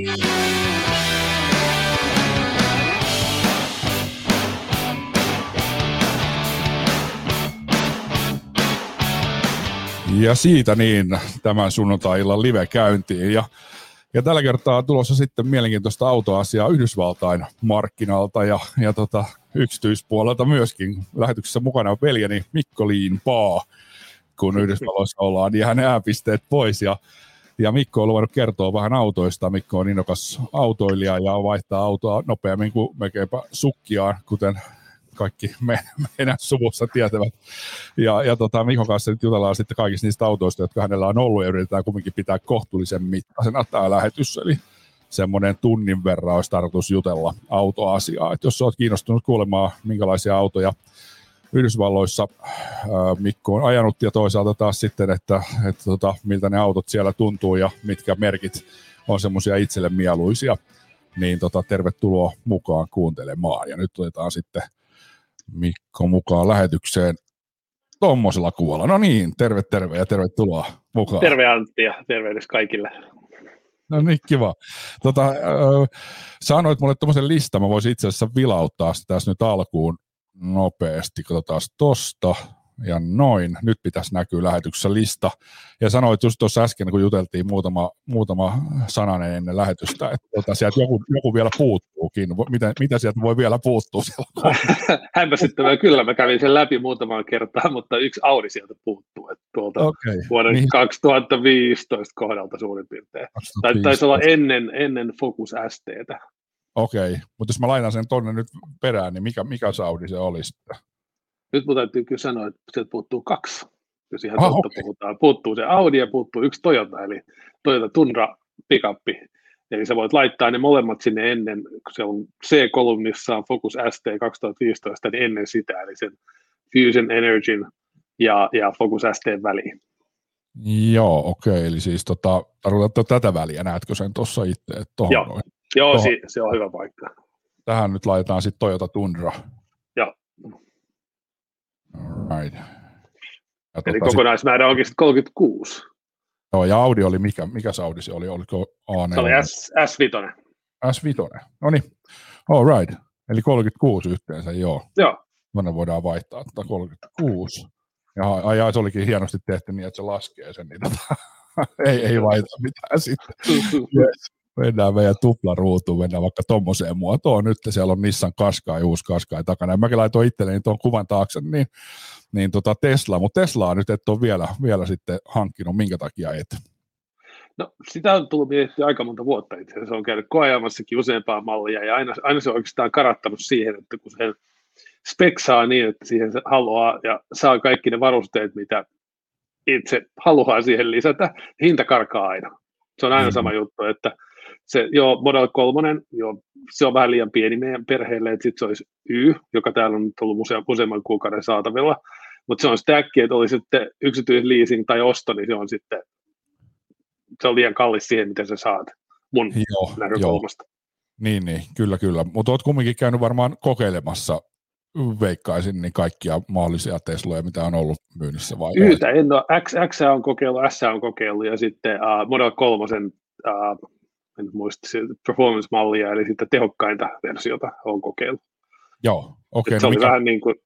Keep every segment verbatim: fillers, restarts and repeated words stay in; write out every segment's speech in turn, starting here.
Ja siitä niin tämän sunnuntai-illan live käyntiin. Ja, ja tällä kertaa on tulossa sitten mielenkiintoista autoasiaa Yhdysvaltain markkinalta ja, ja tota, yksityispuolelta myöskin. Lähetyksessä mukana on veljeni Mikko Liinpaa, kun Yhdysvalloissa ollaan, niin hänen ääpisteet pois. Ja, ja Mikko on luvannut kertoa vähän autoista. Mikko on innokas autoilija ja vaihtaa autoa nopeammin kuin melkeinpä sukkiaan, kuten kaikki me, meidän suvussa tietävät. Ja, ja tota, Mikon kanssa nyt jutellaan sitten kaikista niistä autoista, jotka hänellä on ollut, ja yritetään kumminkin pitää kohtuullisen mittaisena tämä lähetys. Eli semmoinen tunnin verran olisi tarkoitus jutella autoasiaa. Et jos olet kiinnostunut kuulemaan, minkälaisia autoja Yhdysvalloissa ää, Mikko on ajanut, ja toisaalta taas sitten, että, että tota, miltä ne autot siellä tuntuu, ja mitkä merkit on semmoisia itselle mieluisia, niin tota, tervetuloa mukaan kuuntelemaan. Ja nyt otetaan sitten Mikko mukaan lähetykseen tommosella kuvalla. No niin, terve terve ja tervetuloa mukaan. Terve Antti ja tervehdys kaikille. No niin, kiva. Tota, äh, sanoit mulle tommosen listan, mä voisin itse asiassa vilauttaa sitä tässä nyt alkuun nopeasti. Katsotaan tosta ja noin. Nyt pitäisi näkyä lähetyksessä lista. Ja sanoit just tuossa äsken, kun juteltiin muutama, muutama sananen ennen lähetystä, että tota, sieltä joku, joku vielä puuttuukin. Mitä, mitä sieltä voi vielä puuttua siellä? Hämmästyttävää kyllä, mä kävin sen läpi muutamaan kertaan, mutta yksi Audi sieltä puuttuu. Että tuolta okay. Vuoden niin. kaksituhattaviisitoista kohdalta suurin piirtein. kaksituhattaviisitoista Taisi olla ennen, ennen Focus S T:tä. Okei, okay. Mutta jos mä laitan sen tonne nyt perään, niin mikä, mikä se Audi se oli sitten? Nyt mun täytyy kyllä sanoa, että sieltä puuttuu kaksi, jos ihan ah, totta okay. puhutaan. Puuttuu se Audi ja puuttuu yksi Toyota, eli Toyota Tundra pick-up. Eli sä voit laittaa ne molemmat sinne ennen, kun se on C-kolumnissa on Focus S T kaksituhattaviisitoista, niin ennen sitä, eli sen Fusion Energyn ja, ja Focus S T:n väliin. Joo, okei, okay. Eli siis tota, tarkoitatko tätä väliä, näetkö sen tuossa itse? Joo, noin. Joo tohon. Si- se on hyvä paikka. Tähän nyt laitetaan sitten Toyota Tundra. Joo. Right. Eli tota kokonaismäärä onkin sitten kolmekymmentäkuusi. Joo, ja Audi oli mikä? Mikä se Audi se oli? Oliko A neljä? Se oli S, S viisi. S viisi. No niin, all right. Eli kolmekymmentäkuusi yhteensä, joo. Joo. Tuonne voidaan vaihtaa, että kolmekymmentäkuusi. Ja ai, ai, se olikin hienosti tehty niin, että se laskee sen, niin tota, ei, ei vaihda mitään sitten. Yes. Mennään meidän tuplaruutuun, mennään vaikka tommoseen muotoon. Nyt siellä on Nissan Qashqai, uusi Qashqai takana. Ja mäkin laitoin itselleni tuon kuvan taakse, niin, niin tota Tesla. Mutta Teslaa nyt et ole vielä, vielä sitten hankkinut. Minkä takia et? No sitä on tullut miettiä aika monta vuotta itse asiassa. Se on käynyt koeamassakin useampaa mallia. Ja aina, aina se on oikeastaan karattanut siihen, että kun se speksaa niin, että siihen se haluaa ja saa kaikki ne varusteet, mitä itse haluaa siihen lisätä, hinta karkaa aina. Se on aina mm-hmm. sama juttu, että se, joo, Model kolme, joo, se on vähän liian pieni meidän perheelle, että sitten se olisi Y, joka täällä on nyt ollut usea, useamman kuukauden saatavilla, mutta se on sitä äkkiä, että oli sitten yksityisleasing tai osto, niin se on sitten, se on liian kallis siihen, miten sä saat mun joo, näkökulmasta. Joo. Niin, niin, kyllä, kyllä, mutta oot kumminkin käynyt varmaan kokeilemassa, veikkaisin, niin kaikkia mahdollisia Tesloja, mitä on ollut myynnissä vai? Yhtä, en ole, X, X on kokeillut, S on kokeillut ja sitten uh, Model kolme, uh, en muista performance-mallia, eli sitten tehokkainta versiota on kokeillut. Joo, okei. Okay, se no oli mikä... vähän niin kuin,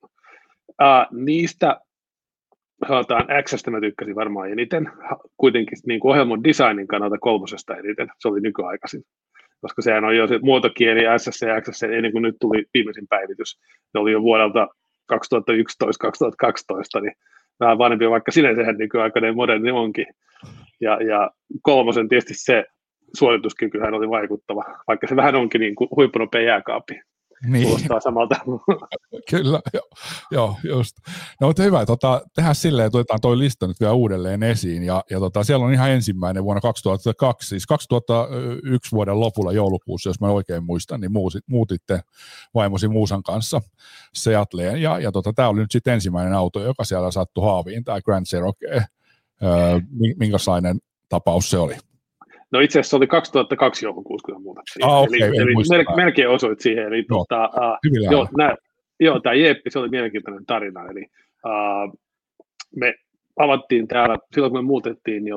uh, niistä sanotaan X:stä mä tykkäsin varmaan eniten, kuitenkin niin kuin ohjelman designin kannalta kolmosesta eniten, se oli nykyaikaisin, koska sehän on jo se muotokieli S ja X, ennen kuin nyt tuli viimeisin päivitys, ne oli jo vuodelta kaksituhattayksitoista kaksituhattakaksitoista, niin vähän vanhempi, vaikka sinänsä sehän nykyaikainen moderni onkin, ja, ja kolmosen tietysti se suorituskykyhän oli vaikuttava, vaikka se vähän onkin niin kuin huippunopea jääkaappi. Niin. Kuulostaa samalta. Kyllä, joo, joo, just. No mutta hyvä, tota, tehdään silleen, että otetaan toi lista nyt vielä uudelleen esiin, ja, ja tota, siellä on ihan ensimmäinen vuonna kaksituhattakaksi, siis kaksituhattayksi vuoden lopulla joulukuussa, jos mä oikein muistan, niin muusit, muutitte vaimosi Muusan kanssa Seattleen, ja, ja tota, tämä oli nyt sitten ensimmäinen auto, joka siellä sattui haaviin, tämä Grand Cherokee. Öö, minkälainen tapaus se oli? No itse asiassa se oli kaksituhattakaksi joulukuussa, kun muutettiin. Ah, okay, eli eli mel- melkein osuit siihen. Eli no, tota, uh, joo, nää, joo, tämä Jeppi, se oli mielenkiintoinen tarina. Eli uh, me avattiin täällä, silloin kun me muutettiin, niin oli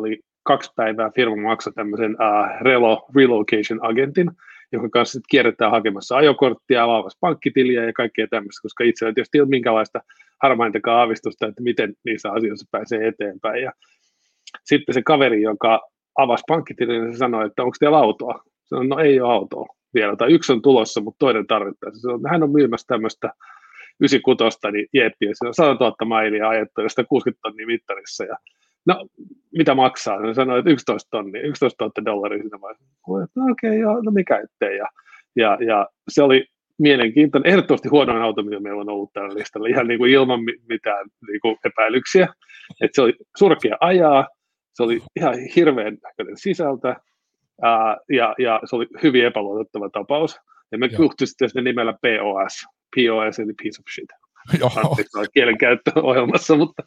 kaksi päivää firma maksoi tämmöisen uh, Relo Relocation Agentin, jonka kanssa sitten kierretään hakemassa ajokorttia, avaamassa pankkitiliä ja kaikkea tämmöistä, koska itse asiassa tietysti ei ole minkäänlaista harmaintakaan aavistusta, että miten niissä asioissa pääsee eteenpäin. Ja sitten se kaveri, joka avasi pankkitilin, niin se sanoi, että onko teillä autoa? Sanoin, no ei ole autoa vielä, tai yksi on tulossa, mutta toinen tarvittaisiin. Sanoin, että hän on myymässä tämmöistä yhdeksänkymmentäkuusi, niin jeppiä, se on sata tuhatta mailia ajettu, ja sitä kuusikymmentä tonnia mittarissa. Ja, no, mitä maksaa? Hän sanoi, että yksitoista tonnia, yksitoista tuhatta dollaria siinä vaiheessa. No okei, okay, joo, no mikä ettei. Ja, ja, ja se oli mielenkiintoinen, ehdottomasti huonoin auto, mitä meillä on ollut tällä listalla, ihan niin kuin ilman mitään niin kuin epäilyksiä. Että se oli surkea ajaa, se oli ihan hirveän näköinen sisältä, ää, ja, ja se oli hyvin epäluotettava tapaus. Ja me kutsuttiin sitten sen nimellä P O S, P O S eli piece of shit. Joo. Kielenkäyttöohjelmassa, mutta...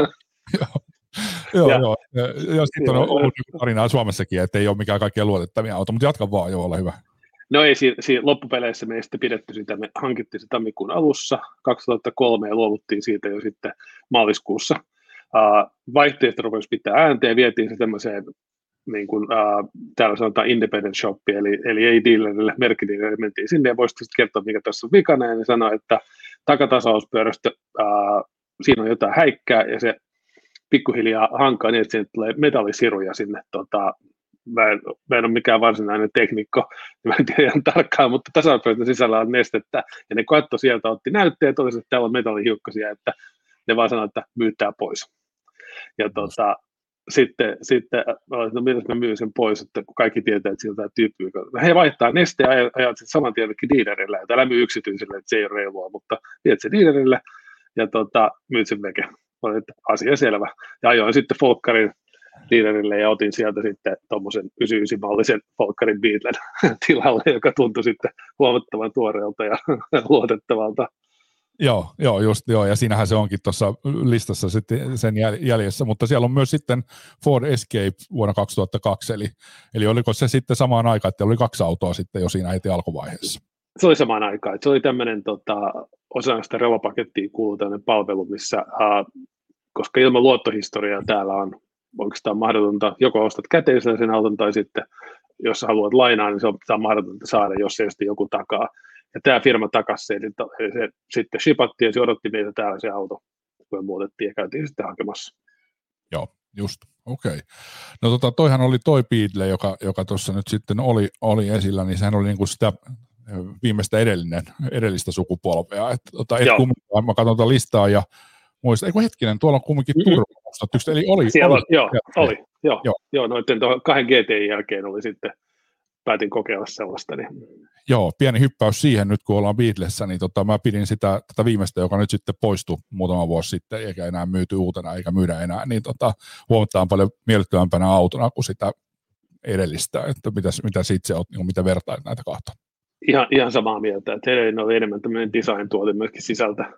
Joo, ja, joo. Ja, ja sitten on ollut tarinaa Suomessakin, että ei ole mikään kaikkein luotettavia auto, mutta jatka vaan, joo, ole hyvä. No ei, siinä, siinä loppupeleissä me ei sitten pidetty sitä, me hankittiin se tammikuun alussa kaksituhattakolme ja luovuttiin siitä jo sitten maaliskuussa. Uh, vaihtoehto rupesi pitää ääntä ja vietiin se tämmöiseen, niin kuin uh, täällä sanotaan independent shoppi, eli, eli ei dealerille, merkkidealerille, mentiin sinne ja voisi sitten kertoa, mikä tässä on vikana, ja ne sanoi, että takatasauspyörästö, uh, siinä on jotain häikkää, ja se pikkuhiljaa hankaa niin, että sinne tulee metallisiruja sinne. Tota, mä, en, mä en ole mikään varsinainen teknikko, mä en tiedä ihan tarkkaan, mutta tasauspyörän sisällä on nestettä, ja ne katsoi sieltä, otti näytteet, totesi, että täällä on metallihiukkasia, että ne vaan sanoi, että myytää pois. Ja tota, sitten, sitten no miten mä myyn sen pois, että kun kaikki tietää, että sieltä tyyppi, no he vaihtaa nesteen ja ajat sitten saman tien dealerille, että älä myy yksityiselle, että se ei ole reilua, mutta viet se dealerille ja tota, myyt sen veke. Oli, että asia selvä. Ja ajoin sitten Folkkarin dealerille ja otin sieltä sitten tuommoisen yhdeksänkymmentäyhdeksän-mallisen Folkkarin Beetlen tilalle, joka tuntui sitten huomattavan tuoreelta ja luotettavalta. Joo, joo, just joo, ja siinähän se onkin tuossa listassa sitten sen jäljessä, mutta siellä on myös sitten Ford Escape vuonna kaksituhattakaksi, eli, eli oliko se sitten samaan aikaan, että oli kaksi autoa sitten jo siinä heti alkuvaiheessa? Se oli samaan aikaan, että se oli tämmöinen tota, osana sitä relopakettia kuuluu tämmöinen palvelu, missä, uh, koska ilman luottohistoriaa täällä on oikeastaan mahdotonta, joko ostat käteisellä sen auton tai sitten, jos sä haluat lainaa, niin se on, se on mahdotonta saada, jos ei sitten joku takaa. Ja tämä firma takasi se, eli se sitten shipattiin ja se odotti meitä täällä se auto, kun me muutettiin ja käytiin sitten hakemassa. Joo, just, okei. Okay. No tota, toihan oli toi Beetle, joka, joka tuossa nyt sitten oli, oli esillä, niin sehän oli niinku sitä viimeistä edellinen, edellistä sukupolvea. Että tota, et kumminkaan, mä katson tätä listaa ja muistan, eikö hetkinen, tuolla on kumminkin mm-hmm. Turva, eli oli. Siellä oli, on, joo, oli, joo, joo. joo noiden kahden G T I jälkeen oli sitten, päätin kokeilla sellaista, niin joo, pieni hyppäys siihen nyt, kun ollaan Beatlessa, niin tota, mä pidin sitä tätä viimeistä, joka nyt sitten poistui muutama vuosi sitten, eikä enää myyty uutena, eikä myydä enää, niin tota, huomattavan paljon miellyttävämpänä autona kuin sitä edellistä, että mitäs, mitä siitä se on, niin mitä vertait näitä kahta? Ihan, ihan samaa mieltä, että edellinen oli enemmän tämmöinen design-tuote myöskin sisältä,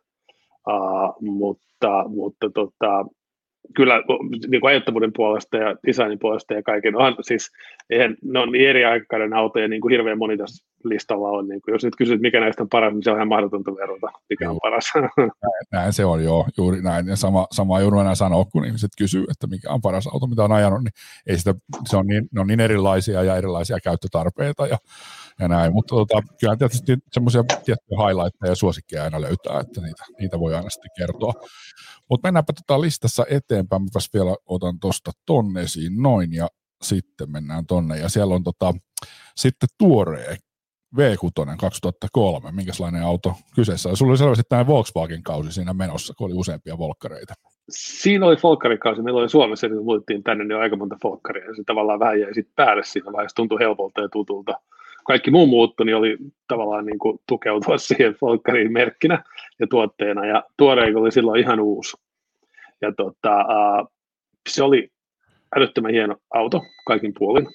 uh, mutta, mutta tota, kyllä niin kuin ajattavuuden puolesta ja designin puolesta ja kaiken, onhan siis, eihän, ne on niin eri aikainen auto ja niin kuin hirveän moni tässä listalla on, niin kuin, jos nyt kysyt, mikä näistä on paras, niin se on ihan mahdotonta verrata, mikä on paras. Näin, näin se on, joo, juuri näin, ja sama, sama joudun enää sanoa, kun ihmiset kysyy, että mikä on paras auto, mitä on ajanut, niin ei sitä, se on niin, ne on niin erilaisia ja erilaisia käyttötarpeita ja, ja näin, mutta tota, kyllä tietysti semmoisia tiettyjä highlightteja ja suosikkeja aina löytää, että niitä, niitä voi aina sitten kertoa. Mutta mennäänpä tota listassa eteenpäin, mäpäs vielä otan tuosta tonne esiin noin ja sitten mennään tonne ja siellä on tota, sitten tuoree V kuusi kaksituhattakolme, minkälainen auto kyseessä on. Sulla oli selvästi tämä Volkswagen-kausi siinä menossa, kun oli useampia volkkareita. Siinä oli volkkarikausi, meillä oli Suomessa, kun muuttiin tänne, niin aika monta volkkaria ja se tavallaan vähän jäi sitten päälle siinä vaiheessa, tuntui helpolta ja tutulta. Kaikki muu muuttu, niin oli tavallaan niin kuin tukeutua siihen volkkariin merkkinä ja tuotteena, ja tuoreen oli silloin ihan uusi. Ja tota, uh, se oli älyttömän hieno auto kaikin puolin,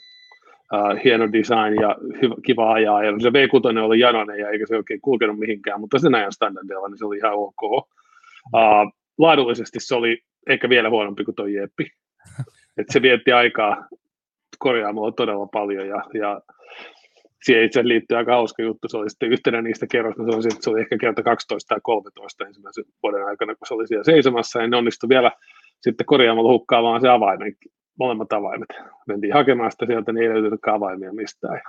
uh, hieno design ja hyvä, kiva ajaa, ja se V kuusi oli janoinen ja eikä se oikein kulkenut mihinkään, mutta sen ajan standardilla niin se oli ihan ok. Uh, laadullisesti se oli ehkä vielä huonompi kuin tuo Jeppi, että se vietti aikaa korjaamalla todella paljon, ja, ja siihen itse asiassa liittyy aika hauska juttu, se oli sitten yhtenä niistä kerroista, se oli, se oli ehkä kerta kaksitoista tai kolmetoista ensimmäisen vuoden aikana, kun se oli siellä seisomassa, ja ne onnistui vielä sitten korjaamalla hukkaamaan se avaimen molemmat avaimet. Mentiin hakemaan sitä sieltä, niin ei löytynytkään avaimia mistään.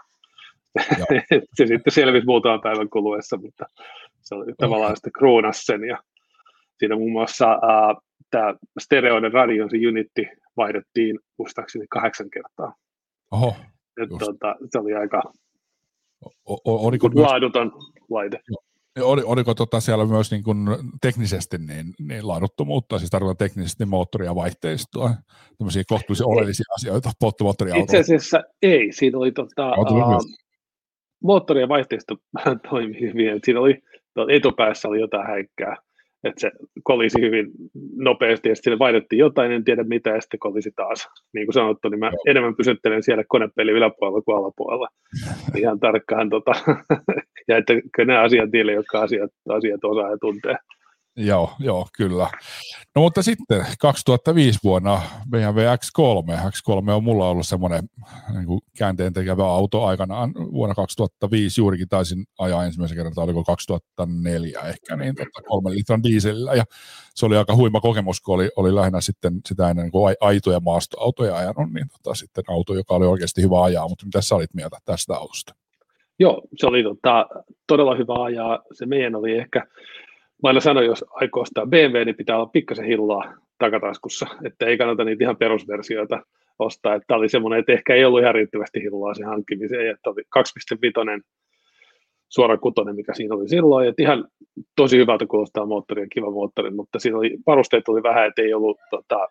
Se sitten selvisi muutaman päivän kuluessa, mutta se oli tavallaan sitten kruunas sen. Ja siinä muun muassa äh, tämä stereoiden radion, se unitti, vaihdettiin muistaakseni kahdeksan kertaa. Oho, Et, tota, se oli aika o, o, oliko laaduton laite. Oli, oliko tota siellä myös niin kuin teknisesti niin, niin laaduttomuutta, siis tarkoitan teknisesti moottoria ja vaihteistoa, tämmöisiä kohtuullisia oleellisia asioita polttomoottoriautoilla? Itse asiassa ei, siinä oli tota, uh, moottori ja vaihteisto toimi hyvin, siinä oli, etupäässä oli jotain häikkää, että se kolisi hyvin nopeasti ja sitten sinne vaihdettiin jotain, en tiedä mitä, ja sitten kolisi taas. Niin kuin sanottu, niin mä Joo. enemmän pysyttelen siellä konepelin yläpuolella kuin alapuolella. Ihan tarkkaan, tota, ja että nämä asiat niille, jotka asiat, asiat osaa ja tuntee. Joo, joo, kyllä. No mutta sitten kaksituhattaviisi vuonna B M W X kolme. X kolme on mulla ollut semmoinen niin kuin käänteen tekevä auto aikanaan. Vuonna kaksituhattaviisi juurikin taisin ajaa ensimmäisen kerran, tai oliko kaksituhattaneljä ehkä, niin tota, kolmen litran dieselillä. Ja se oli aika huima kokemus, kun oli, oli lähinnä sitten sitä ennen niin kuin aitoja maastoautoja ajanut, niin tota, sitten auto, joka oli oikeasti hyvä ajaa. Mutta mitä sä olit mieltä tästä autosta? Joo, se oli tota, todella hyvä ajaa. Se meidän oli ehkä... Mä aina sanoin, jos aikoo ostaa B M W, niin pitää olla pikkasen hillaa takataskussa, että ei kannata niitä ihan perusversioita ostaa. Että oli semmoinen, että ehkä ei ollut ihan riittävästi hillaa sen hankkimiseen, että oli kaksi pilkku viisi suora kutonen, mikä siinä oli silloin, että ihan tosi hyvältä kuulostaa moottori ja kiva moottori, mutta siinä oli, varusteet oli vähän, että ei ollut tota,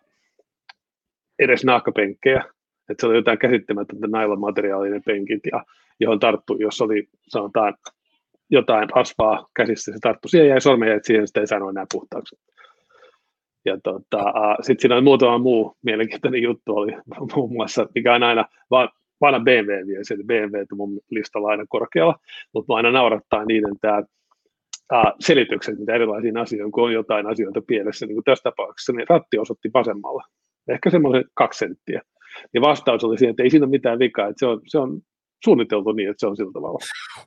edes naakkapenkkejä, että se oli jotain käsittämätöntä nylon-materiaalinen penkit, ja johon tarttui, jos oli sanotaan jotain rasvaa käsissä, se tarttui siihen, jäi sormenjäljet siihen, sitä ei saanut enää puhtaaksi. Ja tota, sitten siinä oli muutama muu mielenkiintoinen juttu, oli muun muassa, mikä on aina vaan vanha B M W vielä, se B M W on mun listalla aina korkealla, mutta aina naurattaa niiden tämä selitykset, mitä erilaisiin asioihin, kun on jotain asioita pielessä, niin kuin tässä tapauksessa, niin ratti osoitti vasemmalla, ehkä semmoisen kaksi senttiä. Ja vastaus oli siihen, että ei siinä ole mitään vikaa, että se on, se on suunniteltu niin, että se on sillä tavalla.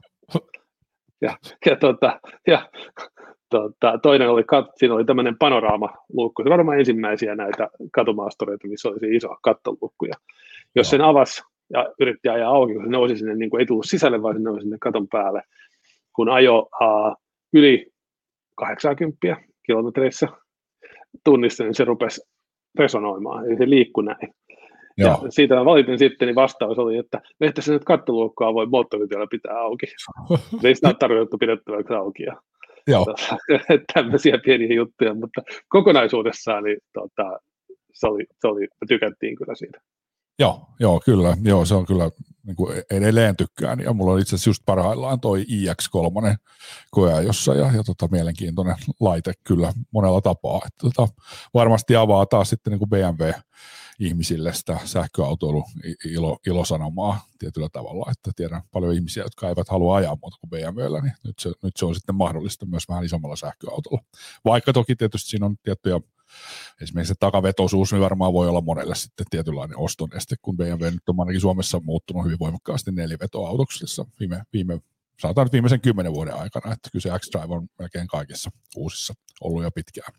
Ja, ja, tota, ja tota, toinen oli, siinä oli tämmöinen panoraamaluukku, se var varmaan ensimmäisiä näitä katumaastoreita, missä oli se iso kattoluukku. Ja jos sen avasi ja yritti ajaa auki, kun se nousi sinne, niin kuin ei tullut sisälle, vaan se nousi sinne katon päälle. Kun ajo uh, yli kahdeksankymmentä kilometreissä tunnissa, niin se rupesi resonoimaan, eli se liikkui näin. Joo. Ja siitä mä valitin sitten, niin vastaus oli, että että se nyt kattoluokkaa voi moottoritiellä pitää auki. Se ei sitä ole tarkoitettu pidettäväksi auki. Ja tota, tämmöisiä pieniä juttuja, mutta kokonaisuudessaan niin, tota, se oli, se oli, me tykättiin kyllä siitä. Joo, joo, kyllä. Joo, se on kyllä niin kuin edelleen tykkään. Ja mulla on itse asiassa just parhaillaan toi I X kolme koeajossa ja, ja tota, mielenkiintoinen laite kyllä monella tapaa. Että, tota, varmasti avaa taas sitten niin kuin B M W-ihmisille sitä sähköautoilun ilo, ilosanomaa tietyllä tavalla. Että tiedän paljon ihmisiä, jotka eivät halua ajaa muuta kuin B M W:llä, niin nyt se, nyt se on sitten mahdollista myös vähän isommalla sähköautolla. Vaikka toki tietysti siinä on tiettyjä esimerkiksi se takavetoisuus niin varmaan voi olla monelle sitten tietynlainen ostoneste, kun B M W nyt on ainakin Suomessa muuttunut hyvin voimakkaasti nelivetoautoksessa viime, viime, sanotaan nyt viimeisen kymmenen vuoden aikana, että kyllä se X-Drive on melkein kaikissa uusissa ollut jo pitkään.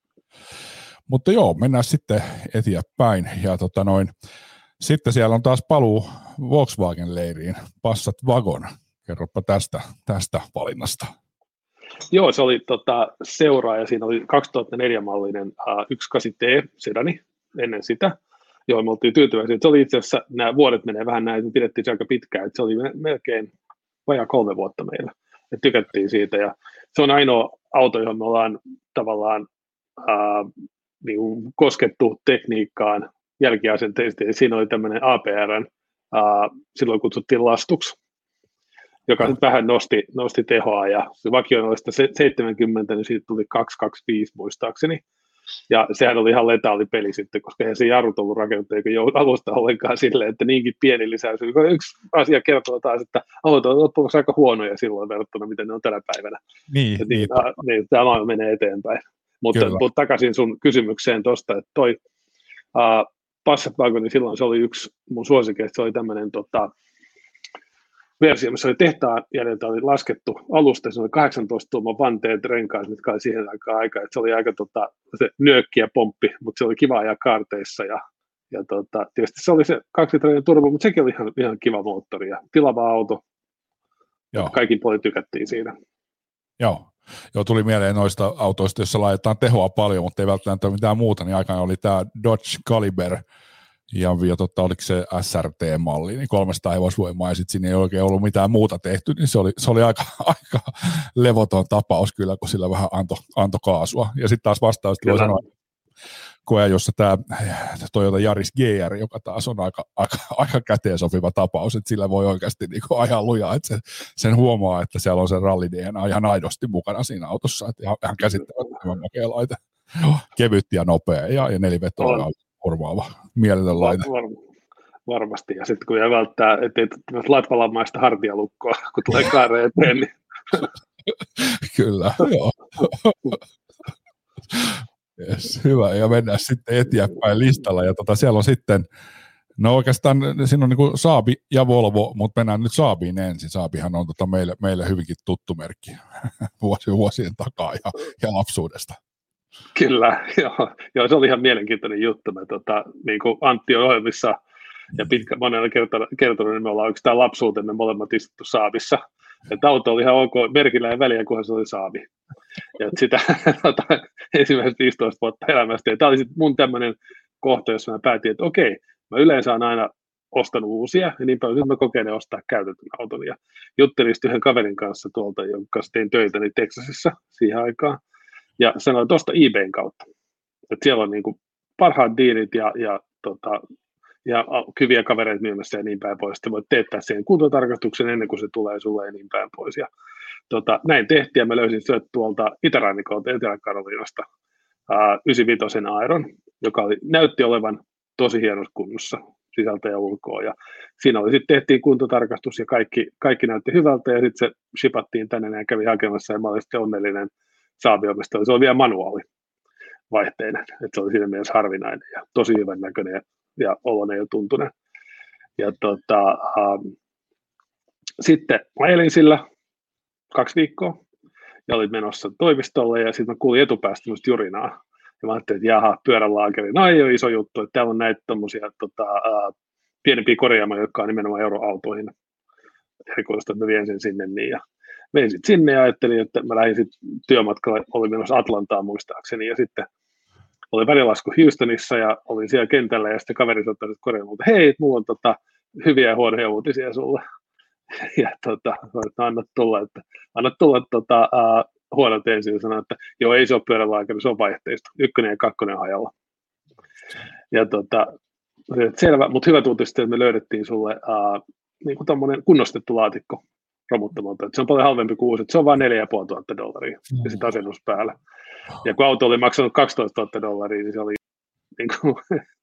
Mutta joo, mennään sitten eteenpäin ja tota noin, sitten siellä on taas paluu Volkswagen-leiriin, Passat Wagon. Kerropa tästä, tästä valinnasta. Joo, se oli tota, seuraaja, siinä oli kaksituhattaneljä-mallinen uh, yksi kahdeksan T sedani ennen sitä, johon me oltiin tyytyväisiä. Se oli itse asiassa, nämä vuodet menee vähän näin, me pidettiin se aika pitkään, että se oli melkein vajaa kolme vuotta meillä, että tykättiin siitä, ja se on ainoa auto, johon me ollaan tavallaan uh, niin koskettu tekniikkaan jälkiasenteisesti, ja siinä oli tämmöinen A P R, uh, silloin kutsuttiin lastuksi, joka nyt vähän nosti, nosti tehoa, ja se vakioinoista seitsemänkymmentä, niin siitä tuli kaksisataakaksikymmentäviisi muistaakseni, ja sehän oli ihan letaali peli sitten, koska eihän se jarrut ollut rakennettu eikä alusta ollenkaan silleen, että niinkin pieni lisäys. Yksi asia kertoo taas, että autot on loppuksi aika huonoja silloin verrattuna, miten ne on tänä päivänä. Niin, niin, niin. Tämä, niin, tämä maailma menee eteenpäin. Mutta, mutta takaisin sun kysymykseen tuosta, että toi uh, Passat Wagon, niin silloin se oli yksi mun suosikeista, se oli tämmöinen tota, versio, missä oli tehtaan jäljiltä oli laskettu alusta, se oli kahdeksantoista tuuman vanteet renkaat, mitkä oli siihen aikaan aika, että se oli aika tota, se nyökki ja pomppi, mutta se oli kiva ajaa kaarteissa ja, Ja tota, tietysti se oli se kaksilitrainen turbo, mutta sekin oli ihan, ihan kiva moottori ja tilava auto. Joo. Kaikin puolin tykättiin siinä. Joo. Joo, tuli mieleen noista autoista, joissa laitetaan tehoa paljon, mutta ei välttämättä mitään muuta, niin aikana oli tämä Dodge Caliber, ja, ja totta, oliko se S R T-malli, niin kolmesataa hevosvoimaa, ja sitten siinä ei oikein ollut mitään muuta tehty, niin se oli, se oli aika, aika levoton tapaus kyllä, kun sillä vähän antoi anto kaasua. Ja sitten taas vastaavasti voi sanoa, koe, jossa tämä Toyota Yaris G R, joka taas on aika, aika, aika käteen sopiva tapaus, että sillä voi oikeasti niin kuin ajaa lujaa, että sen, sen huomaa, että siellä on se ralli D N A ihan aidosti mukana siinä autossa, että ihan, ihan käsittämättömän makea laite. Kevyt ja nopea ja, ja nelivetoa on korvaava mielellään laite. Var, varmasti, ja sitten kun jää välttää, ettei latvalamaista hartialukkoa, kun tulee kaareen eteen, niin... Kyllä, joo. Yes, hyvä, ja mennään sitten eteenpäin listalla, ja tota, siellä on sitten, no oikeastaan siinä on niin kuin Saabi ja Volvo, mutta mennään nyt Saabiin ensin. Saabihan on tota meille, meille hyvinkin tuttu merkki vuosien, vuosien takaa ja, ja lapsuudesta. Kyllä, joo, joo, se oli ihan mielenkiintoinen juttu. Me, tota, niin kuin Antti on ohjelmissa ja pitkä, monella kertaa kertonut, niin me ollaan oikeastaan lapsuutemme molemmat istuttu Saabissa. Että auto oli ihan ok, merkillä ja väliä, kunhan se oli Saabi. Ja sitä tota, ensimmäiset viisitoista vuotta elämästä. Ja tämä oli sitten mun tämmöinen kohta, jossa mä päätin, että okei, mä yleensä olen aina ostanut uusia, ja niin paljon mä kokeilen ostaa käytetyn auton. Ja juttelin yhden kaverin kanssa tuolta, jonka kanssa tein töitä niin Texasissa siihen aikaan. Ja sanoin, että osta eBayn kautta. Että siellä on niin kuin parhaat diilit ja, ja, tota, ja hyviä kavereita myymässä ja niin päin pois. Sitten voit teettää siihen kuntotarkastuksen ennen kuin se tulee sulle ja niin päin pois. Ja, tota, näin tehtiin ja mä löysin syöt tuolta Itärannikolta, Etelä-Karoliinasta ää, yhdeksänkymmentäviisi Aeron, joka oli, näytti olevan tosi hienossa kunnossa sisältä ja ulkoa. Ja siinä oli sitten tehtiin kuntotarkastus ja kaikki, kaikki näytti hyvältä ja sitten se shipattiin tänne ja kävi hakemassa ja mä olin sitten onnellinen Saabi-omistaja. Se oli vielä manuaali vaihteinen, että se oli siinä mielessä harvinainen ja tosi hyvän näköinen ja, ja oloinen ja tuntunen. Ja tota, ähm, sitten mä elin sillä kaksi viikkoa ja olin menossa toimistolle ja sitten mä kuulin etupäästä musta jurinaa. Ja mä ajattelin, että jaha, pyörälaakeri, no ei ole iso juttu, että täällä on näitä tommosia tota, äh, pienempiä korjaamoja, jotka on nimenomaan euroautoihin erikoista, että mä vien sen sinne niin ja vein sitten sinne ja ajattelin, että mä lähdin sitten työmatkalle, olin menossa Atlantaan muistaakseni ja sitten oli välilasku Houstonissa ja olin siellä kentällä ja sitten kaverit ottaisivat korjaamaan, mutta hei, mulla on tota, hyviä ja huonoja uutisia sulle. Ja tota, että anna tulla, että anna tulla tota, uh, huonot ensin ja sanoa, että joo, ei se ole pyörälaakeri, se on vaihteista. Ykkönen ja kakkonen hajalla. Ja tota, selvä, mutta hyvät uutiset, että me löydettiin sulle uh, niin kuin tommoinen kunnostettu laatikko romuttamalta. Se on paljon halvempi kuin uusi, se on vain neljä ja puoli tuhatta dollaria ja sitten asennus päällä. Ja kun auto oli maksanut kaksitoista tuhatta dollaria, niin se oli niin kuin,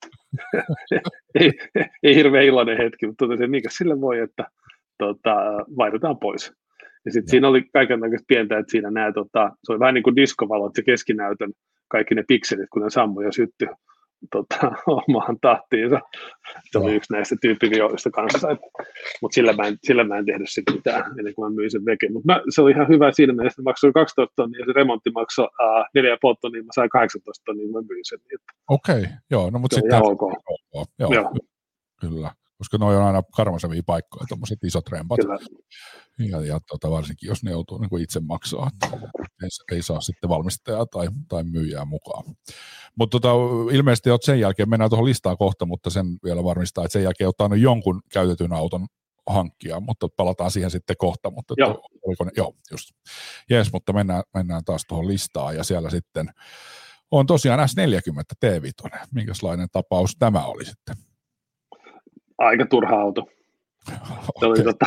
ei, ei hirveän iloinen hetki, mutta totesin, että mikä sille voi, että tota, vaihdetaan pois. Ja sitten siinä oli kaikenlaista pientä, että siinä nämä, tota, se oli vähän niin kuin diskovalot, se keskinäytön, kaikki ne pikselit, kun ne sammui ja syttyi tota, omaan tahtiinsa. Se oli yksi näistä tyyppivioista kanssa, mutta sillä mä en, sillä mä en tehnyt sitten mitään, ennen kuin mä myin sen veke. Mutta se oli ihan hyvä siinä mielessä, että maksoi kaksitoista tonnia ja se remontti maksoi uh, neljä pilkku viisi tonnia, mä sain kahdeksantoista tonnia, niin mä myin sen. Okei, okay, joo, no mutta sitten okay. okay. Joo, joo. Kyllä. Koska ne on aina karmasevia paikkoja, tuommoiset isot rempat. Kyllä. Ja, ja tota, varsinkin, jos ne joutuu niin kuin itse maksaa, ei, ei saa sitten valmistajaa tai, tai myyjää mukaan. Mutta tota, ilmeisesti olet sen jälkeen, mennään tuohon listaan kohta, mutta sen vielä varmistaa, että sen jälkeen olet tainnut jonkun käytetyn auton hankkia, mutta palataan siihen sitten kohta. Mutta joo. Että, oliko ne, joo, just. Jees, mutta mennään, mennään taas tuohon listaan, ja siellä sitten on tosiaan S neljäkymmentä T viisi. Minkälainen tapaus tämä oli sitten? Aika turha auto. Se oli, okay. tota,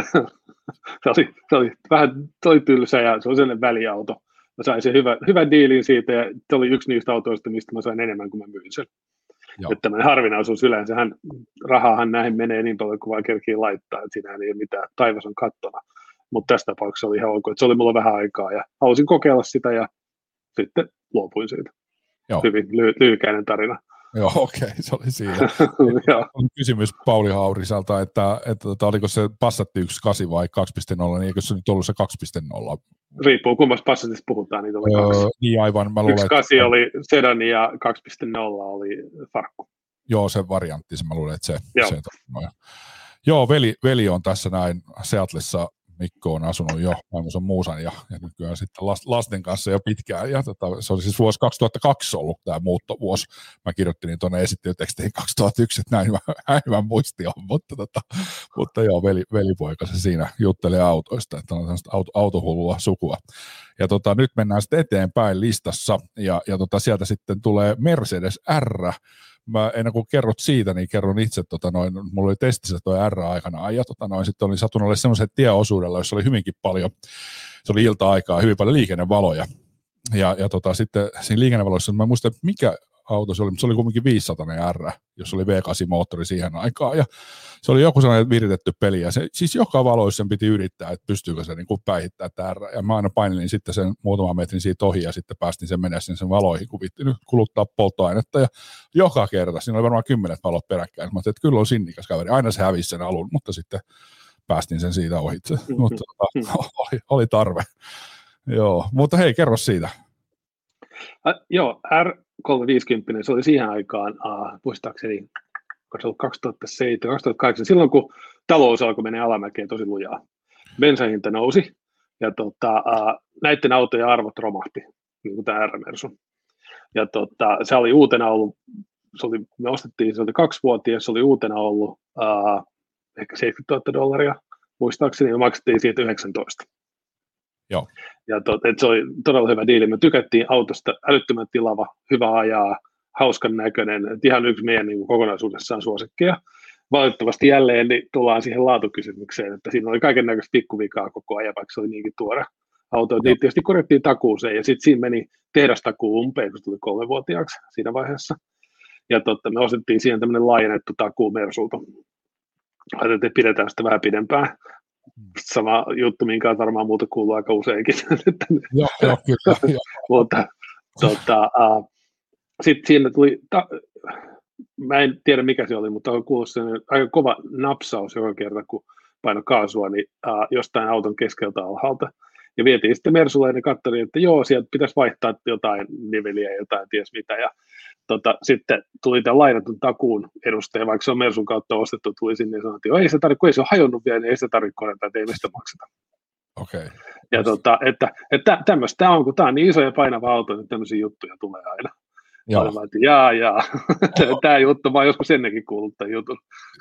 se oli, se oli vähän se oli tylsä ja se oli sellainen väliauto. Mä sain sen hyvä, hyvän diilin siitä ja se oli yksi niistä autoista, mistä mä sain enemmän kuin mä myin sen. Joo. Että tämmöinen harvinaisuus yleensähän, rahahan näihin menee niin paljon kuin vaan kerkii laittaa, että siinähän ei ole mitään, taivas on kattona. Mutta tässä tapauksessa oli ihan ok, että se oli mulla vähän aikaa ja halusin kokeilla sitä ja sitten luopuin siitä. Joo. Hyvin ly- lyhykäinen tarina. Joo, okei, okay, se oli siinä. On kysymys Pauli Haurisalta, että, että, että oliko se Passatti yksi pilkku kahdeksan vai kaksi pilkku nolla, niin eikö se nyt ollut se kaksi pilkku nolla? Riippuu, kummasta Passatista puhutaan, niitä oli kaksi. Öö, niin aivan, mä luulen, yksi pilkku kahdeksan että oli sedani ja kaksi pilkku nolla oli farkku. joo, se variantti, se mä luulen, että se... Joo, se no, joo veli, veli on tässä näin Seattleissa, Mikko on asunut jo vaimos on Muusan ja, ja nykyään sitten lasten kanssa jo pitkään. Ja tota, se oli siis vuosi kaksituhattakaksi ollut tämä muuttovuosi. Mä kirjoittin niin tuonne esittelytekstiin kaksituhattayksi, että näin hyvä, hyvä muisti on, mutta, tota, mutta joo, veli, velipoika se siinä juttelee autoista, että on tämmöistä auto, autohullua sukua. Ja tota, nyt mennään sitten eteenpäin listassa ja, ja tota, sieltä sitten tulee Mercedes R. Mä ennen kuin kerrot siitä, niin kerron itse, tota noin, mulla oli testissä tuo R aikanaan, ja tota noin, sitten oli sattunut olla semmoisen tieosuudella, jossa oli hyvinkin paljon, se oli ilta-aikaa, hyvin paljon liikennevaloja, ja, ja tota, sitten siinä liikennevaloissa, mä en muista, mikä auto se oli, mutta se oli kuitenkin viisisataa R, jos oli V kahdeksan moottori siihen aikaan, ja se oli joku sellainen viritetty peli, ja se, siis joka valoissa sen piti yrittää, että pystyykö se niin kuin päihittää tämä R, ja mä aina painelin sitten sen muutaman metrin siitä ohi, ja sitten päästin sen mennä sen valoihin, kun vitti nyt kuluttaa polttoainetta, ja joka kerta, siinä oli varmaan kymmenet valot peräkkäin, mä ajattelin, että kyllä on sinnikäs kaveri, aina se hävisi sen alun, mutta sitten päästin sen siitä ohitse, mm-hmm. mutta oli, oli tarve. Joo, mutta hei, kerro siitä. Uh, joo, R kolmesataaviisikymmentä, se oli siihen aikaan, uh, muistaakseni, kun se oli kaksituhattaseitsemän kaksituhattakahdeksan, silloin kun talous alkoi mennä alamäkeen tosi lujaa. Bensahinta nousi, ja tota, uh, näiden autojen arvot romahti, niin kuin tämä R-Mersu. Ja tota, se oli uutena ollut, se oli, me ostettiin, se oli kaksivuotias, se oli uutena ollut uh, ehkä seitsemänkymmentätuhatta dollaria, muistaakseni, ja maksettiin siitä yhdeksäntoista. Joo. Ja tot, et se oli todella hyvä diili. Me tykättiin autosta, älyttömän tilava, hyvä ajaa, hauskan näköinen, et ihan yksi meidän niin kuin kokonaisuudessaan suosikkeja. Valitettavasti jälleen niin tullaan siihen laatukysymykseen, että siinä oli kaiken näköistä pikkuvikaa koko ajan, vaikka se oli niinkin tuore auto. Niitä tietysti korjattiin takuuseen, ja sitten siinä meni tehdastakuu umpeen, kun se tuli kolmevuotiaaksi siinä vaiheessa. Ja totta, me ostettiin siihen tämmöinen laajennettu takuu Mersulta. Ajateltiin, että pidetään sitä vähän pidempään. Sama juttu, minkä varmaan muuta kuuluu aika useinkin. Joo, joo, kyllä. Mutta tota, uh, sitten siinä tuli, ta- mä en tiedä mikä se oli, mutta on kuullut aika kova napsaus joka kerta, kun paino kaasua, niin uh, jostain auton keskeltä alhaalta. Ja vietiin sitten Mersulle, ja ne katsoi, että joo, sieltä pitäisi vaihtaa jotain niveliä ja jotain ties mitä. Ja tota, sitten tuli tämän lainatun takuun edustaja, vaikka se on Mersun kautta ostettu, tuli sinne ja sanottiin, että ei se tarvitse, kun ei se ole hajonnut vielä, niin ei se tarvitse korjata, että ei meistä makseta. Okay. Ja tota, että, että tämmöistä tämä on, kun tämä on niin iso ja painava auto, niin tämmöisiä juttuja tulee aina. Joo. Mä että jaa, jaa. Tämä juttu, mä oon joskus ennenkin kuullut tämän jutun.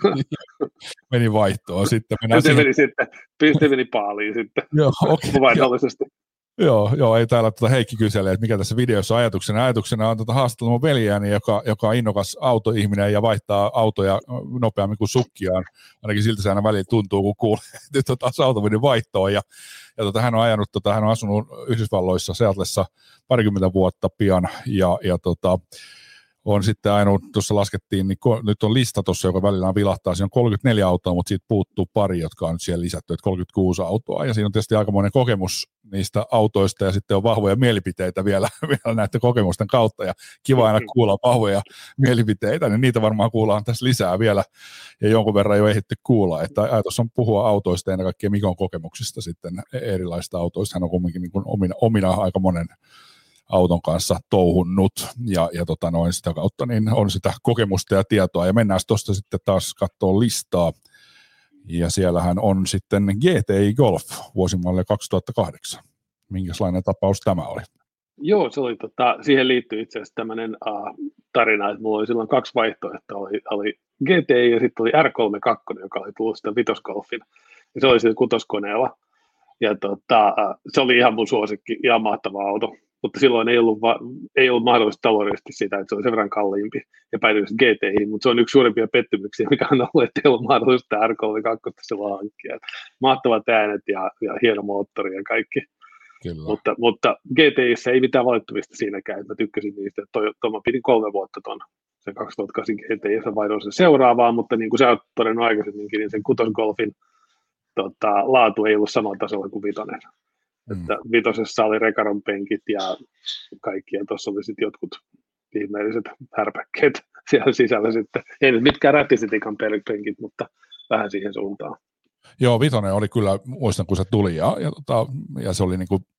Meni vaihtoon sitten. Se siihen... meni sitten, piste meni paaliin sitten. Joo, okei. Okay. Joo, joo, ei täällä tuota Heikki kyselee, että mikä tässä videossa ajatuksena. Ajatuksena on tuota haastatella mun veljääni, joka, joka on innokas autoihminen ja vaihtaa autoja nopeammin kuin sukkiaan. Ainakin siltä se aina välillä tuntuu, kun kuulee, että tuota auto meni vaihtoon. Ja, ja tuota, hän on ajanut, tuota, hän on asunut Yhdysvalloissa, Seatlessa parikymmentä vuotta pian ja, ja tota, on sitten ainoa, tuossa laskettiin, niin nyt on lista tuossa, joka välillä vilahtaa, siinä on kolmekymmentäneljä autoa, mutta siitä puuttuu pari, jotka on nyt siellä lisätty, että kolmekymmentäkuusi autoa, ja siinä on tietysti aikamoinen kokemus niistä autoista, ja sitten on vahvoja mielipiteitä vielä, vielä näiden kokemusten kautta, ja kiva aina kuulla vahvoja mielipiteitä, niin niitä varmaan kuullaan tässä lisää vielä, ja jonkun verran jo ehditty kuulla, että ajatus on puhua autoista ja ennen kaikkea Mikon kokemuksista sitten erilaisista autoista, hän on kuitenkin niin kuin omina, omina aika monen auton kanssa touhunnut ja, ja tota noin sitä kautta niin on sitä kokemusta ja tietoa ja mennään tuosta sitten taas katsoa listaa ja siellähän on sitten G T I Golf vuosimalli kaksituhattakahdeksan. Minkälainen tapaus tämä oli? Joo, se oli, tota, siihen liittyy itse asiassa tämmöinen uh, tarina, että mulla oli silloin kaksi vaihtoehtoa, oli, oli G T I ja sitten oli R kolmekymmentäkaksi, joka oli tullut sitä vitosgolfin ja se oli sillä kutoskoneella ja tota, uh, se oli ihan mun suosikki, ihan mahtava auto. Mutta silloin ei ollut, va- ei ollut mahdollista taloudellisesti sitä, että se oli sen verran kalliimpi ja päätyi G T I, mutta se on yksi suurimpia pettymyksiä, mikä on ollut, että ei ollut mahdollista R kolmekymmentäkaksi silloin hankkia. Mahtavat äänet ja, ja hieno moottori ja kaikki. Mutta, mutta G T I:ssä ei mitään valittamista siinäkään, että mä tykkäsin niistä, että toi, toi mä pidin kolme vuotta ton sen kaksituhattakahdeksan G T I, vaihdoin sen seuraavaan, mutta niin kuin sä oot todennut aikaisemminkin, niin sen kutosgolfin tota, laatu ei ollut samalla tasolla kuin vitonen. Mm. Että vitosessa oli rekaron penkit ja kaikki, ja tuossa oli sitten jotkut ihmeelliset härpäkkeet siellä sisällä sitten. Ei nyt mitkään rättisitikan penkit, mutta vähän siihen suuntaan. Joo, vitonen oli kyllä, muistan kun se tuli, ja, ja, tota, ja se oli niinku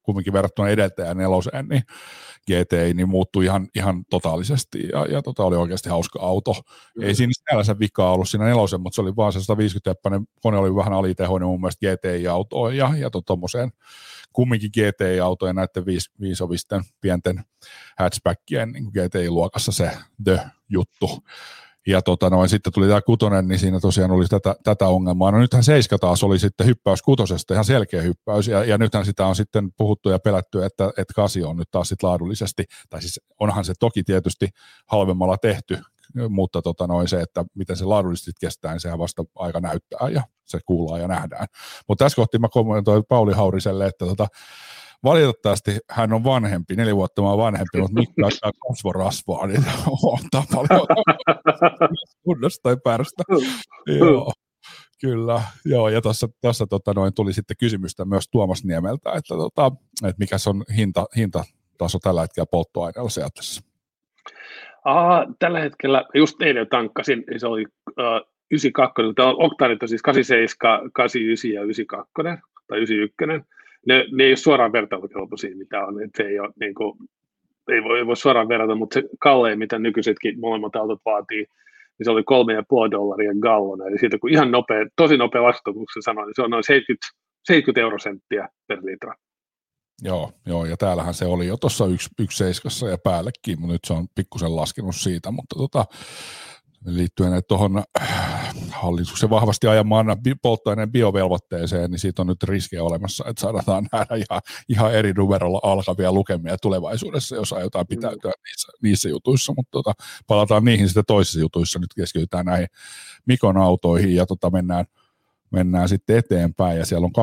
kumminkin verrattuna edeltäjään neloseen, niin G T I niin muuttui ihan, ihan totaalisesti, ja, ja tota oli oikeasti hauska auto. Mm. Ei siinä sinällänsä vikaa ollut siinä nelosen, mutta se oli vaan se sata viisikymmentä teppäinen kone, oli vähän alitehoinen mun mielestä G T I-autoon, ja, ja tuommoiseen kumminkin G T I-autojen näiden viis, viisovisten pienten hatchbackien niin G T I-luokassa se the-juttu. Ja tota noin, sitten tuli tämä kutonen, niin siinä tosiaan oli tätä, tätä ongelmaa. No nythän seiska taas oli sitten hyppäys kutosesta, ihan selkeä hyppäys, ja, ja nythän sitä on sitten puhuttu ja pelätty, että, että kasi on nyt taas sitten laadullisesti, tai siis onhan se toki tietysti halvemmalla tehty, mutta tota noin se, että miten se laadullisesti kestää, niin sehän vasta aika näyttää, ja se kuullaan ja nähdään. Mutta tässä kohti mä kommentoin Pauli Hauriselle, että tota, valitettavasti hän on vanhempi, neljä vuotta mä oon vanhempi, mutta nyt näyttää kasvorasvaa, niin ottaa paljon kunnosta tai pärstä. Joo, kyllä. Joo, ja tuossa tota, tuli sitten kysymystä myös Tuomas Niemeltä, että, tota, että mikä se on hinta, hintataso tällä hetkellä polttoaineella Seatlessa? Aa, tällä hetkellä, just eilen tankkasin, se oli uh, yhdeksänkymmentäkaksi, tämä on oktaanit on siis kahdeksankymmentäseitsemän, kahdeksankymmentäyhdeksän ja yhdeksänkymmentäkaksi tai yhdeksänkymmentäyksi. Ne, ne ei ole suoraan vertailukelpoisia, mitä on. Et se ei, ole, niin kuin, ei, voi, ei voi suoraan verrata, mutta se kallein, mitä nykyisetkin molemmat autot vaatii, niin se oli kolme ja puoli dollaria gallona. Eli siitä kun ihan nopea, tosi nopea lasku, kun se sanoi, niin se on noin seitsemänkymmentä, seitsemänkymmentä eurosenttiä per litra. Joo, joo, ja täällähän se oli jo tuossa yksi, yksi seiskassa ja päällekin, mutta nyt se on pikkusen laskenut siitä, mutta tota, liittyen tuohon hallituksen vahvasti ajamaan polttoaineen biovelvoitteeseen, niin siitä on nyt riskejä olemassa, että saadaan nähdä ihan, ihan eri numerolla alkavia lukemia tulevaisuudessa, jos aiotaan pitäytyä niissä, niissä jutuissa, mutta tota, palataan niihin sitten toisissa jutuissa, nyt keskitytään näihin Mikon autoihin ja tota, mennään, mennään sitten eteenpäin, ja siellä on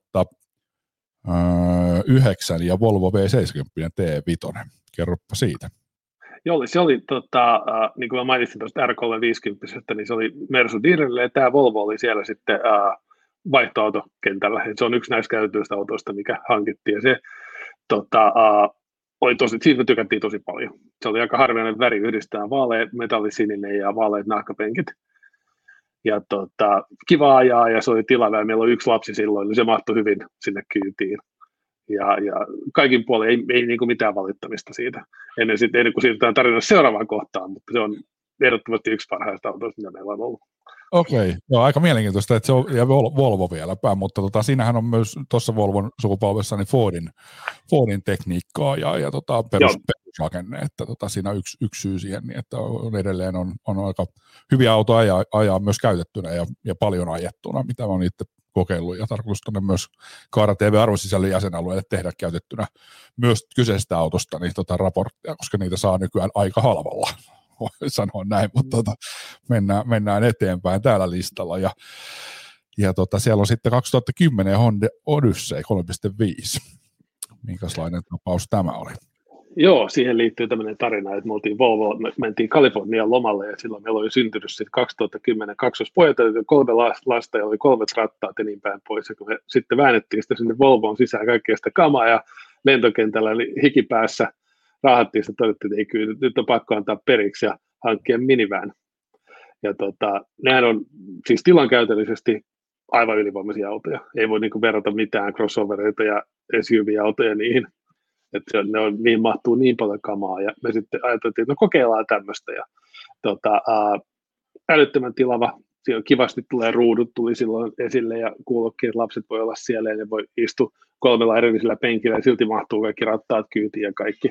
kaksituhattayhdeksän ja Volvo V seitsemänkymmentä T viisi, kerropa siitä. Joo, se oli, tota, äh, niin kuin mä mainitsin tuosta R kolmesataaviisikymmentä, niin se oli Mersu Direlle, ja tämä Volvo oli siellä sitten äh, vaihtoautokentällä. Et se on yksi näistä käytetyistä autoista, mikä hankittiin, ja se tota, äh, oli tosi, siitä me tykättiin tosi paljon. Se oli aika harvinainen väri yhdistää vaalea metallisininen ja vaaleat nahkapenkit. Ja tota, kiva ajaa, ja se oli tilava, ja meillä oli yksi lapsi silloin, niin se mahtui hyvin sinne kyytiin. Ja, ja kaikin puolin ei, ei niin kuin mitään valittamista siitä, ennen, sit, ennen kuin siirrytään tarinassa seuraavaan kohtaan, mutta se on ehdottomasti yksi parhaista autoista, mitä meillä on ollut. Okei, joo, aika mielenkiintoista, että se on, ja Volvo vieläpä, mutta tota, siinähän on myös tuossa Volvon sukupolvessa niin Fordin, Fordin tekniikkaa ja, ja tota, perus, perusrakenne, että tota, siinä on yksi, yksi syy siihen, niin että on edelleen on, on aika hyviä autoja ajaa, ajaa myös käytettynä ja, ja paljon ajettuna, mitä mä oon itse kokeillut, ja tarkoitus tuonne myös Kaara T V-arvosisällön jäsenalueelle tehdä käytettynä myös kyseisestä autosta niin tota raportteja, koska niitä saa nykyään aika halvalla, voi sanoa näin, mutta tota, mennään, mennään eteenpäin täällä listalla, ja, ja tota, siellä on sitten kaksituhattakymmenen Honda Odyssey kolme pilkku viisi. Minkälainen tapaus tämä oli? Joo, siihen liittyy tämmöinen tarina, että me oltiin Volvo, me mentiin Kalifornian lomalle, ja silloin meillä oli syntynyt sitten kaksituhattakymmenen kaksospojat, eli kolme lasta, ja oli kolmet rattaat ja niin päin pois, ja kun me sitten väännettiin sitä sinne Volvoon sisään kaikkea sitä kamaa, ja lentokentällä eli hikipäässä raahattiin sitä, todettiin, että ei kyllä, nyt on pakko antaa periksi ja hankkia minivään. Ja tota, nehän on siis tilankäytöllisesti aivan ylivoimaisia autoja, ei voi niinku verrata mitään crossovereita ja S U V-autoja niihin. Että ne on, niin mahtuu niin paljon kamaa, ja me sitten ajateltiin, että no kokeillaan tämmöistä, ja tota, ää, älyttömän tilava, siellä kivasti tulee ruudut, tuli silloin esille, ja kuulokkeet, lapset voi olla siellä, ja ne voi istua kolmella erillisellä penkillä, ja silti mahtuu kaikki rattaat kyytiin ja kaikki.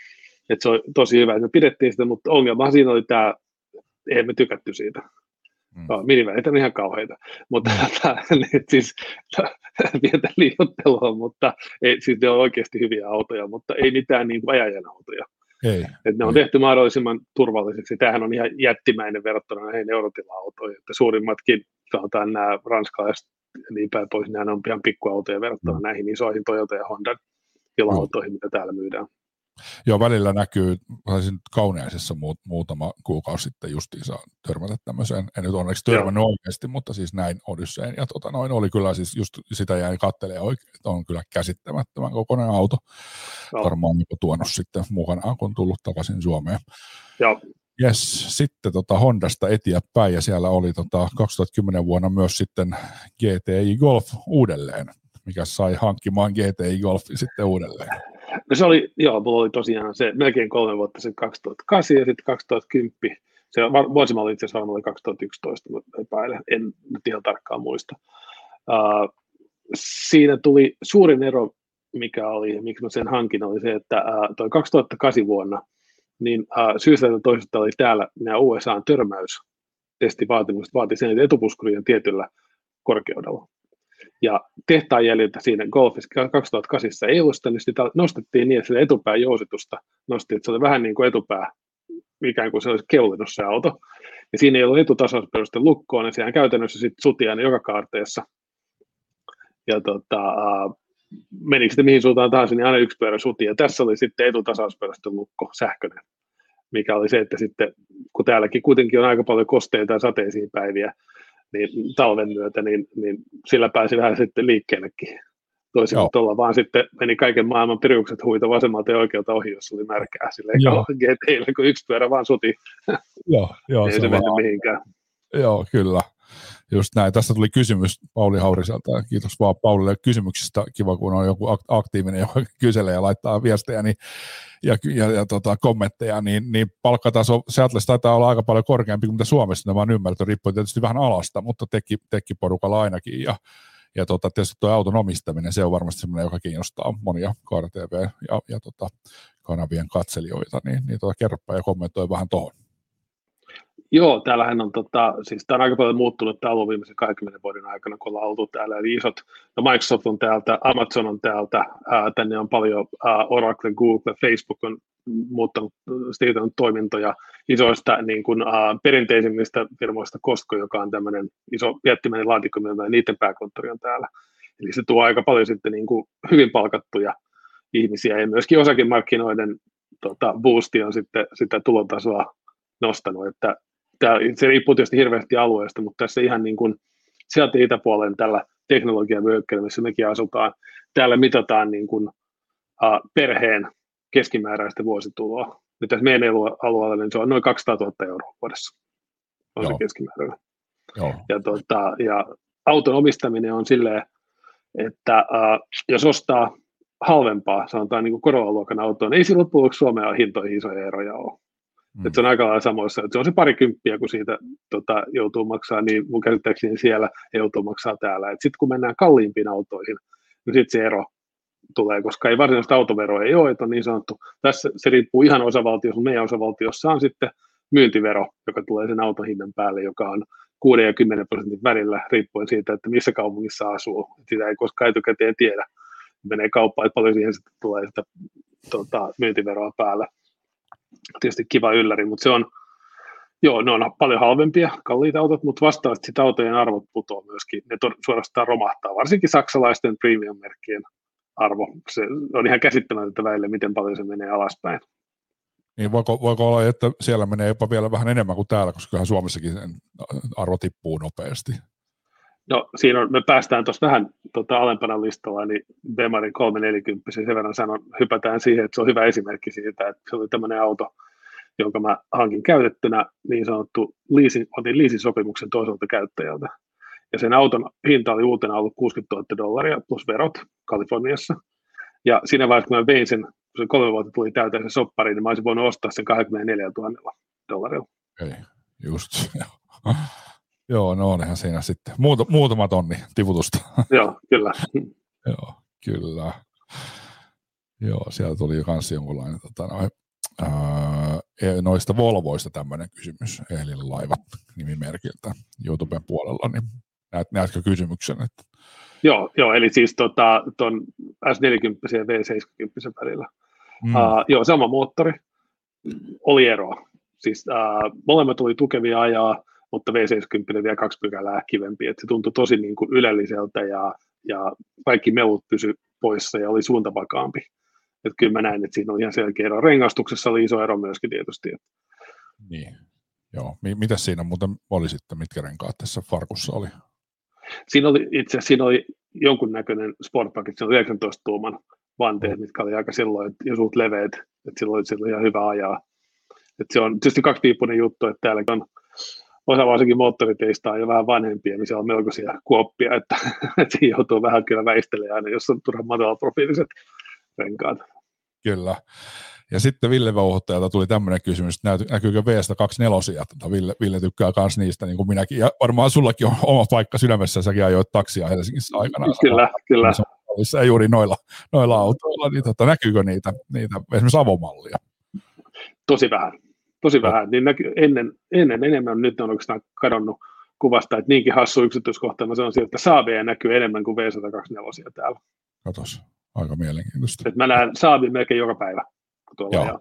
Et se on tosi hyvä, että me pidettiin sitä, mutta ongelma siinä oli tämä, ei me tykätty siitä. Mm. No, minivälit on ihan kauheita, mutta mm. siis pientä liioittelua, mutta ei, siis ne on oikeasti hyviä autoja, mutta ei mitään niin kuin ajajan autoja. Ei, Et ne on ei. tehty mahdollisimman turvalliseksi. Tämähän on ihan jättimäinen verrattuna näihin eurotila-autoihin, että suurimmatkin, sanotaan nämä ranskalaiset ja niin päin pois, nämä on ihan pikkuautoja verrattuna mm. näihin isoihin Toyota ja Honda autoihin, mitä täällä myydään. Joo, välillä näkyy, olisin Kauneisessa muutama kuukausi sitten justiinsa törmätä tämmöiseen, en nyt onneksi törmännyt Joo. oikeasti, mutta siis näin Odysseen, ja tota noin oli kyllä siis just sitä jäin katselemaan oikein, että on kyllä käsittämättömän kokoinen auto, Joo. varmaan joku tuonut sitten mukanaan, kun tullut takaisin Suomeen. Joo. Yes, sitten tota Hondasta eteenpäin, ja siellä oli tota kaksituhattakymmenen vuonna myös sitten G T I Golf uudelleen mikä sai hankkimaan G T I Golfin sitten uudelleen? No se oli, joo, mulla oli tosiaan se melkein kolme vuotta se kaksituhattakahdeksan ja sitten kaksituhattakymmenen. Se vuosimalli itse asiassa oli kaksituhattayksitoista, mutta epäilen, en nyt ihan tarkkaan muista. Uh, siinä tuli suurin ero, mikä oli, miksi mä sen hankin, oli se, että uh, toi kaksituhattakahdeksan vuonna, niin uh, syystä että toisesta oli täällä nämä U S A:n törmäystestivaatimukset vaati sen, että etupuskuri on tietyllä korkeudella. Ja tehtaan jäljiltä siinä Golfissa kaksituhattakahdeksan E U:sta, niin sitä nostettiin niin, että sitä etupään jousitusta nostettiin, että se oli vähän niin kuin etupää, ikään kuin se olisi keulinut se auto. Ja siinä ei ollut etutasausperuste lukkoon, niin sehän käytännössä sitten suti aina joka kaarteessa. Ja tota, uh, menikö sitten mihin suuntaan tahansa, niin aina yksi pyörä suti. Ja tässä oli sitten etutasausperuste lukko, sähköinen, mikä oli se, että sitten, kun täälläkin kuitenkin on aika paljon kosteita ja sateisia päiviä, niin talven myötä, niin, niin sillä pääsi vähän sitten liikkeellekin. Toisin kuin tuolla vaan sitten meni kaiken maailman perukset huita vasemmalta ja oikealta ohi, jos oli märkää. Silleen G T I:llä, kun yksi pyörä vaan suti. Joo, joo, ei se, se mennyt mihinkään. Joo, kyllä. Just näin. Tässä tuli kysymys Pauli Hauriselta. Kiitos vaan Paulille kysymyksistä. Kiva, kun on joku aktiivinen, joka kyselee ja laittaa viestejä niin, ja, ja, ja tota, kommentteja. Niin, niin palkkataso Seattleissa taitaa olla aika paljon korkeampi kuin mitä Suomessa. Ne vaan ymmärrät, riippuu tietysti vähän alasta, mutta teki, teki porukalla ainakin. Ja, ja tota, tietysti tuo auton omistaminen, se on varmasti sellainen, joka kiinnostaa monia Kaara T V ja, ja tota, kanavien katselijoita. Niin, niin tota, kerropa ja kommentoi vähän tuohon. Joo, täällähän on, tota, siis tämä on aika paljon muuttunut tämä ollut viimeisen kaksikymmentä vuoden aikana, kun ollaan oltu täällä, eli isot, no Microsoft on täältä, Amazon on täältä, ää, tänne on paljon ää, Oracle, Google, Facebook on muuttanut, siitä on toimintoja isoista niin kuin, ää, perinteisimmistä firmoista Costco, joka on tämmöinen iso jättimäinen laatikkomyymä, ja niiden pääkonttori on täällä, eli se tuo aika paljon sitten niin kuin hyvin palkattuja ihmisiä, ja myöskin osakemarkkinoiden tota, boosti on sitten sitä tulotasoa nostanut, että Tämä, se riippuu tietysti hirveästi alueesta, mutta tässä ihan niin kuin sieltä itäpuolen tällä teknologiavyöhykkeellä, missä mekin asutaan, täällä mitataan niin kuin, uh, perheen keskimääräistä vuosituloa. Nyt tässä meidän alueella niin se on noin kaksisataatuhatta euroa vuodessa. On Joo. se keskimääräinen. Joo. Ja, tota, ja auton omistaminen on silleen, että uh, jos ostaa halvempaa, sanotaan niin kuin Corolla-luokan autoa, niin ei sillä loppujen lopuksi Suomeen hintoihin isoja eroja ole. Mm. Että se on aika lailla samoissa, että se on se parikymppiä, kun siitä tota, joutuu maksaa, niin mun käsittääkseni siellä joutuu maksaa täällä. Sitten kun mennään kalliimpiin autoihin, niin sitten se ero tulee, koska ei varsinaista autoveroa ei ole, että on niin sanottu. Tässä se riippuu ihan osavaltiossa, meidän osavaltiossa on sitten myyntivero, joka tulee sen auton hinnan päälle, joka on kuuden ja kymmenen prosentin välillä, riippuen siitä, että missä kaupungissa asuu. Sitä ei koskaan etukäteen tiedä. Menee kauppaan, että paljon siihen sitten tulee sitä tota, myyntiveroa päälle. Tietysti kiva ylläri, mutta se on, joo, ne on paljon halvempia, kalliita autot, mutta vastaavasti sitä autojen arvot putoaa myöskin, ne to, suorastaan romahtaa, varsinkin saksalaisten premium-merkkien arvo, se on ihan käsittämätöntä välillä, miten paljon se menee alaspäin. Niin voiko, voiko olla, että siellä menee jopa vielä vähän enemmän kuin täällä, koska kyllähän Suomessakin arvo tippuu nopeasti? No siinä on, me päästään tuossa vähän tota, alempana listalla, niin Bemarin kolmesataaneljäkymmentä, sen verran sanon, hypätään siihen, että se on hyvä esimerkki siitä, että se oli tämmöinen auto, jonka mä hankin käytettynä, niin sanottu leasing, otin leasing-sopimuksen toiselta käyttäjältä. Ja sen auton hinta oli uutena ollut kuusikymmentätuhatta dollaria plus verot Kaliforniassa. Ja siinä vaiheessa, kun mä vein sen, kun se kolme vuotta tuli täyteen se soppari, niin mä olisin voinut ostaa sen kaksikymmentäneljätuhatta dollarilla. Ei, just Joo, no onhan siinä sitten. Muut, muutama tonni tiputusta. Joo, kyllä. Joo, kyllä. Joo, sieltä tuli myös jonkunlainen tota, no, ää, noista Volvoista tämmöinen kysymys, Ehlin laivat nimimerkiltä YouTuben puolella, niin näet, näetkö kysymyksen? Että... Joo, joo, eli siis tota, ton S neljäkymmentä ja V seitsemänkymmentä välillä. Mm. Uh, joo, sama moottori, oli eroa. Siis uh, molemmat oli tukevia ajaa, mutta V seitsemänkymmentä vielä kaksi pykälää kivempi, että se tuntui tosi niin kuin ylelliseltä ja, ja kaikki melut pysy poissa ja oli suuntavakaampi. Että kyllä mä näin, että siinä on ihan selkeä ero. Rengastuksessa oli iso ero myöskin tietysti. Niin, joo. Mitäs siinä muuten oli sitten, mitkä renkaat tässä farkussa oli? Siinä oli itse asiassa siinä oli jonkunnäköinen sportpaket, se oli yhdeksäntoista tuuman vanteet, mitkä oli aika silloin, että jo suut leveät, että silloin oli ihan hyvä ajaa. Että se on tietysti kaksipiippunen juttu, että täälläkin on osa varsinkin moottoriteistä on jo vähän vanhempia, niin se on melkoisia kuoppia, että, että siinä joutuu vähän kyllä väistelemään aina, jos on turhan matalaprofiiliset renkaat. Kyllä. Ja sitten Ville Vouhottajalta tuli tämmöinen kysymys, että näkyykö V sata kaksikymmentäneljä, että Ville, Ville tykkää myös niistä, niin kuin minäkin, ja varmaan sullakin on oma paikka sydämessä, säkin ajoit taksia Helsingissä aikanaan. Kyllä, kyllä. Ja juuri noilla, noilla autoilla, niin tota, näkyykö niitä, niitä esimerkiksi avomallia? Tosi vähän, tosi no. vähän. Niin näky, ennen, ennen enemmän, nyt on oikeastaan kadonnut kuvasta, että niinkin hassu yksityiskohtana se on sieltä, että Saabia näkyy enemmän kuin V sata kaksikymmentäneljä täällä. Katos, aika mielenkiintoista. Et mä näen Saabin melkein joka päivä. Joo.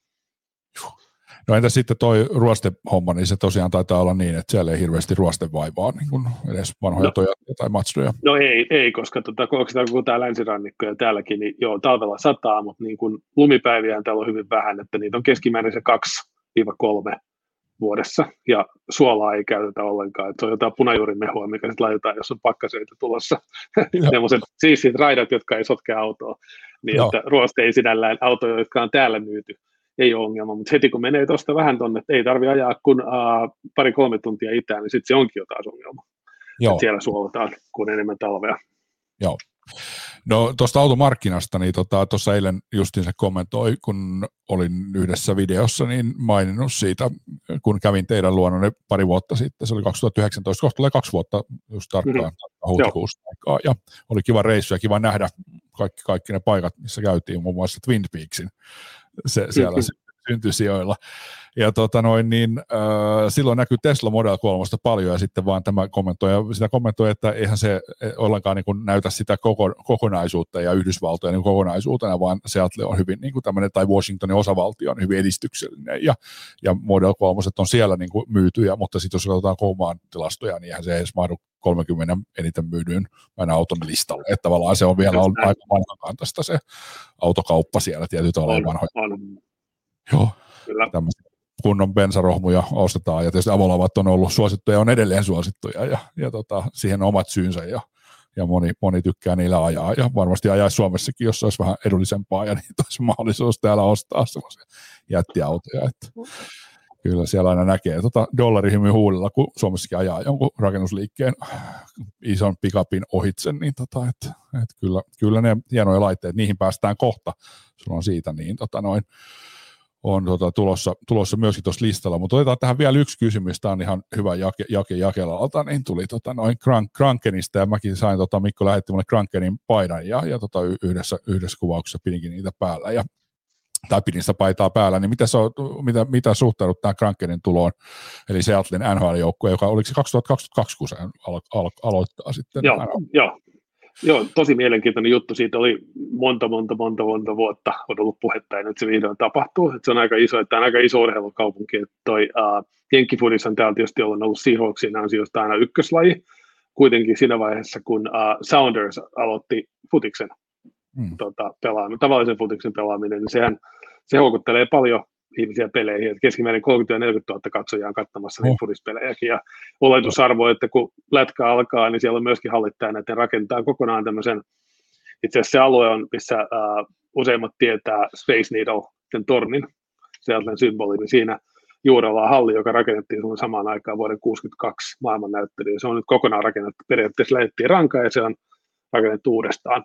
No entä sitten toi ruostehomma, niin se tosiaan taitaa olla niin, että siellä ei hirveästi ruostevaivaa niin kuin edes vanhoja no, Toyota tai Mazdoja. No ei, ei koska tota, koko tämä länsirannikko ja täälläkin, niin joo, talvella sataa, mutta niin kuin lumipäiviä täällä on hyvin vähän, että niitä on keskimäärin se kaksi kolme vuodessa, ja suolaa ei käytetä ollenkaan, että se on jotain punajuurimehua, mikä sitten laitetaan, jos on pakkaseita tulossa. Sellaiset siisit raidat, jotka ei sotke autoa, niin no. Että ruoste ei sinällään autoja, jotka on täällä myyty, ei ole ongelma, mutta heti kun menee tuosta vähän tuonne, että ei tarvitse ajaa kun uh, pari-kolme tuntia itään, niin sitten se onkin jo taas ongelma. Että siellä suolataan, kun enemmän talvea. Joo. No tuosta automarkkinasta, niin tuossa tota, eilen justiin se kommentoi, kun olin yhdessä videossa, niin maininnut siitä, kun kävin teidän luonne pari vuotta sitten, se oli kaksituhattayhdeksäntoista, kohta tulee kaksi vuotta just tarkkaan mm-hmm. huhtikuussa aikaa, ja oli kiva reissu ja kiva nähdä kaikki, kaikki ne paikat, missä käytiin, muun muassa Twin Peaksin se, siellä mm-hmm. syntysijoilla. Ja tota noin, niin, äh, silloin näkyy Tesla Model kolme paljon, ja sitten vaan tämä kommentoi, ja sitä kommentoi, että eihän se ollenkaan niin kuin näytä sitä koko, kokonaisuutta ja Yhdysvaltoja niin kokonaisuutena, vaan Seattle on hyvin niin kuin tämmöinen, tai Washingtonin osavaltio on hyvin edistyksellinen, ja, ja Model kolme on siellä niin kuin myytyjä, mutta sitten jos katsotaan koko maan tilastoja, niin eihän se edes mahdu kolmekymmentä eniten myydyn aina auton listalle, että tavallaan se on vielä on aika vanhakantaista se autokauppa siellä tietyllä tavalla vanhoja. Joo, tämmöisiä kunnon bensarohmuja ostetaan, ja tietysti avolavat on ollut suosittuja, on edelleen suosittuja, ja, ja tota, siihen on omat syynsä, ja, ja moni, moni tykkää niillä ajaa, ja varmasti ajaisi Suomessakin, jos olisi vähän edullisempaa, ja niin olisi mahdollisuus täällä ostaa sellaisia jättiautoja, että kyllä siellä aina näkee tota dollarihymyn huulilla, kun Suomessakin ajaa jonkun rakennusliikkeen ison pikapin ohitse, niin tota, että, että kyllä, kyllä ne hienoja laitteet, niihin päästään kohta, sulla on siitä niin tota noin, on tota, tulossa, tulossa myöskin tuossa listalla, mutta otetaan tähän vielä yksi kysymys, tämä on ihan hyvä Jake, Jake Jakelalta, niin tuli tota, noin Krank, Krankenista, ja mäkin sain, tota, Mikko lähetti mulle Krankenin paidan, ja, ja tota, yhdessä, yhdessä kuvauksessa pidinkin niitä päällä, ja, tai pidin sitä paitaa päällä, niin mitä, on, mitä, mitä suhtaudut tähän Krankenin tuloon, eli Seattlein N H L-joukkue, joka oliko se kaksituhattakaksikymmentäkaksi, kun se alo, alo, aloittaa sitten? Joo, joo. Joo, tosi mielenkiintoinen juttu. Siitä oli monta, monta, monta, monta vuotta on ollut puhetta, ja nyt se vihdoin tapahtuu. Että se on aika iso, että on aika iso urheilukaupunki. Että toi uh, Jenkkifudissa on täällä tietysti ollut Seahawksin ansiosta aina ykköslaji. Kuitenkin siinä vaiheessa, kun uh, Sounders aloitti futiksen hmm. tota, pelaaminen, tavallisen futiksen pelaaminen, niin sehän se houkuttelee paljon ihmisiä peleihin, että keskimäärin kolmekymmentä neljäkymmentätuhatta katsojaa katsomassa oh. niitä fudispelejäkin, ja oletusarvo, että kun lätkä alkaa, niin siellä on myöskin hallittajana, että ne rakentaa kokonaan tämmöisen, itse asiassa se alue on, missä uh, useimmat tietää Space Needle, sen tornin, Seattlen symboli, niin siinä juurella on halli, joka rakennettiin samaan aikaan vuoden kuusikymmentäkaksi maailmannäyttelyyn, se on nyt kokonaan rakennettu, periaatteessa lähdettiin rankaan, ja se on rakennettu uudestaan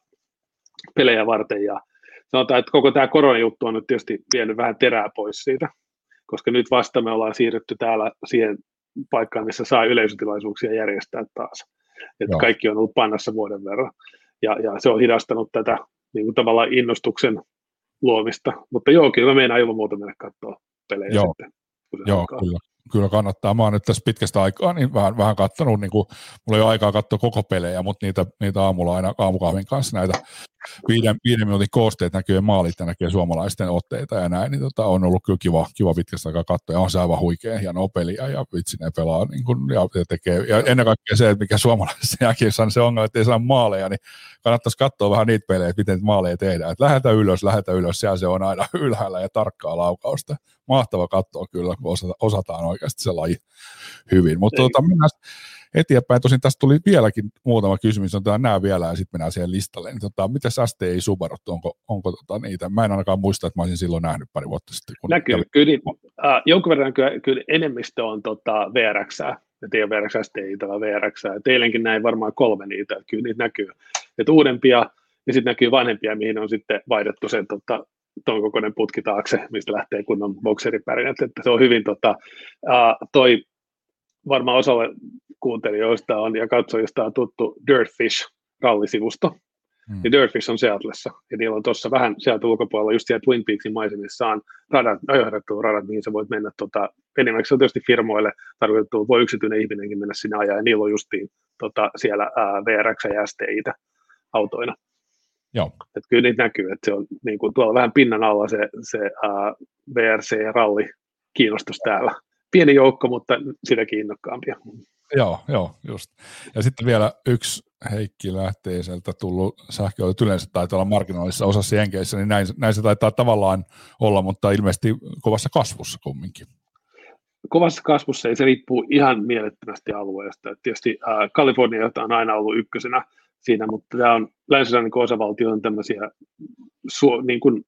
pelejä varten, ja sanotaan, että koko tämä koronajuttu on nyt tietysti vienyt vähän terää pois siitä, koska nyt vasta me ollaan siirrytty täällä siihen paikkaan, missä saa yleisötilaisuuksia järjestää taas. Että kaikki on ollut pannassa vuoden verran. Ja, ja se on hidastanut tätä niin kuin tavallaan innostuksen luomista. Mutta joo, kyllä mä meinaan ilman muuta mennä katsoa pelejä joo. sitten. Joo, kyllä. Kyllä kannattaa. Mä oon nyt tässä pitkästä aikaa niin vähän, vähän katsonut, niin kuin, mulla ei ole aikaa katsoa koko pelejä, mutta niitä, niitä aamulla aina aamukahvin kanssa näitä viiden, viiden minuutin koosteet näkyy maalit ja näkyy suomalaisten otteita ja näin, niin tota, on ollut kyllä kiva, kiva pitkästä aikaa katsoa, ja on se aivan huikea hienoa peliä, ja vitsi ne pelaa, niin kuin, ja, ja tekee, ja ennen kaikkea se, että mikä suomalaisessa jääkiekossa on se ongelma, että ei saa maaleja, niin kannattaisi katsoa vähän niitä pelejä, että miten maaleja tehdään, että lähdetään ylös, lähdetään ylös, siellä se on aina ylhäällä ja tarkkaa laukausta. Mahtava katsoa kyllä, kun osata, osataan oikeasti se laji hyvin. Mutta tota, mennään, eteenpäin. Tosin tästä tuli vieläkin muutama kysymys, on nämä vielä ja sitten mennään siihen listalle. Niin, tota, mitäs S T I Subarut, onko, onko tota, niitä? Mä en ainakaan muista, että mä olisin silloin nähnyt pari vuotta sitten. Kun näkyy, kävi... kyllä, äh, jonkun verran kyllä, kyllä enemmistö on tota, V R X, et ei ole V R X S T I tai V R X, teilläkin näin varmaan kolme niitä, että kyllä niitä näkyy. Että uudempia ja sitten näkyy vanhempia, mihin on sitten vaihdettu sen tota, ton kokoinen putki taakse, mistä lähtee kunnon bokseripärinät, että se on hyvin tota, uh, toi varmaan osalle kuuntelijoista on ja katsojista on tuttu Dirtfish rallisivusto, hmm. ja Dirtfish on Seatlessa, ja niillä on tuossa vähän sieltä ulkopuolella, just siellä Twin Peaksin maisemissa on radat, ajohdettu radat, mihin sä voit mennä, tota, enimmäkseen on tietysti firmoille tarkoitettu, voi yksityinen ihminenkin mennä sinne ajaa, ja niillä on justiin tota, siellä uh, V R X ja S T I:tä autoina. Joo. Että kyllä niitä näkyy, että se on niin kuin tuolla vähän pinnan alla se, se uh, V R C-ralli kiinnostus täällä. Pieni joukko, mutta sitäkin innokkaampia. Joo, joo, just. Ja sitten vielä yksi Heikki Lähteiseltä tullut sähköautot yleensä taitaa olla marginaalissa osassa Jenkeissä, niin näin, näin se taitaa tavallaan olla, mutta ilmeisesti kovassa kasvussa kumminkin. Kovassa kasvussa, ja se riippuu ihan mielettömästi alueesta. Et tietysti äh, Kalifornia on aina ollut ykkösenä siinä, mutta tämä on länsiläinen osavaltio on tämmöisiä suo, niin kuin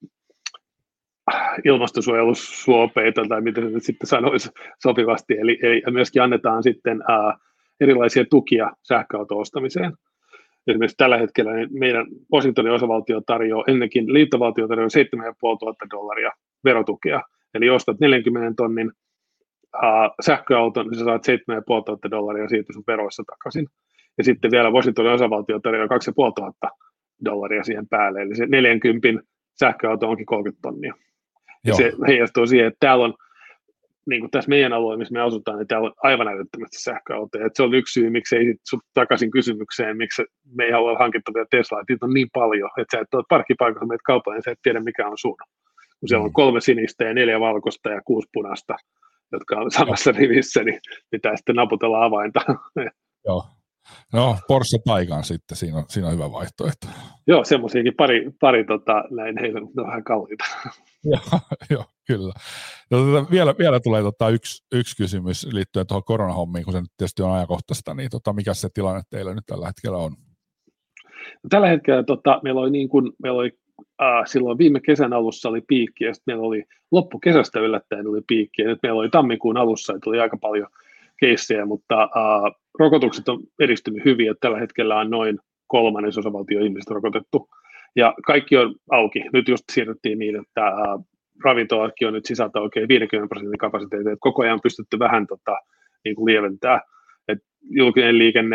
ilmastonsuojelussuopeita, tai mitä se nyt sitten sanoisi sopivasti, eli, eli myöskin annetaan sitten ää, erilaisia tukia sähköauto-ostamiseen. Esimerkiksi tällä hetkellä niin meidän Washingtonin osavaltio tarjoaa, ennenkin liittovaltio tarjoaa seitsemän tuhatta viisisataa dollaria verotukea, eli ostat neljänkymmenen tonnin ää, sähköauton, niin sä saat seitsemän tuhatta viisisataa dollaria siitä sun veroissa takaisin. Ja sitten vielä Washingtonin osavaltio tarjoaa kaksi tuhatta viisisataa dollaria siihen päälle, eli se neljänkympin sähköauto onkin kolmekymmentä tonnia. Ja Joo. se heijastuu siihen, että täällä on, niin kuin tässä meidän alueella, missä me asutaan, niin täällä on aivan älyttömästi sähköautoja. Että se on yksi syy, miksi ei sitten takaisin kysymykseen, miksi me ei halua hankittavia Teslaa, että niitä on niin paljon, että sä et ole parkkipaikassa meitä kaupalla, niin sä et tiedä, mikä on sun. Kun siellä on kolme sinistä ja neljä valkoista ja kuusi punaista, jotka on samassa Joo. rivissä, niin pitää sitten naputella avainta. Joo. No, Porsche Taycan sitten, siinä on, siinä on hyvä vaihtoehto. Joo, semmoisiakin pari, pari tota, näin heillä, mutta on vähän kalliita. Joo, jo, kyllä. No, tota, vielä, vielä tulee tota, yksi, yksi kysymys liittyen tuohon koronahommiin, kun se nyt tietysti on ajankohtaista, niin tota, mikä se tilanne teillä nyt tällä hetkellä on? No, tällä hetkellä tota, meillä oli, niin kuin, meillä oli äh, silloin viime kesän alussa oli piikki, ja sitten meillä oli loppukesästä yllättäen oli piikki, ja nyt meillä oli tammikuun alussa, ja tuli aika paljon keissejä, mutta äh, rokotukset on edistynyt hyvin, että tällä hetkellä on noin kolmannes osavaltion ihmistä rokotettu. Ja kaikki on auki. Nyt just siirryttiin niin, että äh, ravintolakin on nyt sisältä oikein viidenkymmenen prosentin kapasiteetti, että koko ajan on pystytty vähän tota, niin kuin lieventää. Et julkinen liikenne,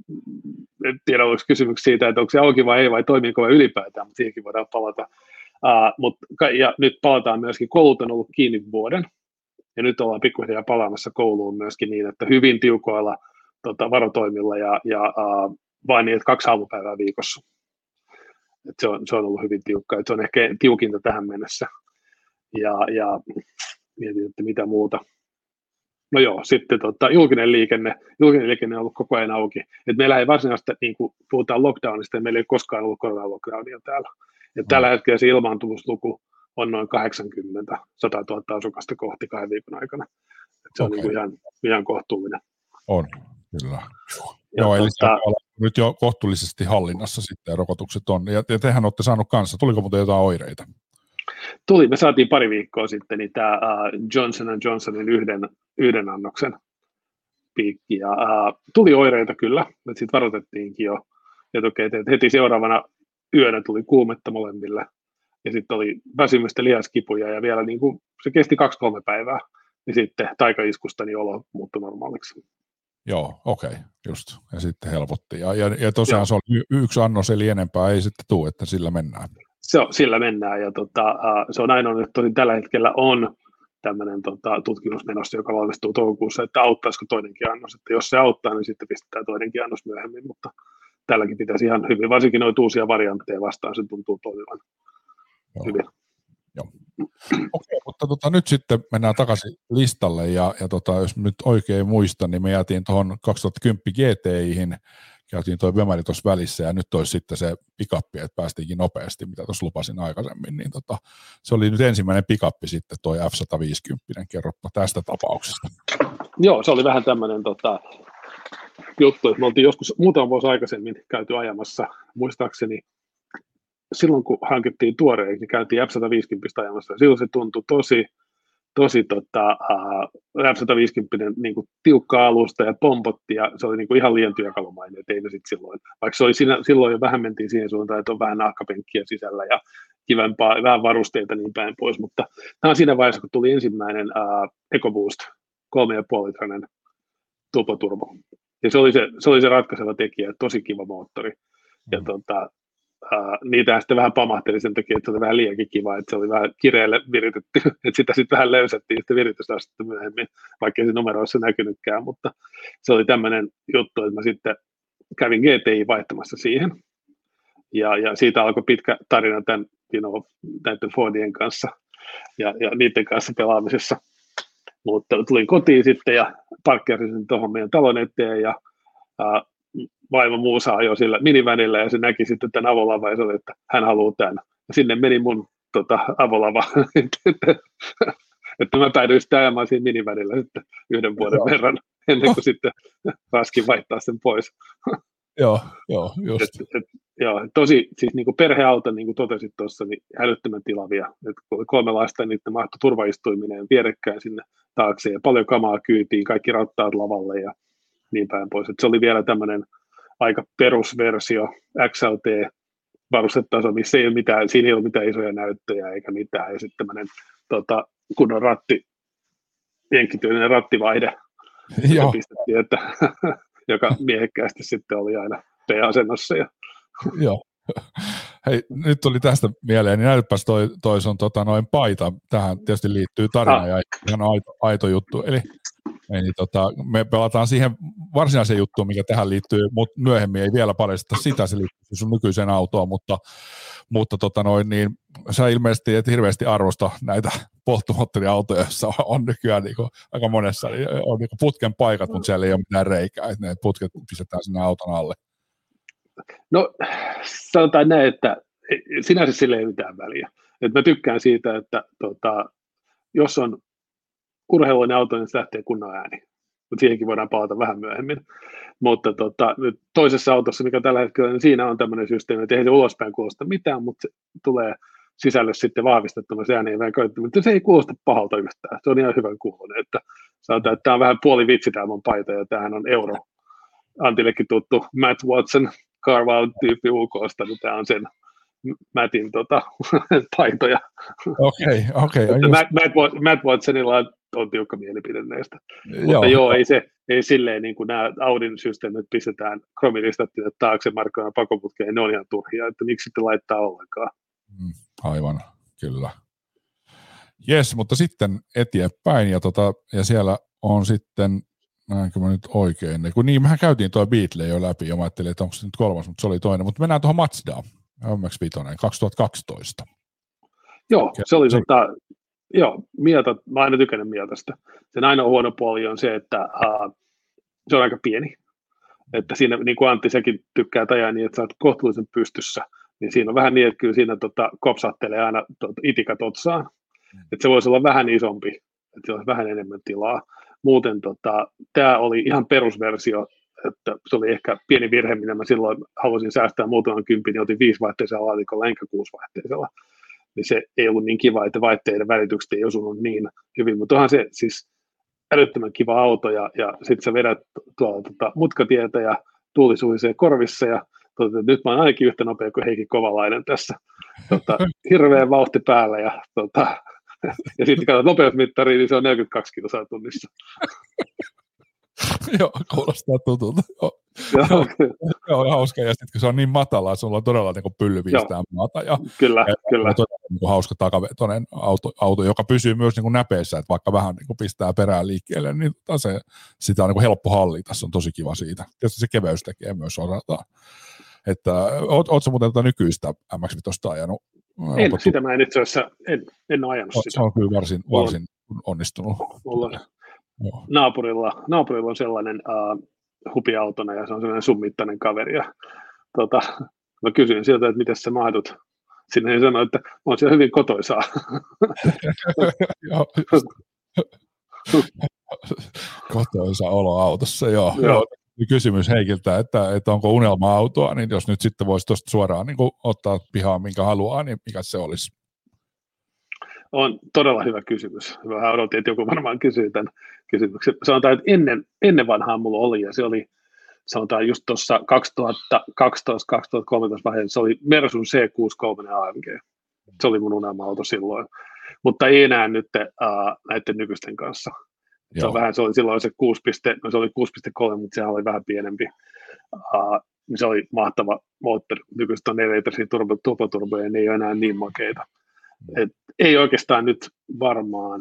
en tiedä oliko kysymyksiä siitä, että onko se auki vai ei, vai toimiiko vai ylipäätään, mutta siihenkin voidaan palata. Äh, mut, ja nyt palataan myöskin, koulut on ollut kiinni vuoden, ja nyt ollaan pikkuhiljaa palaamassa kouluun myöskin niin, että hyvin tiukoilla tota, varotoimilla ja, ja äh, vain niin, että kaksi aamupäivää viikossa. Et se, on, se on ollut hyvin tiukka, että se on ehkä tiukinta tähän mennessä. Ja, ja mietin, että mitä muuta. No joo, sitten tota, julkinen liikenne, julkinen liikenne on ollut koko ajan auki. Et meillä ei varsinaisesti, niin kuin puhutaan lockdownista, meillä ei koskaan ollut koronalockdownia täällä. Et mm. Tällä hetkellä se ilmaantuvuusluku on noin kahdeksankymmentä sata tuhatta asukasta kohti kahden viikon aikana. Et se okay. on niin kuin ihan, ihan kohtuullinen. On, kyllä. Ja Joo, eli tota, se nyt jo kohtuullisesti hallinnassa sitten rokotukset on. Ja, ja tehän olette saanut kanssa. Tuliko muuten jotain oireita? Tuli. Me saatiin pari viikkoa sitten niin tämä uh, Johnson and Johnsonin yhden, yhden annoksen piikki. Ja, uh, tuli oireita kyllä. Me sitten varoitettiinkin jo etukäteen. Heti seuraavana yönä tuli kuumetta molemmille. Ja sitten oli väsymystä, lihaskipuja ja vielä niin kuin, se kesti kaksi kolme päivää. Ja sitten taikaiskusta niin olo muuttui normaaliksi. Joo, okei, okay, just. Ja sitten helpotti. Ja, ja, ja tosiaan Joo. se oli yksi annos, eli enempää ei sitten tule, että sillä mennään. Se on, sillä mennään, ja tota, se on ainoa, että tosin tällä hetkellä on tämmöinen tota, tutkimus menossa, joka valmistuu toukokuussa, että auttaisiko toinenkin annos. Että jos se auttaa, niin sitten pistetään toinenkin annos myöhemmin, mutta tälläkin pitäisi ihan hyvin, varsinkin noita uusia variantteja vastaan, se tuntuu toimivan Joo. hyvin. Joo. Okei, mutta tota, nyt sitten mennään takaisin listalle, ja, ja tota, jos nyt oikein muistan, niin me jäätiin tuohon kaksituhattakymmenen G T I:hin, käytiin tuo Bemari tuossa välissä, ja nyt olisi sitten se pikappi, että päästiinkin nopeasti, mitä tuossa lupasin aikaisemmin, niin tota, se oli nyt ensimmäinen pikappi sitten tuo F sata viisikymmentä, kerropa tästä tapauksesta. Joo, se oli vähän tämmöinen, tota, juttu, että me oltiin joskus muutama vuosi aikaisemmin käyty ajamassa, muistaakseni silloin kun hankittiin tuoreeksi, niin käytiin F sata viisikymmentä ajamassa, ja silloin se tuntui tosi, tosi tota, uh, F sata viisikymmentä niin kuin tiukka alusta ja pompotti, ja se oli niin kuin ihan liian työkalumainen, että ei ne sitten silloin, vaikka se oli siinä, silloin jo vähän mentiin siihen suuntaan, että on vähän nahkapenkkiä sisällä ja kivempaa, vähän varusteita niin päin pois, mutta tämä on siinä vaiheessa, kun tuli ensimmäinen uh, EcoBoost kolme ja puoli litrainen tuplaturbo, ja se oli se, se oli se ratkaiseva tekijä, tosi kiva moottori, ja mm. tota, Uh, niitä sitten vähän pamahteli sen takia, että se oli vähän liiankin kiva, että se oli vähän kireelle viritetty, että sitä sitten vähän löysättiin sitä viritysastetta myöhemmin, vaikka ei se numeroissa näkynytkään, mutta se oli tämmöinen juttu, että mä sitten kävin G T I vaihtamassa siihen, ja, ja siitä alkoi pitkä tarina tämän, you know, näiden Fordien kanssa, ja, ja niiden kanssa pelaamisessa, mutta tulin kotiin sitten ja parkkeerasin sen tuohon meidän talon eteen, ja uh, vaimo Muusa ajoi sillä minivänillä ja se näki sitten tämän avolavan ja sanoi, että hän haluaa tämän. Ja sinne meni mun tota, avolava, että, että mä päädyin sitten ajamaan siinä minivänillä sitten yhden vuoden joo. verran ennen kuin sitten raskin vaihtaa sen pois. Joo, joo, just. Et, et, joo, tosi, siis niin kuin perheauto, niin kuin totesit tuossa, niin älyttömän tilavia. Et kolme lasta, niin niiden mahtui turvaistuiminen vierekkäin sinne taakse ja paljon kamaa kyytiin, kaikki rattaat lavalle ja niin päin pois. Et se oli vielä tämmöinen aika perusversio X L T-varustetaso, missä ei ole mitään, siinä ei ole mitään isoja näyttöjä eikä mitään. Ja sitten tämmöinen tota, kunnon ratti, jenkkityylinen rattivaihde, joka pistettiin, että, joka miehekkäästi sitten oli aina P-asennossa. Ja joo. Hei, nyt tuli tästä mieleen, niin näytäpäs toi, toi sun tota, noin paita. Tähän tietysti liittyy tarina ah. ja ihan aito, aito juttu. Eli, eli tota, me pelataan siihen varsinaiseen juttuun, mikä tähän liittyy, mutta myöhemmin ei vielä paljasteta sitä, se liittyy sun nykyiseen autoon, mutta, mutta tota noin, niin, sä ilmeisesti et hirveästi arvosta näitä polttomoottoriautoja, joissa on nykyään niin kuin, aika monessa on niin kuin putken paikat, mutta siellä ei ole mitään reikää, että ne putket pistetään sinne auton alle. No sanotaan näin, että sinänsä sille ei mitään väliä. Et mä tykkään siitä, että tota, jos on urheilullinen auto, niin se lähtee kunnon ääni. Mutta siihenkin voidaan palata vähän myöhemmin. Mutta tota, nyt toisessa autossa, mikä tällä hetkellä, niin siinä on tämmöinen systeemi, että ei se ulospäin kuulosta mitään, mutta se tulee sisälle sitten vahvistettuna se ääni vähän käyttämään. Mutta se ei kuulosta pahalta yhtään. Se on ihan hyvän kuuloinen. Että sanotaan, että tämä on vähän puoli vitsi tämä mun paita, ja tämähän on euro. Antillekin tuttu Matt Watson Carval-tyyppi U K:sta, niin tämä on sen Mattin tota, paitoja. Okei, okay, okei. Okay, Matt, Matt, Matt Watsonilla on, on tiukka mielipide näistä. Joo. Mutta joo, ei, se, ei silleen niin kuin nämä Audin systeemit pistetään kromilistat taakse markkinoilla pakoputkeen, ne on ihan turhia, että miksi sitten laittaa ollenkaan. Mm, aivan, kyllä. Jes, mutta sitten eteenpäin, ja, tota, ja siellä on sitten näinkö mä nyt oikein, niin, kun niin mehän käytiin tuo Beatle jo läpi, ja mä ajattelin, että onko se nyt kolmas, mutta se oli toinen, mutta mennään tuohon Mazdaan, M X viisi, kaksituhattakaksitoista. Joo, se oli tota, joo, Miata, mä aina tykännyt Miatasta. Sen ainoa huono puoli on se, että uh, se on aika pieni, että siinä, niin kuin Antti, säkin tykkää tajaa niin, että sä oot kohtuullisen pystyssä, niin siinä on vähän niin, että kyllä siinä tota, kopsahtelee aina tota, itikat otsaan, mm. että se voisi olla vähän isompi, että se olisi vähän enemmän tilaa. Muuten tota, tämä oli ihan perusversio, että se oli ehkä pieni virhe, mitä mä silloin halusin säästää muutaman kympin, niin otin viisivaihteisella laatikolla enkä kuusivaihteisella. Niin se ei ollut niin kiva, että vaihteiden välitykset ei osunut niin hyvin, mutta onhan se siis älyttömän kiva auto, ja, ja sitten sä vedät tuolla tota, mutkatietä ja tuuli suhisee korvissa, ja tota, nyt mä oon ainakin yhtä nopea kuin Heikki Kovalainen tässä. Tota, hirveä vauhti päällä, ja tota, ja sitten katsot nopeusmittariin, niin se on neljäkymmentäkaksi kilometriä tunnissa. Joo, kuulostaa tutulta. Joo, okay. Hauska, ja sitten kun se on niin matala, sulla on todella niin pyllyviistää maata. Ja, kyllä, ja kyllä. On todella niin hauska takavetoinen auto, auto, joka pysyy myös niin näpeissä, että vaikka vähän niin pistää perään liikkeelle, niin se, sitä on niin helppo hallita, se on tosi kiva siitä. Tietysti se keveys tekee myös osaltaan. Että, oot, ootko muuten tätä nykyistä M X viisi ajanut? En, Oot, sitä mä en itse asiassa, en, en ole ajanut o, sitä. Se on kyllä varsin, varsin onnistunut. Mulla naapurilla, naapurilla on sellainen uh, hupiautona, ja se on sellainen sun mittainen kaveri. Ja, tota, mä kysyin sieltä, että miten sä mahdut sinne, ja sanoin, että on siellä hyvin kotoisaa. Kotoisa olo autossa, joo. joo. kysymys Heikiltä, että, että onko unelma-autoa, niin jos nyt sitten voisi tuosta suoraan niin kuin ottaa pihaan, minkä haluaa, niin mikä se olisi? On todella hyvä kysymys. Vähän odotin, että joku varmaan kysyy tämän kysymyksen. Sanotaan, että ennen, ennen vanhaa mulla oli, ja se oli, sanotaan just tuossa kaksituhattakaksitoista kaksituhattakolmetoista vaiheessa, se oli Mersun C kuusikymmentäkolme A M G. Se oli mun unelma-auto silloin. Mutta ei enää nyt äh, näiden nykyisten kanssa. Se, on vähän, se oli silloin se kuusi, no se oli kuusi pilkku kolme, mutta sehän oli vähän pienempi. Uh, se oli mahtava moottori. Nykyiset on neljälitrisiä turboturboja, ja ne ei ole enää niin makeita. Et ei oikeastaan nyt varmaan,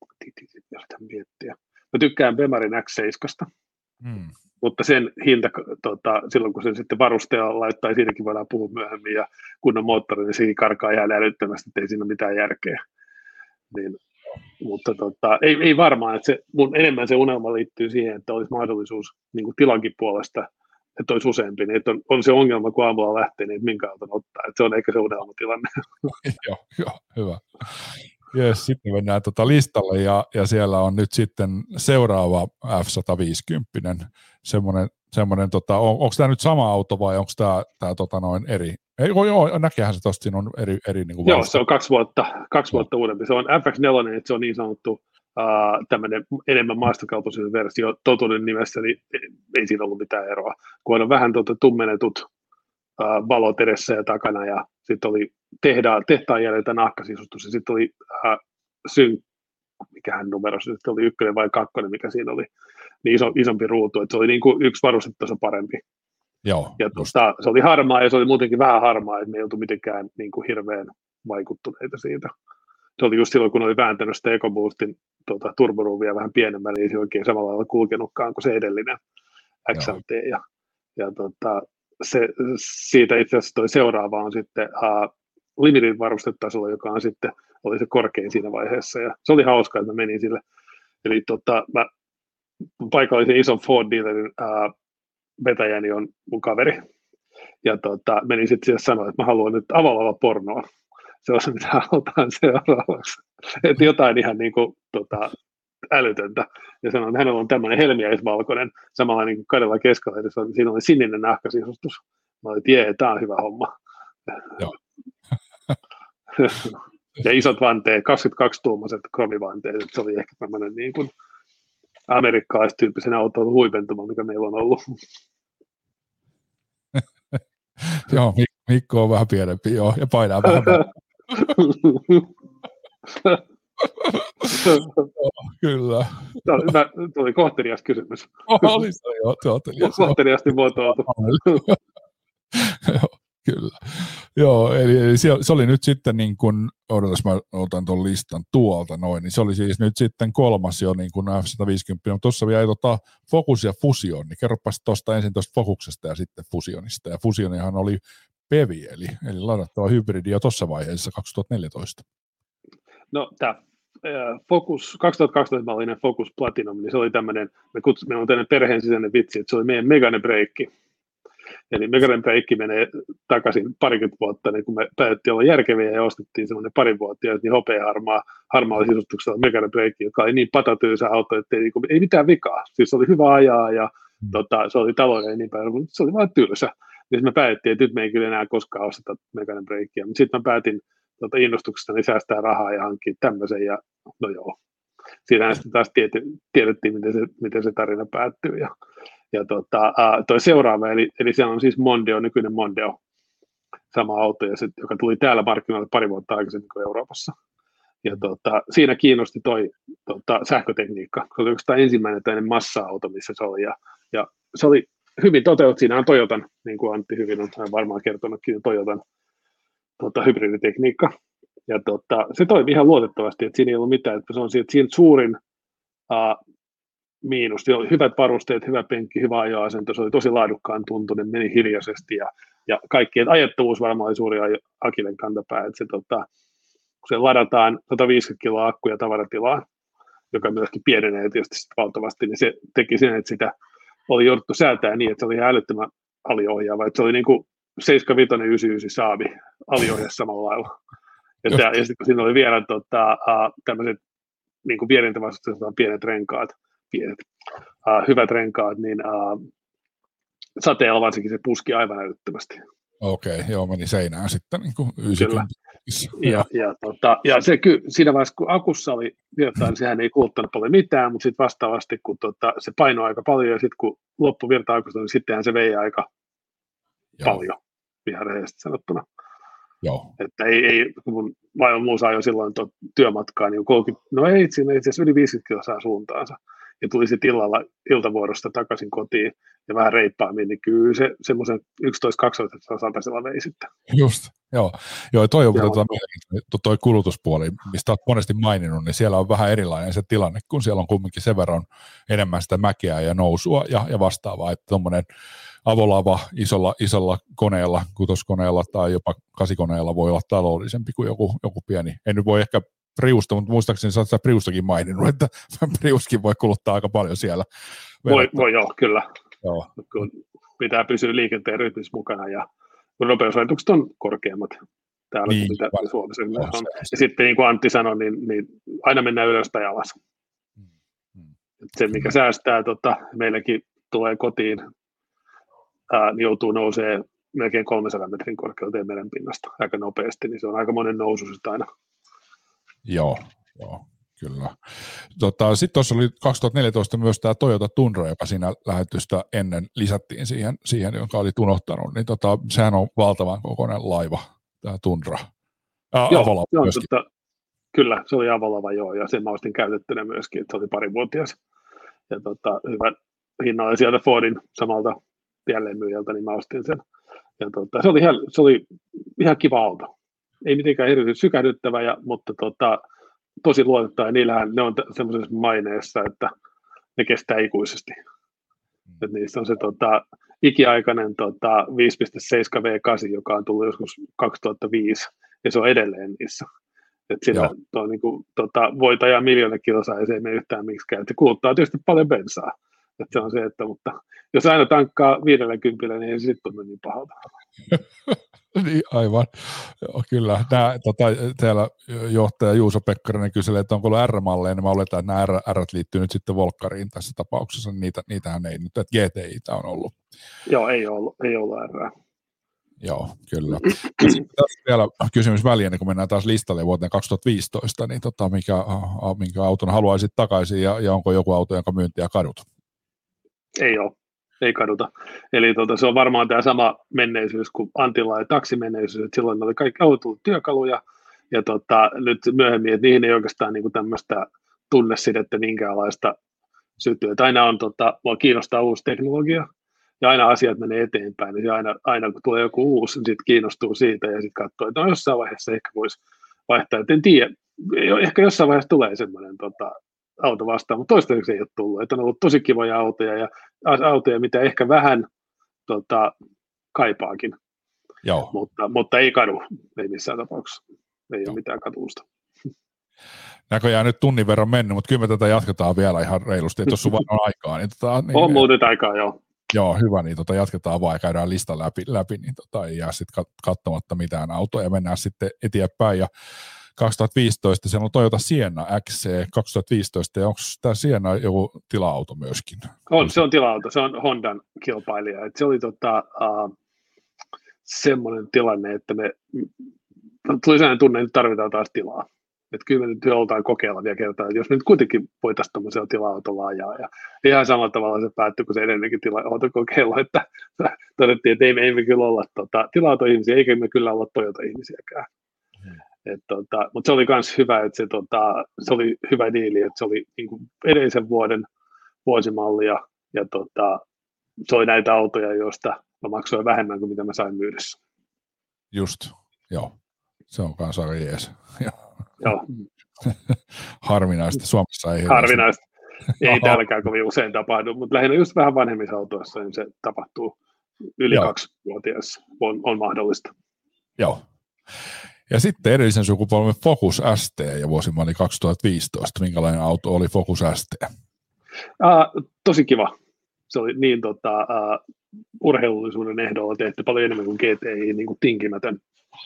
yritän miettiä. Mä tykkään Bemarin X seitsemän, hmm. mutta sen hinta, tota, silloin kun sen sitten varusteella laittaa, ja siinäkin voidaan puhua myöhemmin, ja kunnon moottori, niin siinä karkaa ihan älyttömästi, että ei siinä ole mitään järkeä. Niin, mutta tota, ei, ei varmaan, että se, mun enemmän se unelma liittyy siihen, että olisi mahdollisuus niin kuin tilankin puolesta, että olisi useampi, niin että on, on se ongelma, kun aamulla lähtee, niin minkä auton ottaa, että se on ehkä se unelmatilanne. Joo, joo, hyvä. Jees, sitten mennään tota listalle, ja, ja siellä on nyt sitten seuraava F sata viisikymmentä, semmoinen, semmoinen tota, on, onko tämä nyt sama auto vai onko tämä, tämä tota noin eri? Ei, joo, näkeehän se tuosta, siinä on eri, eri niin kuin joo, se on kaksi vuotta, kaksi vuotta uudempi. Se on F X neljä, että se on niin sanottu uh, tämmöinen enemmän maastokelpoisen versio. Totuuden nimessä niin ei siinä ollut mitään eroa. Kun on vähän tuota, tummennetut uh, valot edessä ja takana, ja sitten oli tehtaan, tehtaan jäljiltä nahkasisustus, ja sitten oli uh, syn, mikähän numero se sitten oli, ykkönen vai kakkonen, mikä siinä oli, niin iso, isompi ruutu, että se oli niin kuin yksi varustetaso parempi. Joo, ja tuosta, se oli harmaa, ja se oli muutenkin vähän harmaa, että me ei oltu mitenkään niin kuin hirveän vaikuttuneita siitä. Se oli just silloin, kun oli vääntänyt sitä EcoBoostin tuota, turboruuvia vähän pienemmällä, niin se oikein samalla lailla kulkenutkaan kuin se edellinen X L T. Joo. Ja, ja tota, se, siitä itse asiassa toi seuraava on sitten uh, Limited varustetasolla, joka on sitten, oli se korkein siinä vaiheessa, ja se oli hauska, että mä menin sille. Eli tota, mä paikallisen ison Ford-dealerin uh, vetäjäni on mun kaveri, ja tota, menin sitten siihen sanoa, että mä haluan nyt avalla pornoa. Se on se, mitä halutaan seuraavaksi. Että jotain ihan niin kuin, tota, älytöntä. Ja sanoin, että hänellä on tämmöinen helmiäisvalkoinen, samalla niin kuin kadella keskellä, eli siinä oli sininen nahkasisustus. Mä olin, että jee, tää on hyvä homma. Joo. Ja isot vanteet, kaksikymmentäkaksi-tuumaiset kromivanteet, se oli ehkä tämmöinen niin kuin amerikkalaistyyppisen auton huipentuma, mikä meillä on ollut. Joo, Mikko on vähän pienempi, joo, ja painaa vähän. Kyllä. Tämä oli kohtelias kysymys. Oli se, joo, kohtelias. Kohteliasti muotoiltu. Kyllä. Joo, eli, eli se oli nyt sitten niin kuin, odotas mä otan tuon listan tuolta noin, niin se oli siis nyt sitten kolmas jo niin kuin F sata viisikymmentä, mutta tuossa vielä tota Focus ja Fusion, niin kerropas tuosta ensin tuosta Focuksesta ja sitten Fusionista, ja Fusionihan oli P E V I, eli, eli ladattava hybridi jo tuossa vaiheessa kaksituhattaneljätoista. No tämä Focus, kaksituhattakaksitoista-mallinen Focus Platinum, niin se oli tämmöinen, me kutsumme, meillä on tämmöinen perheen sisäinen vitsi, että se oli meidän Megane breikki. Eli Megane breikki menee takaisin parikymmentä vuotta, niin kun me päätettiin olla järkeviä ja ostettiin semmoinen pari vuotta, niin hopeaharmaa, harmaalla sisustuksella Megane breikki, joka oli niin patatyysä auto, että ei, niin kuin, ei mitään vikaa. Siis se oli hyvä ajaa ja mm. tota, se oli talouden niin päin, mutta se oli vaan tylsä. Niin me päätettiin, että nyt me ei kyllä enää koskaan osteta Megane breikkiä. Mutta sitten mä päätin tota, innostuksesta niin säästää rahaa ja hankkia tämmöisen, ja no joo. Siinähän sitten taas tiedettiin, miten se, miten se tarina päättyy. Ja, ja tota, uh, toi seuraava, eli, eli siellä on siis Mondeo, nykyinen Mondeo, sama auto, ja se, joka tuli täällä markkinoille pari vuotta aikaisemmin kuin Euroopassa. Ja tota, siinä kiinnosti toi tota, sähkötekniikka. Se oli oikeastaan ensimmäinen tämmöinen massa-auto, missä se oli. Ja, ja se oli hyvin toteutettu. Siinä on Toyotan, niin kuin Antti hyvin on varmaan kertonutkin, Toyotan tota, hybriditekniikka. Ja tota, se toimi ihan luotettavasti, että siinä ei ollut mitään. Että se on siitä, siinä suurin uh, miinus. Siinä oli hyvät varusteet, hyvä penkki, hyvä ajoasento. Se oli tosi laadukkaan tuntunen, meni hiljaisesti. Ja, ja kaikki, että ajettavuus varmaan oli suuri akilleen kantapää. Että se, tota, kun se ladataan sata viisikymmentä kiloa akkuja tavaratilaa, joka myöskin pienenee tietysti valtavasti, niin se teki sen, että sitä oli jouduttu säätää niin, että se oli ihan älyttömän aliohjaava. Että se oli niin kuin seitsemänkymmentäviisi yhdeksänkymmentäyhdeksän Saabi aliohjassa samalla lailla. Ja, ja sitten kun siinä oli vielä tota, uh, tämmöiset niin vierintävastustetaan pienet renkaat, pienet, uh, hyvät renkaat, niin uh, sateella varsinkin se puski aivan älyttömästi. Okei, okay, joo, meni seinään sitten niin kuin Kyllä. Ja, ja, tota, ja se ky, siinä vaiheessa, kun akussa oli virtaa, niin sehän ei kuluttanut paljon mitään, mutta sitten vastaavasti, kun tota, se painoi aika paljon, ja sitten kun loppui virta-akusta, niin sittenhän se vei aika joo. paljon, ihan rehellisesti sanottuna. Joo. Että ei, ei kun vaimo muu saa jo silloin tuon työmatkaa, niin kolmekymmentä, no ei siinä itse asiassa yli viisikymmentä kilosaa suuntaansa. Ja tuli sitten illalla iltavuorosta takaisin kotiin ja vähän reippaammin, niin kyllä se semmoisen yksitoista kaksitoista satasella vei sitten. Just, joo. Joo, toi on tuota, toi kulutuspuoli, mistä olet monesti maininnut, niin siellä on vähän erilainen se tilanne, kun siellä on kumminkin sen verran enemmän sitä mäkeä ja nousua ja, ja vastaavaa, että tuommoinen avolava isolla, isolla koneella, kutoskoneella tai jopa kasikoneella voi olla taloudellisempi kuin joku, joku pieni. En nyt voi ehkä Priusta, mutta muistaakseni sä oot sitä Priustakin maininnut, että Priuskin voi kuluttaa aika paljon siellä. Voi, voi joo, kyllä. Joo. Kun pitää pysyä liikenteen rytmissä mukana ja nopeusrajoitukset on korkeammat täällä niin, kuin mitä Suomessa on. on. Ja sitten niin kuin Antti sanoi, niin, niin aina mennään ylöspäin alas. Hmm. Se, mikä hmm. säästää, tota, meilläkin tulee kotiin, ää, niin joutuu nousee melkein kolmesataa metrin korkeuteen merenpinnasta aika nopeasti, niin se on aika monen nousu sitten aina. Joo, joo, kyllä. Tota, sitten tuossa oli kaksituhattaneljätoista myös tämä Toyota Tundra, joka siinä lähetystä ennen lisättiin siihen, siihen jonka olit unohtanut, niin tota, sehän on valtavan kokoinen laiva, tämä Tundra. Ää, joo, avolava joo myöskin. Tota, kyllä, se oli avolava joo, ja sen mä ostin käytettynä myöskin, että se oli parivuotias. Ja tota, hyvän hinnalla sieltä Fordin samalta jälleenmyyjältä, niin mä ostin sen. Ja tota, se, oli ihan, se oli ihan kiva auto. Ei mitenkään erityisesti sykähdyttävä, ja, mutta tota, tosi luotettava, ja niillähän ne on semmoisessa maineessa, että ne kestää ikuisesti. Mm. Et niissä on se tota, ikiaikainen tota, viisi pilkku seitsemän V kahdeksan, joka on tullut joskus kaksituhattaviisi, ja se on edelleen niissä. Et sillä on niinku, tota, voita ja miljoona kilosaa, ja se ei mene yhtään miksikään. Et se kuluttaa tietysti paljon bensaa. Et se on se, että, mutta jos aina tankkaa viidelläkympillä, niin ei se sitten ole niin pahalta. Niin, aivan. Joo, kyllä. Nää, tota, täällä johtaja Juuso Pekkarinen kyselee, että onko ollut R-malleja, niin mä oletan, että nämä R, R liittyy nyt sitten Volkkariin tässä tapauksessa, niin niitä, niitähän ei nyt, että G T I on ollut. Joo, ei ollut, ei ollut R. Joo, kyllä. Tässä vielä kysymys väliin, niin kun mennään taas listalle vuoteen kaksituhattaviisitoista, niin tota, mikä, minkä auton haluaisit takaisin, ja, ja onko joku auto, jonka myyntiä kadut? Ei ole. Ei kaduta. Eli tota, se on varmaan tämä sama menneisyys kuin Antilla ja taksimenneisyys, että silloin oli kaikki autot työkaluja, ja tota, nyt myöhemmin, että niihin ei oikeastaan niinku tämmöistä tunnesidettä minkäänlaista syttyä. Että aina on, tota, mua kiinnostaa uusi teknologia, ja aina asiat menee eteenpäin, niin aina, aina kun tulee joku uusi, niin sitten kiinnostuu siitä, ja sitten katsoo, että no jossain vaiheessa ehkä voisi vaihtaa, että en tiedä, ehkä jossain vaiheessa tulee semmoinen tota, auto vastaan, mutta toistaiseksi ei ole tullut. Että on ollut tosi kivoja autoja ja autoja, mitä ehkä vähän tota, kaipaakin, Joo. Mutta, mutta ei kadu, ei missään tapauksessa. Ei Joo. ole mitään katuusta. Näköjään nyt tunnin verran mennyt, mutta kyllä me tätä jatketaan vielä ihan reilusti, että jos on vain aikaa. Niin, tota, niin, on muuten aikaa, joo. Joo, hyvä, niin tota, jatketaan vaan ja käydään lista läpi, läpi niin tota, ei jää sitten katsomatta mitään autoja ja mennään sitten eteenpäin. Ja kaksituhattaviisitoista siellä on Toyota Sienna X C kaksituhattaviisitoista, ja onko tämä Sienna joku tila-auto myöskin? On, se on tila-auto, se on Hondan kilpailija. Et se oli tota, uh, semmoinen tilanne, että me tuli sellainen tunne, että tarvitaan taas tilaa. Että kyllä me nyt joudutaan kokeilla vielä kertaa, että jos me nyt kuitenkin voitaisiin tuollaisella tila-autolla ajaa. Ja ihan samalla tavalla se päättyi, kun se edelleenkin tila-autokokeilla, että todettiin, että ei me, ei me kyllä olla tota, tila-autoihmisiä, eikä me kyllä olla Toyota-ihmisiäkään. Tota, mutta se oli myös hyvä, että se, tota, se oli hyvä diili, että se oli niin kuin edellisen vuoden vuosimalli ja, ja tota, se oli näitä autoja, joista mä maksoin vähemmän kuin mitä mä sain myydessä. Just, joo. Se on myös aika jees. Joo. Harvinaista. Suomessa ei Harvinaista. Ei täälläkään kovin usein tapahdu, mutta lähinnä just vähän vanhemmissa autoissa niin se tapahtuu yli joo. kaksivuotiaassa. On, on mahdollista. Joo. Ja sitten edellisen sukupolven Focus S T ja vuosimalli kaksituhattaviisitoista. Minkälainen auto oli Focus S T? Uh, tosi kiva. Se oli niin tota, uh, urheilullisuuden ehdolla tehty paljon enemmän kuin G T I, niin kuin tinkimätön.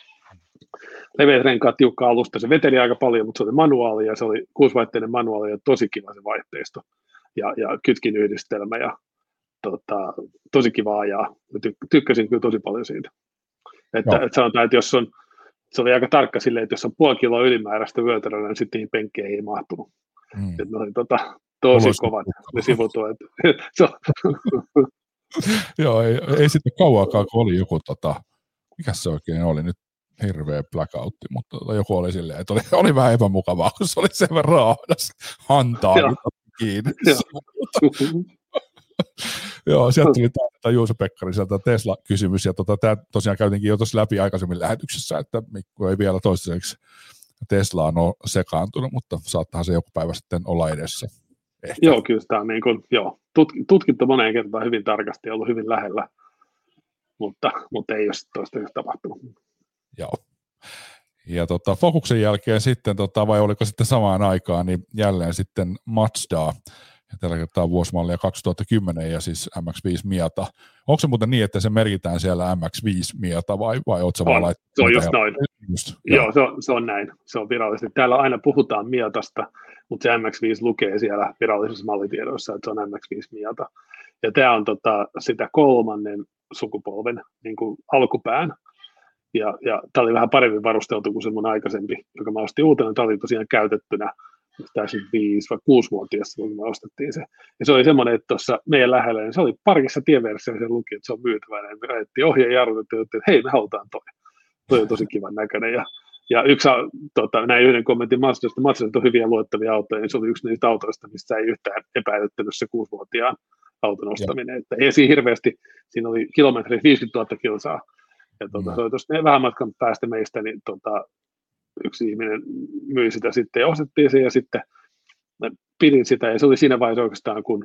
Leveät renkaat, tiukka alusta. Se veteli aika paljon, mutta se oli manuaali ja se oli kuusivaihteinen manuaali ja tosi kiva se vaihteisto ja, ja kytkin yhdistelmä. Ja, tota, tosi kiva ajaa. Tyk- tykkäsin kyllä tosi paljon siitä. Että, että sanotaan, että jos on, se oli aika tarkka silleen, että jos on puoli kiloa ylimääräistä vyötäröä, niin sitten niihin penkkeihin ei mahtunut. Mm. Että ne oli tota, tosi Ulos kovat ne sivutuet. Joo, ei, ei sitten kauankaan, kun oli joku, tota, mikä se oikein oli nyt, hirveä blackoutti, mutta tota, joku oli silleen, että oli, oli vähän epämukavaa, kun se oli sen verran ahdas hantaa kiinni. Joo, sieltä tuli tämä Juuso Pekkariselta Tesla-kysymys, ja tota, tämä tosiaan käytinkin jo tuossa läpi aikaisemmin lähetyksessä, että Mikko ei vielä toistaiseksi Teslaan ole sekaantunut, mutta saattahan se joku päivä sitten olla edessä. Ehkä. Joo, kyllä tämä on niin kuin, joo, tutkittu moneen kertaan hyvin tarkasti, ollut hyvin lähellä, mutta, mutta ei ole toistaiseksi tapahtunut. Joo. Ja tota, Focuksen jälkeen sitten, tota, vai oliko sitten samaan aikaan, niin jälleen sitten Mazdaa. Ja tällä kertaa vuosimallia kaksituhattakymmenen ja siis M X viisi Miata. Onko se muuten niin, että se merkitään siellä M X viisi Miata vai, vai ootko sä vaan laittanut? Se on just noin. Just, joo, joo se, on, se on näin. Se on virallisesti. Täällä aina puhutaan Miatasta, mutta se M X viisi lukee siellä virallisissa mallitiedoissa, että se on M X viisi Miata. Ja tämä on tota, sitä kolmannen sukupolven niin kuin alkupään. Ja, ja tämä oli vähän paremmin varusteltu kuin se mun aikaisempi, joka mä ostin uutena. Tämä oli tosiaan käytettynä. Täysin viisi vai kuusi-vuotias, kun me ostettiin se. Ja se oli semmoinen, että tuossa meidän lähellä, niin se oli parkissa tieversiossa ja se luki, että se on myytävänä. Me ajettiin ohjeen jarrutettiin, että hei, me halutaan toi. Toi on tosi kivan näköinen. Ja, ja yksi, tota, näin yhden kommentin Mazdasta, Mazdat on hyviä luettavia autoja, niin se oli yksi niistä autoista, mistä ei yhtään epäilyttänyt se kuusi-vuotiaan auton ostaminen. Että ei siinä hirveästi, siinä oli kilometri viisikymmentätuhatta kilsaa. Ja tota, mm. se oli tuossa vähän matkan päästä meistä, niin tota, yksi ihminen myi sitä sitten ja ostettiin se ja sitten mä pidin sitä ja se oli siinä vaiheessa oikeastaan, kun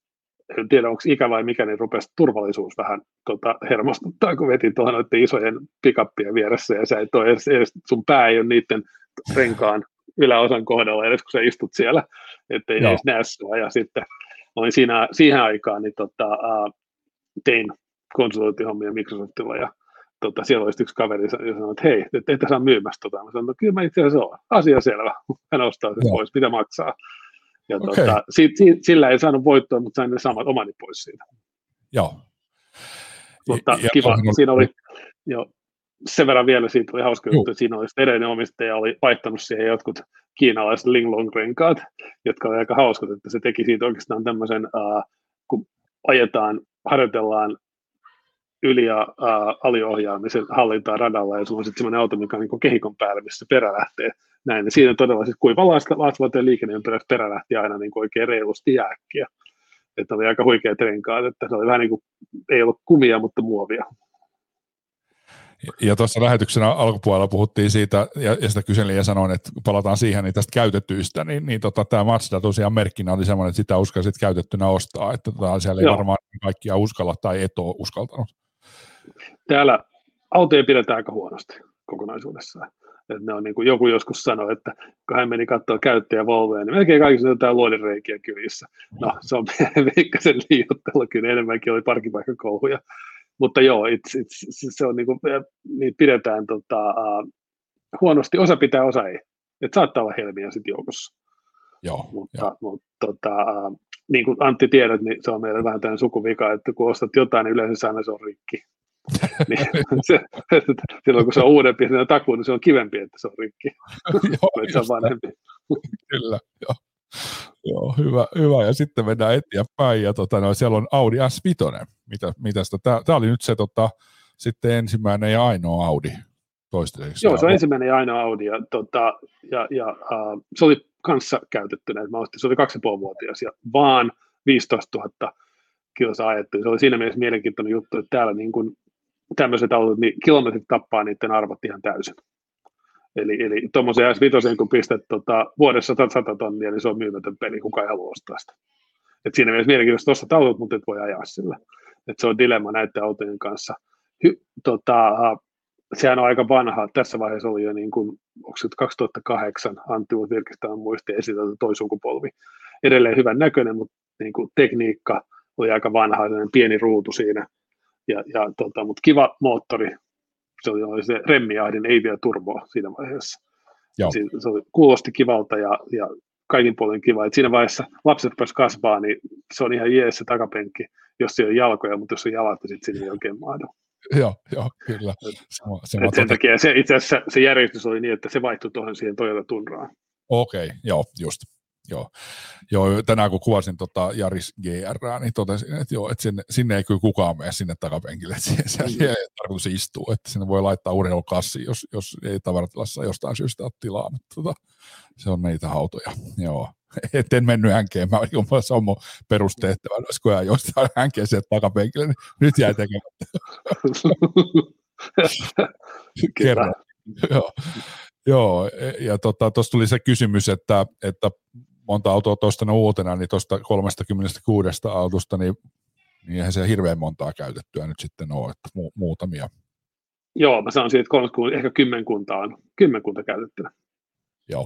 en tiedä onko ikä vai mikä, niin rupesi turvallisuus vähän tota, hermostuttaa, kun vetin tuohon noiden isojen pikappien vieressä ja sä et ole edes, edes, sun pää ei ole niiden renkaan yläosan kohdalla edes kun sä istut siellä, ettei edes näe sua ja sitten olin siinä, siihen aikaan niin tota, uh, tein konsultointihommia Microsoftilla ja Tota, siellä oli yksi kaveri, joka sanoi, että hei, et ette saa myymästä tota. Mä sanoin, että kyllä mä itse asiassa olen. Asia selvä. Hän ostaa sen pois, mitä maksaa. Ja okay. tota, si, si, sillä ei saanut voittoa, mutta sain ne samat omani pois siitä. Joo. Mutta ja, kiva, ja, siinä oli jo sen verran vielä, siitä oli hauska juttu, että siinä oli edellinen omistaja, oli vaihtanut siihen jotkut kiinalaiset Linglong-renkaat, jotka oli aika hauskat, että se teki siitä oikeastaan tämmöisen, uh, kun ajetaan, harjoitellaan yli- ja uh, aliohjaamisen hallintaa radalla, ja sulla on sitten semmoinen auto, mikä on niin kehikon päällä, missä perä lähtee näin. Ja siinä todella siis kuiva laasvuoteen liikenneympärössä perä lähti aina niin oikein reilusti jääkkiä. Että oli aika huikeat renkaat, että se oli vähän niin kuin, ei ollut kumia, mutta muovia. Ja tuossa lähetyksen alkupuolella puhuttiin siitä, ja, ja sitä kyselin ja sanoin, että palataan siihen, niin tästä käytettyistä, niin, niin tota, tämä Mazda tosiaan merkkinä oli semmoinen, että sitä uskalsit käytettynä ostaa, että tota, siellä ei Joo. varmaan kaikkia uskalla tai et ole uskaltanut. Täällä autoja pidetään aika huonosti kokonaisuudessaan. Että ne on niin kuin joku joskus sanoi, että kun hän meni katsoa käyttäjä Volvoja, niin melkein kaikissa on jotain luodinreikiä kylissä. No, se on veikkaisen liioittelu, kyllä enemmänkin oli parkkipaikkakouhuja. Mutta joo, it's, it's, se on niin kuin, niin pidetään tota, uh, huonosti, osa pitää, osa ei. Että saattaa olla helmiä sitten joukossa. Joo, mutta, jo. mutta tota, uh, niin kuin Antti tiedät, niin se on meillä vähän tämmöinen sukuvika, että kun ostat jotain, niin yleensä aina se on rikki. niin, se, silloin kun se on uudempi ja takuu, niin se on kivempi, että se on rikki. Joo, se on vanhempi. Kyllä, joo. Joo, hyvä, hyvä. Ja sitten mennään eteenpäin. Ja tota, no, siellä on Audi S viisi. Mitä, mitä sitä? Tämä, tämä oli nyt se tota, sitten ensimmäinen ja ainoa Audi toistaiseksi. Joo, se on ensimmäinen ja ainoa Audi. Ja, tota, ja, ja uh, se oli kanssa käytettynä. Mä ostin, se oli kaksi ja puoli vuotias ja vaan viisitoistatuhatta kilosa ajettu. Se oli siinä mielessä mielenkiintoinen juttu, että täällä niin kuin tämmöiset autot, niin kilometrit tappaa niiden arvot ihan täysin. Eli, eli tuommoisen S viisi, kun pistät tota, vuodessa sata tonnia, niin se on myymätön peli, kukaan ei halua ostaa sitä. Et siinä mielessä mielenkiintoista ostat autot, mutta et voi ajaa sillä. Et se on dilemma näiden autojen kanssa. Hy, tota, sehän on aika vanha. Tässä vaiheessa oli jo niin kuin, onko se kaksituhattakahdeksan, Antti Virkistään muisti esitelty toi sukupolvi. Edelleen hyvän näköinen, mutta niin kuin tekniikka oli aika vanha, pieni ruutu siinä. Ja, ja, tota, mutta kiva moottori. Se oli se remmiahdin, ei vielä turboa siinä vaiheessa. Se, se oli, kuulosti kivalta ja, ja kaikin puolin kiva. Et siinä vaiheessa lapset pääsivät kasvaa, niin se on ihan jees se takapenkki. jos ei ole jalkoja, mutta jos on jalat, niin sitten sinne ei oikein mahdu. Joo, joo, kyllä. Sama, sama sen tota... takia se, itse asiassa se järjestys oli niin, että se vaihtui tuohon siihen Toyota Tundraan. Okei, okay, joo, just. Joo. joo, tänään kun kuvasin tota Yaris G R, niin totesin, että, joo, että sinne, sinne ei kyllä kukaan mene sinne takapenkille, että siellä, siellä mm-hmm. ei tarkoitus istua, että sinne voi laittaa urheilukassiin, jos, jos ei tavaratilassa jostain syystä ole tilaa, mutta tota, se on niitä hautoja, joo. Et en mennyt hänkeen, mä, se on mun perustehtävä, kun ajan jostain hänkeen sieltä takapenkille, niin nyt jäi tekemättä. Kerran. Joo. Joo, ja tuossa tota, tuli se kysymys, että, että monta autoa tuosta uutena, niin tuosta kolmekymmentäkuusi autosta, niin, niin eihän se hirveän montaa käytettyä nyt sitten ole, että mu- muutamia. Joo, mä sanoisin, että kolmekymmentä, ehkä kymmenkunta on, kymmenkunta käytettynä. Joo.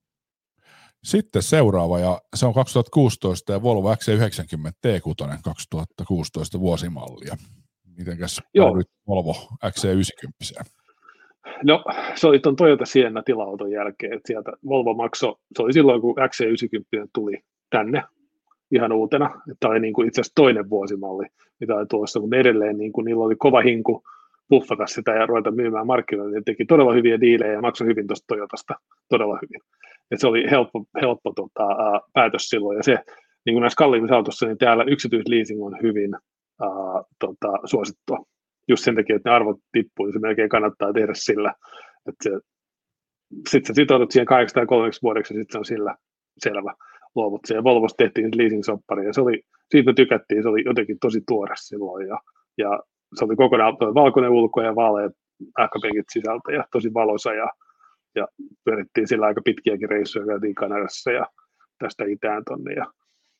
Sitten seuraava, ja se on kaksituhattakuusitoista ja Volvo X C yhdeksänkymmentä T kuusi kaksituhattakuusitoista vuosimallia. Mitenkäs nyt Volvo X C yhdeksänkymmentä? No, se oli tuon Toyota Sienna tila-auton jälkeen, että sieltä Volvo maksoi, se oli silloin, kun X C yhdeksänkymmentä tuli tänne ihan uutena, että oli niin kuin itse asiassa toinen vuosimalli, mitä oli tulossa, mutta edelleen niin kuin, niillä oli kova hinku puffata sitä ja ruveta myymään markkinoille, ne teki todella hyviä diilejä ja maksoi hyvin tuosta Toyotasta, todella hyvin. Et se oli helppo, helppo tota, uh, päätös silloin, ja se, niin kuin näissä kalliimmissa autossa, niin täällä yksityisleasing on hyvin uh, tota, suosittua. Just sen takia, että ne arvot tippuu, niin se melkein kannattaa tehdä sillä, että sitten sä sitoudut siihen kahdeksan tai kolmeksi vuodeksi, ja sitten se on sillä selvä luovut. Ja Volvossa tehtiin leasing-soppari, ja se oli, siitä me tykättiin, se oli jotenkin tosi tuore silloin, ja, ja se oli kokonaan valkoinen ulko ja vaalea ähkäpenkit sisältä, ja tosi valoisa, ja, ja pyörittiin sillä aika pitkiäkin reissuja, käytiin Kanadassa, ja tästä itään tonne, ja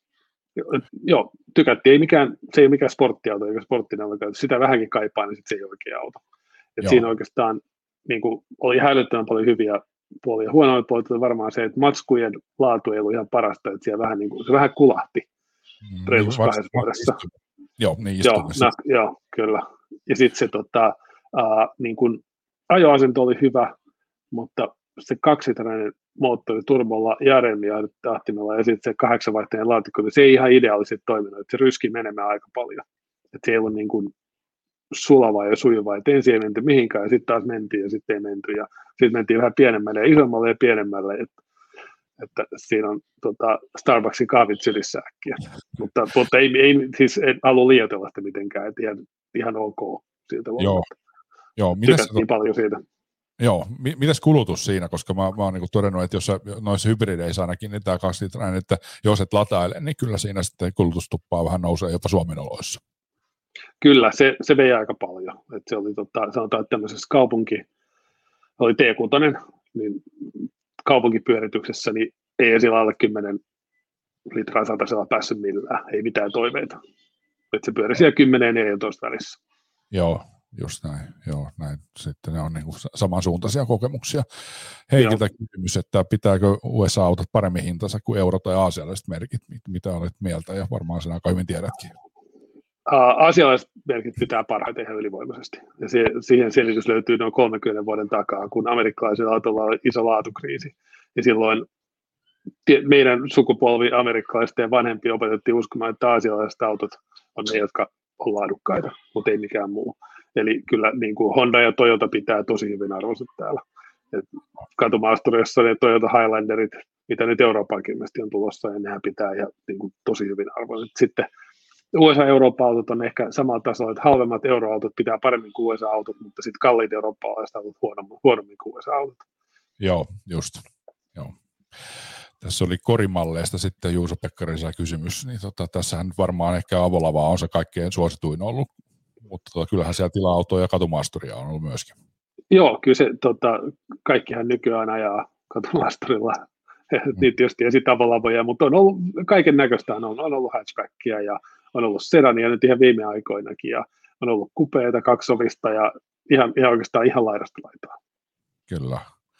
joo, tykättiin. Ei mikään, se ei ole mikään sporttiauto, eikä sporttinen auto. Sitä vähänkin kaipaa, niin sit se ei ole oikea auto. Et siinä oikeastaan niin kuin, oli hälyttävän paljon hyviä puolia. Huonoja puolia oli varmaan se, että matskujen laatu ei ollut ihan parasta, että siellä vähän, niin kuin, se vähän kulahti mm, reilussa niin, kahdessa vuodessa. Joo, niin joo, na, joo, kyllä. Ja sitten se tota, uh, niin kuin, ajoasento oli hyvä, mutta se kaksitrainen moottori turbolla Jaremia tahtimella ja sitten se kahdeksanvaihteinen laatikko, niin se ei ihan ideaalisesti toiminut, että se ryski menemään aika paljon. Että se ei ollut niin kuin sulavaa ja sujuvaa, että ensin ei menty mihinkään ja sitten taas mentiin ja sitten ei menty ja sitten mentiin vähän pienemmälle ja isommalle ja pienemmälle, että, että siinä on tota, Starbucksin kahvit sylissä äkkiä. Mutta, mutta ei, ei siis en halua liioitella sitä mitenkään, että ihan, ihan ok siltä voi. Joo. Joo, tykättiin paljon siitä. Joo, mitäs kulutus siinä, koska mä, mä oon niinku todennut, että jos noissa hybrideissä ainakin, niin tämä kaksilitrainen, että jos et lataile, niin kyllä siinä sitten kulutustuppaa vähän nousee jopa Suomen oloissa. Kyllä, se, se vei aika paljon. Et se oli tota, sanotaan, että tämmöisessä kaupunki, oli T kuusi, niin kaupunkipyörityksessä, niin ei sillä alle kymmenen litraa satasella päässyt millään, ei mitään toiveita. Et se pyöri siellä kymmenen ja neljätoista välissä. Joo. Just näin, joo, näin. Sitten ne on niin kuin samansuuntaisia kokemuksia. Heikiltä kysymys, että pitääkö U S A-autot paremmin hintansa kuin euro- tai aasialaiset merkit? Mitä olet mieltä ja varmaan sen aika hyvin tiedätkin. Aasialaiset merkit pitää parhaiten ihan ylivoimaisesti. Ja siihen selitys löytyy noin kolmenkymmenen vuoden takaa, kun amerikkalaisilla autolla on iso laatukriisi. Ja silloin meidän sukupolvi amerikkalaisten ja vanhempi opetettiin uskomaan, että aasialaiset autot on ne, jotka on laadukkaita, mutta ei mikään muu. Eli kyllä niin kuin Honda ja Toyota pitää tosi hyvin arvoiset täällä. Et katumaasturissa ne Toyota Highlanderit, mitä nyt Euroopankin ilmeisesti on tulossa, ja nehän pitää ihan niin kuin tosi hyvin arvoiset. Sitten U S A-Eurooppa-autot on ehkä samalla tasolla, että halvemmat euroautot pitää paremmin kuin U S A-autot, mutta sitten kalliit eurooppalaiset autot huonommin, huonommin kuin U S A-autot. Joo, just. Joo. Tässä oli korimalleista sitten Juuso Pekkarisen kysymys, niin tota, tässähän varmaan ehkä Avolava on se kaikkein suosituin ollut, mutta tota, kyllähän siellä tila-autoja ja katumaasturia on ollut myöskin. Joo, kyllä se, tota, kaikkihan nykyään ajaa katumaasturilla, mm. niin tietysti esi Avolavoja, mutta on ollut kaiken näköistä, on, on ollut hatchbackia ja on ollut sedania nyt ihan viime aikoinakin ja on ollut kupeita, kaksovista ja ihan, ihan oikeastaan ihan laidasta laitaa. Kyllä.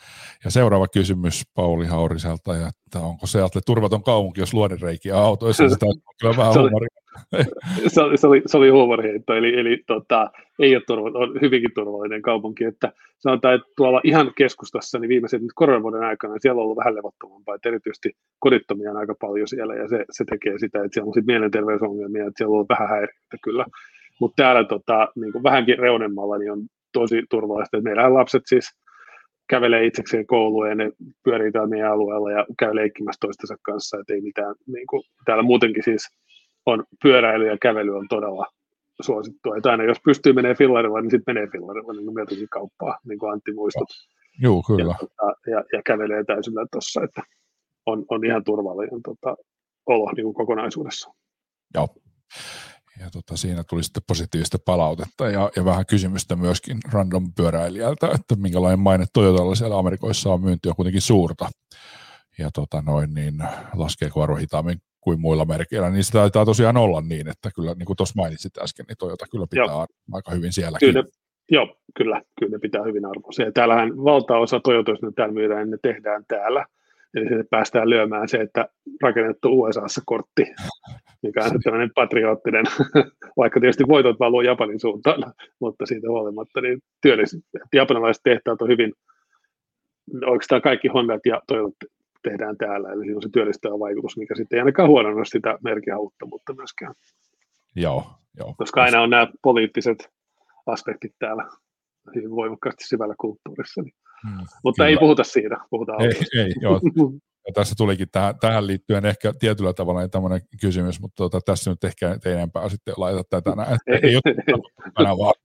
Ja seuraava kysymys Pauli Hauriselta, että onko Seattle turvaton kaupunki, jos luodenreikiä autoissa, sitä on kyllä vähän huumoria. Se oli, se oli, se oli huumoriheitto, eli, eli tota, ei ole turvallinen, on hyvinkin turvallinen kaupunki, että sanotaan, että tuolla ihan keskustassa niin viimeisen koronavuoden aikana siellä on ollut vähän levottomampaa, että erityisesti kodittomia on aika paljon siellä, ja se, se tekee sitä, että siellä on sitten mielenterveysongelmia, että siellä on ollut vähän häiriötä kyllä, mutta täällä tota, niin kuin vähänkin reunemmalla niin on tosi turvallista, että meillähän lapset siis kävelee itsekseen kouluun ja ne pyörii täällä meidän alueella ja käy leikkimässä toistensa kanssa, että ei mitään, niin kuin, täällä muutenkin siis on pyöräily ja kävely on todella suosittua. Että aina jos pystyy menee fillarilla, niin sitten menee fillarilla, niin kuin mieltäkin kauppaa, niin kuin Antti muistut. Joo, kyllä. Ja, ja, ja kävelee täysillä tuossa, että on, on ihan turvallinen tota, olo niin kuin kokonaisuudessa. Joo. Ja tota, siinä tuli sitten positiivista palautetta ja, ja vähän kysymystä myöskin random pyöräilijältä, että minkälainen maine Toyotalla siellä Amerikoissa on, myynti on kuitenkin suurta. Ja tota noin, niin laskeeko arvo hitaammin kuin muilla merkeillä, niin sitä taitaa tosiaan olla niin, että kyllä niin kuin tuossa mainitsit äsken, niin Toyota kyllä pitää joo. aika hyvin sielläkin. Kyllä, joo, kyllä, kyllä ne pitää hyvin arvoisia. Täällähän valtaosa Toyotoista, ne täällä myydään, ne tehdään täällä. Eli se päästään lyömään se, että rakennettu U S A:ssa kortti, mikä on tämmöinen patriottinen, vaikka tietysti voitot valuu Japanin suuntaan, mutta siitä huolimatta niin työllisyys. Japanilaiset tehtaat on hyvin, oikeastaan kaikki Hondat ja Toyotat tehdään täällä, eli siinä on se työllistävä vaikutus, mikä sitten ei ainakaan huononna sitä merkihaluttomuutta myöskään. Joo, joo. Koska aina on nämä poliittiset aspektit täällä hyvin voimakkaasti syvällä kulttuurissa. Niin. Hmm, mutta kyllä. Ei puhuta siitä, puhutaan ei, ei, joo. Ja tässä tulikin tähän, tähän liittyen ehkä tietyllä tavalla tämmöinen kysymys, mutta tuota, tässä nyt ehkä te enempää sitten laita tätä näin, että ei ole vaan.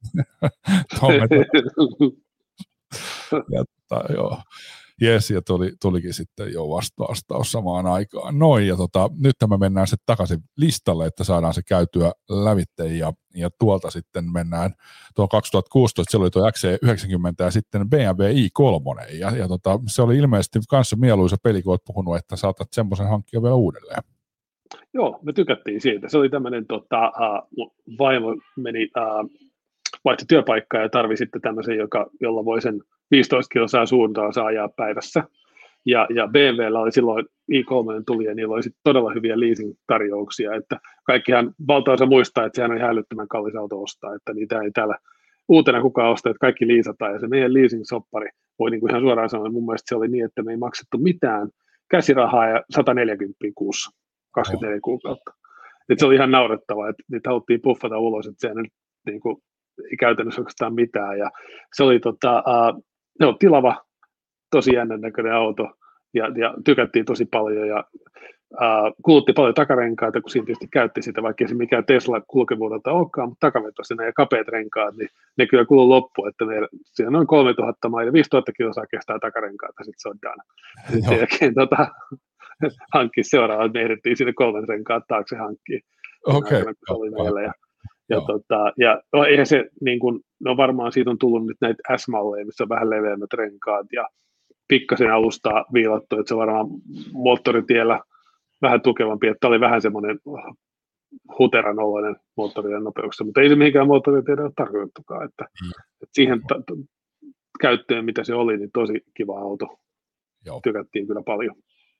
ja, ta, joo. Jes, ja tuli, tulikin sitten jo vastaus samaan aikaan. Noin, ja tota, nyt me mennään sitten takaisin listalle, että saadaan se käytyä lävitse, ja, ja tuolta sitten mennään tuon kaksituhattakuusitoista, siellä oli tuo X C yhdeksänkymmentä ja sitten B M W i kolme, ja, ja tota, se oli ilmeisesti kanssa mieluisa peli, kun olet puhunut, että saatat semmoisen hankkia vielä uudelleen. Joo, me tykättiin siitä. Se oli tämmöinen, tota, uh, vaimo meni, uh, vaihti työpaikkaa ja tarvi sitten tämmöisen, joka, jolla voi sen viisitoista kilsaa suuntaan saa ajaa päivässä. Ja, ja B M W:llä oli silloin i kolme tuli ja niillä oli sitten todella hyviä leasing-tarjouksia, että kaikkihan valtaosa muistaa, että sehän on ihan älyttömän kallis auto ostaa, että niitä ei täällä uutena kukaan osta, että kaikki liisataan ja se meidän leasing-soppari voi niin kuin ihan suoraan sanoa, mun mielestä se oli niin, että me ei maksettu mitään käsirahaa ja sata neljäkymmentä kuussa, kaksikymmentäneljä oh. kuukautta. Että se oli ihan naurettavaa, että niitä haluttiin puffata ulos, että sehän niin kuin ei käytännössä oikeastaan mitään ja se oli tota, uh, no, tilava, tosi jännän näköinen auto ja, ja tykättiin tosi paljon ja uh, kulutti paljon takarenkaita, kun siinä tietysti käytti sitä, vaikka se mikään Tesla kulkevuudelta olekaan, mutta takavetoisena ja kapeat renkaat, niin ne kyllä kului loppu, että meillä, siinä noin kolmetuhatta maille, viisituhatta kilsaa kestää takarenkaita, sitten se on done. Sen jälkeen tota, hankki seuraava, että me ehdittiin sinne kolmen renkaat taakse hankkiin. Okei. Okay. Ja, ja, tota, ja no, eihän se, niin kun, no varmaan siitä on tullut nyt näitä S-malleja, missä on vähän leveämmät renkaat ja pikkasen alustaa viilattu, että se varmaan moottoritiellä vähän tukevampi, että oli vähän semmoinen huteran oloinen moottorien nopeuksessa, mutta ei se mihinkään moottoritiellä ole tarkoitettukaan, että, mm. että siihen ta- ta- käyttöön, mitä se oli, niin tosi kiva auto. Joo. Tykättiin kyllä paljon.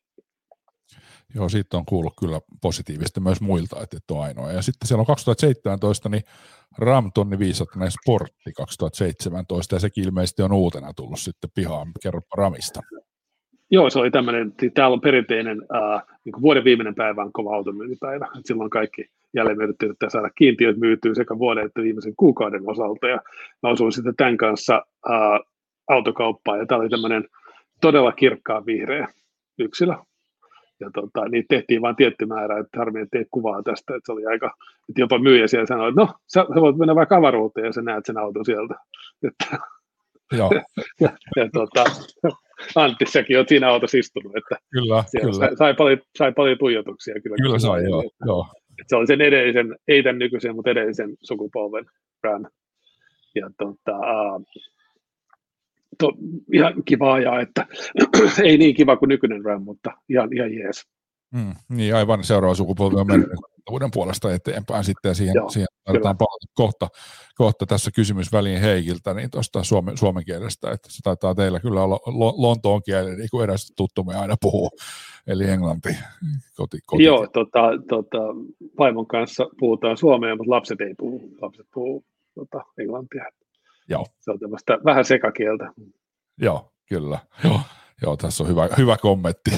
Joo, siitä on kuullut kyllä positiivista myös muilta, että et ole ainoa. Ja sitten siellä on kaksituhattaseitsemäntoista, niin Ram tonni viisisataa Sportti kaksituhattaseitsemäntoista, ja sekin ilmeisesti on uutena tullut sitten pihaan. Kerropa Ramista. Joo, se oli tämmöinen, täällä on perinteinen äh, niin vuoden viimeinen päivä on kova automyyntipäivä. Et silloin kaikki jälleenmyydyt yrittää saada kiintiöt myytyy sekä vuoden että viimeisen kuukauden osalta. Ja mä osuin sitten tämän kanssa äh, autokauppaan, ja tämä oli tämmöinen todella kirkkaan vihreä yksilö. Ja tota, niitä tehtiin vain tietty määrä, että harmi, että teet kuvaa tästä, että se oli aika, että jopa myyjä siellä sanoi, että no, sä, sä voit mennä vaikka avaruuteen ja sä näet sen auton sieltä. Että, Joo. ja, ja tota, Antti, säkin olet siinä autossa istunut, että kyllä, kyllä. Sai, sai, paljon, sai paljon tuijotuksia. Kyllä, kyllä sai, joo. Että, joo. Että se oli sen edellisen, ei tämän nykyisen, mutta edellisen sukupolven Ram. Ja tota, uh, to, ihan kiva ajaa, että ei niin kiva kuin nykyinen Ram, mutta ihan, ihan jees. Mm, niin aivan, seuraava sukupolvi on mennyt uuden puolesta eteenpäin sitten, ja siihen, Joo, siihen tarvitaan palata kohta, kohta tässä kysymys väliin Heikiltä, niin tuosta suomen, suomen kielestä, että se taitaa teillä kyllä olla lo, lontoon kieli, niin kuin eräs tuttumme aina puhuu, eli englanti. Koti, koti. Joo, tota, tota, vaimon kanssa puhutaan suomea, mutta lapset ei puhu, lapset puhuu tota, englantia. Joo. Se on tämmöistä vähän sekakieltä. Joo, kyllä. Joo, Joo tässä on hyvä, hyvä kommentti.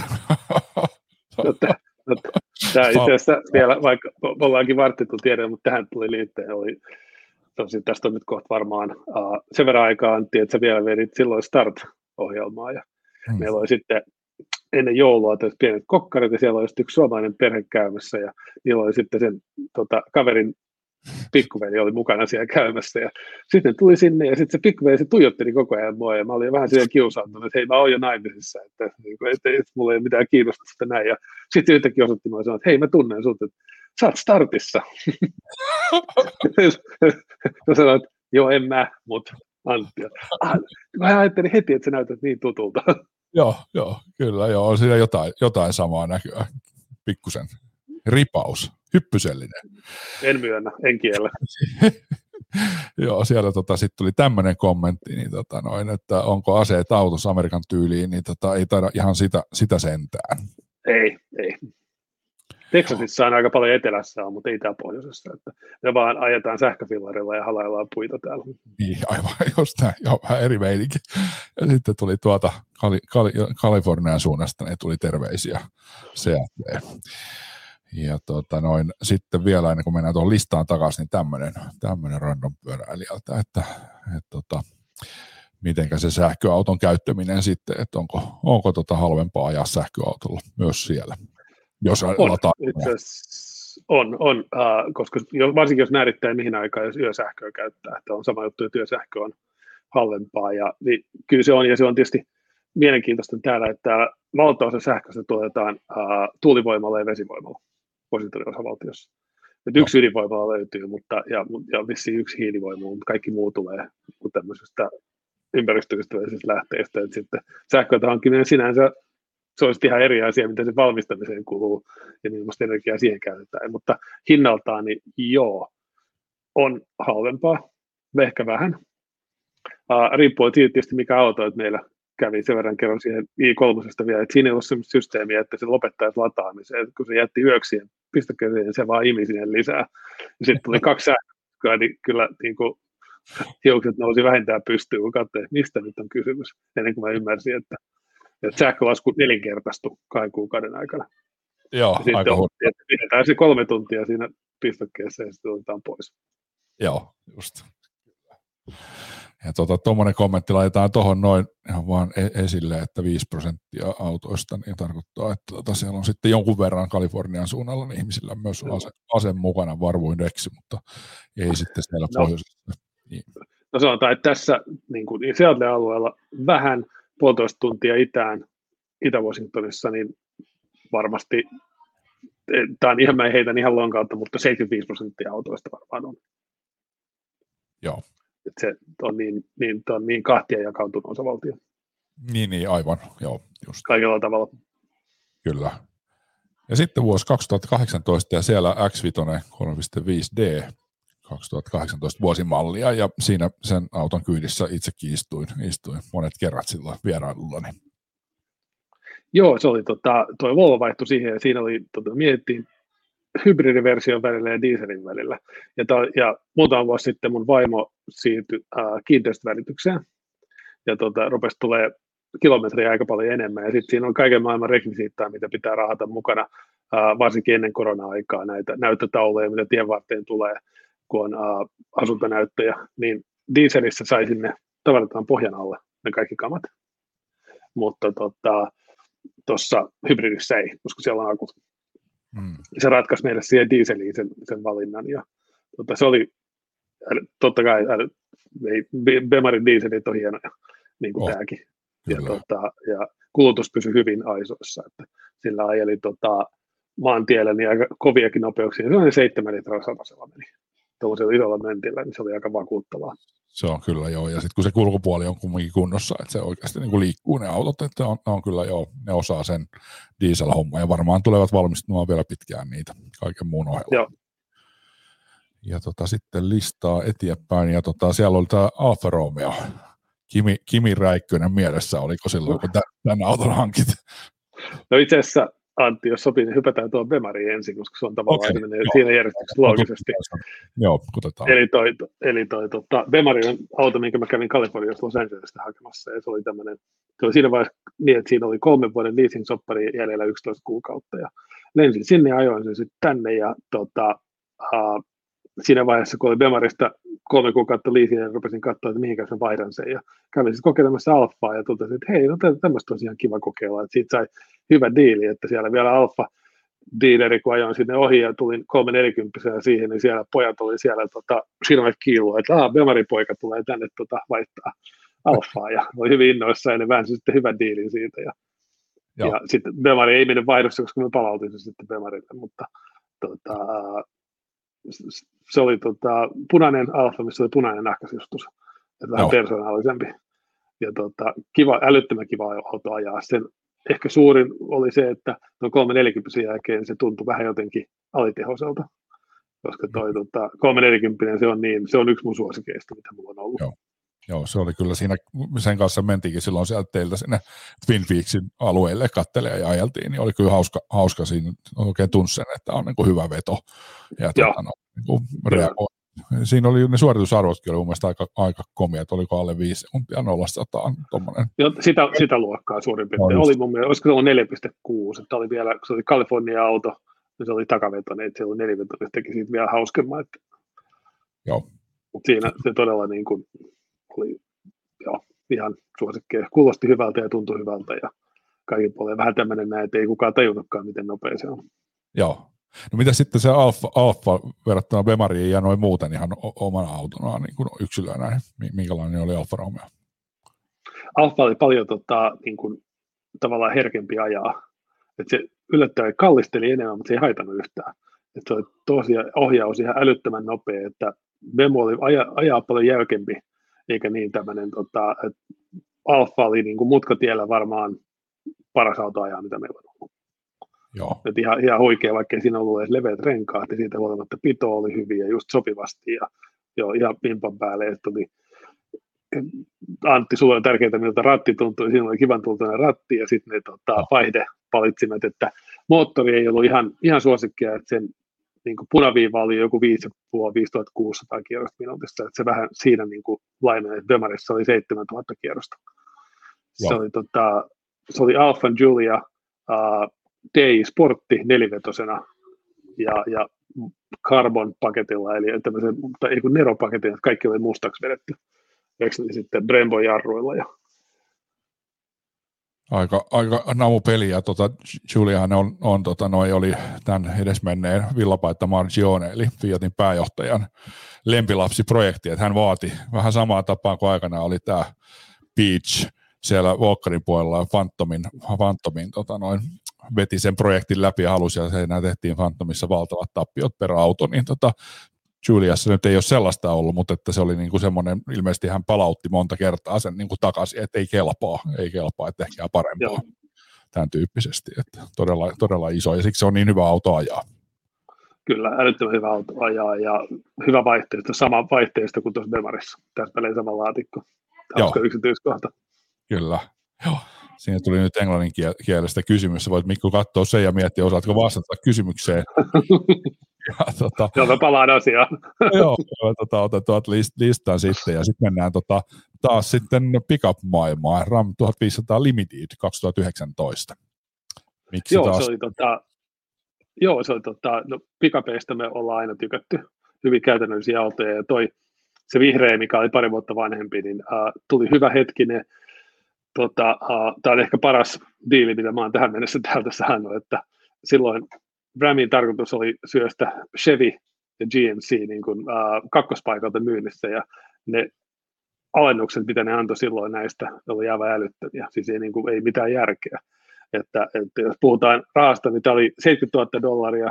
Tämä itse asiassa vielä, vaikka ollaankin vartittu tiedä, mutta tähän tuli liitteen, oli tosi, tästä on nyt kohta varmaan uh, sen verran aikaa, Antti, että sä vielä vedit silloin Start-ohjelmaa, ja hmm. meillä oli sitten ennen joulua tässä pienet kokkarit, ja siellä oli yksi suomalainen perhe käymässä, ja niillä oli sitten sen tota, kaverin pikkuveli oli mukana siellä käymässä, ja sitten tuli sinne, ja sitten se pikkuveli se tuijotteli koko ajan mua, ja mä olin vähän siellä kiusaantunut, että hei, mä oon jo naimisissa, että, että, että mulla ei ole mitään kiinnostusta näin, ja sitten yhtäkkiä osoitti mua ja sanoi, että hei, mä tunnen sut, että sä oot Startissa. Mä sanoin, että joo, en mä, mutta Antti. Ah, mä ajattelin heti, että sä näytät niin tutulta. Joo, joo, kyllä, joo, on siinä jotain, jotain samaa näkyä, pikkusen ripaus. Hyppysellinen. En myönnä, en kiellä. Joo, siellä tota, sitten tuli tämmöinen kommentti, niin, tota, noin, että onko aseet autossa Amerikan tyyliin, niin tota, ei taida ihan sitä, sitä sentään. Ei, ei. Texasissa on aika paljon etelässä, mutta ei täällä pohjoisessa. Että me vaan ajetaan sähköfillarilla ja halaillaan puita täällä. Niin, aivan just näin. Joo, vähän eri meininki. Ja sitten tuli tuota Kali- Kali- Kalifornian suunnasta, niin tuli terveisiä C F D. Ja tota noin, sitten vielä ennen kuin mennään tuohon listaan takaisin, niin tämmöinen, tämmöinen random pyöräilijältä, että, että tota, mitenkä se sähköauton käyttäminen sitten, että onko, onko tota halvempaa ajaa sähköautolla myös siellä, jos on, lataa. On, on uh, koska varsinkin jos määrittää mihin aikaan, jos yösähköä käyttää, että on sama juttu, että yösähkö on halvempaa, ja niin, kyllä se on, ja se on tietysti mielenkiintoista täällä, että valtaosa sähköstä tuotetaan uh, tuulivoimalla ja vesivoimalla positioiden-osavaltiossa. Että yksi ydinvoimalla löytyy, mutta, ja, ja vissiin yksi hiilivoima, mutta kaikki muu tulee tämmöisestä ympäristöystävällisestä lähteestä. Että sitten sähköitä hankkiminen sinänsä, se olisi ihan eri asia, mitä se valmistamiseen kuluu ja millaista energiaa siihen käytetään. Mutta hinnaltaan, niin joo, on halvempaa, ehkä vähän. Uh, riippuu siitä tietysti, mikä auto, että meillä kävi sen verran kerran siihen i kolme vielä, että siinä ei ollut sellaista systeemiä, että se lopettaisi lataamiseen, että kun se jätti yöksi pistokkeeseen, niin se vaan imi sinne lisää. Ja sitten tuli kaksi sähköä, niin kyllä niin kuin, hiukset nousi vähintään pystyyn, kun katsoin, mistä nyt on kysymys, ennen kuin mä ymmärsin, että, että sähkölasku nelinkertaistui kahden kuukauden aikana. Joo, ja aika on, että pidetään se kolme tuntia siinä pistokkeessa ja sitten otetaan pois. Joo, just. Ja tuommoinen tota, kommentti laitetaan tuohon noin ihan vaan esille, että viisi prosenttia autoista niin tarkoittaa, että tota, siellä on sitten jonkun verran Kalifornian suunnalla niin ihmisillä myös ase, ase mukana varvuindeksi, mutta ei sitten siellä no. pohjoisessa. Niin. No sanotaan, että tässä niin kuin Seattlen alueella vähän puolitoista tuntia itään, Itä-Washingtonissa, niin varmasti, tämä on ihan, mä heitän ihan lonkalta, mutta seitsemänkymmentäviisi prosenttia autoista varmaan on. Joo. Että se on niin, niin, on niin kahtia jakautunut osavaltio. Niin, niin, aivan, joo. Just. Kaikilla tavalla. Kyllä. Ja sitten vuosi kaksituhattakahdeksantoista ja siellä X viisi kolme pilkku viisi D kaksituhattakahdeksantoista vuosimallia ja siinä sen auton kyydissä itsekin istuin, istuin monet kerrat silloin vierailullani. Joo, se oli tota, toi Volvo vaihtui siihen ja siinä oli, tota, mietittiin hybridiversion välillä ja dieselin välillä. Ja, ta, ja muutama vuosi sitten mun vaimo siirtyi äh, kiinteistövälitykseen ja tota, rupesi tulee kilometriä aika paljon enemmän. Ja sitten siinä on kaiken maailman rekvisiittaa, mitä pitää rahata mukana, äh, varsinkin ennen korona-aikaa näitä näyttötauluja, mitä tien varteen tulee, kun on äh, asuntonäyttöjä. Niin dieselissä sai sinne tavallaan pohjan alle ne kaikki kamat. Mutta tuossa tota, hybridissä ei, koska siellä on akut. Mm. Se ratkaisi meille siihen dieseliin sen, sen valinnan. Ja, tota, se oli, totta kai, Bemarin dieselit on hienoja, niin kuin oh, tämäkin. Ja, tota, ja kulutus pysyi hyvin aisoissa. Että sillä ajeli tota, maantiellä niin aika koviakin nopeuksia. Se oli seitsemän litraa satasella meni. Tuollaisella isolla mentillä, niin se oli aika vakuuttavaa. Se on kyllä joo, ja sitten kun se kulkupuoli on kumminkin kunnossa, että se oikeasti niin kuin liikkuu ne autot, että on, on kyllä joo, ne osaa sen diesel-homma, ja varmaan tulevat valmistumaan vielä pitkään niitä kaiken muun ohella. Joo. Ja tota, sitten listaa eteenpäin, ja tota, siellä oli tämä Alfa Romeo. Kimi, Kimi Räikkönen mielessä, oliko silloin, kun tämän auton hankit? No itse asiassa, Antti, jos sopii, niin hypätään tuon Bemariin ensin, koska se on tavallaan okay, menee siinä järjestyksessä loogisesti. Joo, kutetaan. Eli toi, eli toi tota, Bemari on auto, minkä mä kävin Kaliforniassa Los Angelesista hakemassa, ja se oli tämmöinen, se oli siinä vaiheessa niin, että siinä oli kolmen vuoden leasing-soppari jäljellä yksitoista kuukautta, ja lensin sinne ja ajoin sen sitten tänne, ja tota, uh, siinä vaiheessa, kun oli Bemarista kolme kuukautta leasingia, ja rupesin katsoa, että mihinkä mä vaihdan sen, ja kävin sitten kokeilemassa Alfaa, ja totesin, että hei, no tämmöistä on ihan kiva kokeilla, että siitä sai hyvä diili, että siellä vielä Alfa dealeri, kun ajoin sinne ohi ja tulin kolme neljäkymppisenä siihen, niin siellä pojat oli siellä tota, silmät kiilua, että aah, Bemarin poika tulee tänne tota, vaihtaa Alfaa, ja oli hyvin innoissaan, ja ne väänsi sitten hyvän diilin siitä, ja, ja sitten Bemari ei mennyt vaihdossa, koska me palautin sen sitten Bemarille, mutta tota, se oli tota, punainen Alfa, missä oli punainen nahkasistus, että vähän persoonallisempi, ja tota, kiva, älyttömän kiva auto ajaa. Sen ehkä suurin oli se, että noin kolme neljäkymppisenä jälkeen se tuntui vähän jotenkin alitehoiselta, koska toi tota, kolme neljäkymppinen se on niin, se on yksi mun suosikeista, mitä mulla on ollut. Joo. Joo, se oli kyllä siinä, sen kanssa mentiinkin silloin sieltä teiltä sinne Twin Peaksin alueelle kattelee ja ajeltiin, niin oli kyllä hauska, hauska siinä, oikein tunsi sen, että on niin kuin hyvä veto. Ja tuota, no, niin kuin reagoi. Siinä oli ne suoritusarvotkin oli mun mielestä aika, aika komia, että oliko alle viisi sekuntia nollasta sataan tuommoinen. Joo, sitä, sitä luokkaa suurin piirtein. No, oli mun mielestä, olisiko se ollut neljä pilkku kuusi, että oli vielä, kun se oli California-auto, niin se oli takavetoinen, että se oli nelivetoinen, se teki siitä vielä hauskemman. Että... Joo. Mutta siinä se todella niin kuin oli joo, ihan suosikkeja. Kuulosti hyvältä ja tuntui hyvältä ja kaikin puolin vähän tämmöinen näin, että ei kukaan tajunnutkaan, miten nopea se on. Joo. No mitä sitten se Alfa, Alfa verrattuna Bemariin ja noin muuten ihan omana autonaan niin kuin yksilöönä, minkälainen oli Alfa Romeo? Alfa oli paljon tota, niin kuin, tavallaan herkempi ajaa. Et se yllättäen kallisteli enemmän, mutta se ei haitannut yhtään. Et se oli tosiaan ohjaus ihan älyttömän nopea, että Bemo oli aja, ajaa paljon jäykempi, eikä niin tämmöinen, tota, että Alfa oli niin kuin mutkatiellä varmaan paras auto ajaa, mitä meillä on ollut. Joo. Et ihan, ihan huikea, vaikka ei siinä ollut edes leveät renkaat, ja siitä huolimatta pito oli hyviä just sopivasti, ja joo, ihan pimpan päälle, että oli Antti, sulla on tärkeintä, miltä ratti tuntui, siinä oli kivan tuntuinen ratti, ja sitten ne tota, vaihdepalitsimet, että moottori ei ollut ihan, ihan suosikkia, että sen niin kuin punaviiva oli joku viisi tuhatta kuusisataa kierrosta minuutissa, että se vähän siinä niin kuin laimeen, että Bemarissa oli seitsemäntuhatta kierrosta. Se oli, tota, se oli Alfa Giulia uh, D I-sportti nelivetosena ja, ja carbon-paketilla, eli tämmöisen, tai ei kun Nero-paketilla, että kaikki oli mustaksi vedetty. Eikö niin sitten Brembo'n jarruilla. Ja... Aika, aika namu-peli, ja tota, Giuliahan on, on tota, noi oli tämän edesmenneen Villapaitta Margione, eli Fiatin pääjohtajan lempilapsiprojekti, että hän vaati vähän samaa tapaa kuin aikana oli tämä Beach siellä Walkerin puolella, Phantomin, Phantomin tota, noin, veti sen projektin läpi ja halusi, ja siinä tehtiin Phantomissa valtavat tappiot per auto, niin tota, Giuliassa nyt ei ole sellaista ollut, mutta että se oli niinku semmoinen, ilmeisesti hän palautti monta kertaa sen niinku takaisin, että ei kelpaa, ei kelpaa, että tehkää parempaa. Joo. Tämän tyyppisesti, että todella, todella iso, ja siksi se on niin hyvä auto ajaa. Kyllä, älyttömän hyvä auto ajaa, ja hyvä vaihteisto, sama vaihteisto kuin tuossa Bemarissa, täsmälleen sama laatikko. Hauska yksityiskohta. Kyllä, joo. Siinä tuli nyt englannin kielestä kysymys. Voit Mikko katsoa sen ja miettiä, osaatko vastata kysymykseen. Ja, tota, joo, mä palaan asiaan. joo, tota, otan tuot list, listan sitten, ja sitten mennään tota, taas sitten pickup-maailmaan. Ram tuhatviisisataa Limited kaksituhattayhdeksäntoista. Miksi joo, taas? Se oli, tota, joo, se oli tota, no, pickupeista me ollaan aina tykätty. Hyvin käytännöllisiä autoja, ja toi se vihreä, mikä oli pari vuotta vanhempi, niin uh, tuli hyvä hetkinen. Tota, uh, tämä on ehkä paras diili, mitä mä oon tähän mennessä täältä saanut, että silloin Ramin tarkoitus oli syöstä Chevy ja G M C niin kuin, uh, kakkospaikalta myynnissä, ja ne alennukset, mitä ne antoi silloin näistä, oli aivan älyttömiä, siis ei, niin kuin, ei mitään järkeä. Että, että jos puhutaan rahasta, niin tämä oli seitsemänkymmentätuhatta dollaria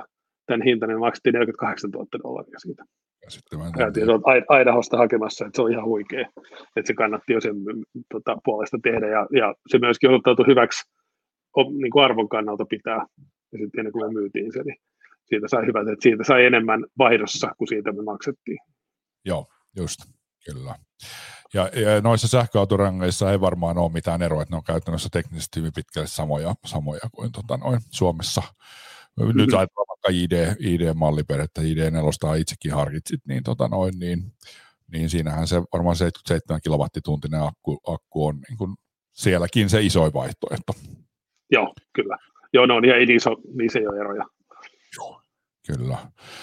tämän hinta, niin maksettiin neljäkymmentäkahdeksantuhatta dollaria siitä. Käytiin Käsittämätöntä. Idahosta hakemassa, että se on ihan huikea, että se kannatti jo sen tota, puolesta tehdä, ja, ja se myöskin osoittautui hyväksi niin kuin arvon kannalta pitää, ja sitten ennen kuin me myytiin se, niin siitä sai hyvät, että siitä sai enemmän vaihdossa, kuin siitä me maksettiin. Joo, just, kyllä. Ja, ja noissa sähköautorangeissa ei varmaan ole mitään eroa, että ne on käytännössä teknisesti hyvin pitkälle samoja, samoja kuin tota, noin Suomessa. Mm-hmm. Nyt ajatellaan vaikka I D, I D-malliperhettä, I D neljä itsekin harkitsit, niin, tota, noin, niin, niin siinähän se varmaan seitsemänkymmentäseitsemän kilowattituntinen akku, akku on niin kuin sielläkin se isoin vaihtoehto. Joo, kyllä. Joo, no niin, ei iso, niissä ei ole eroja. Joo, kyllä.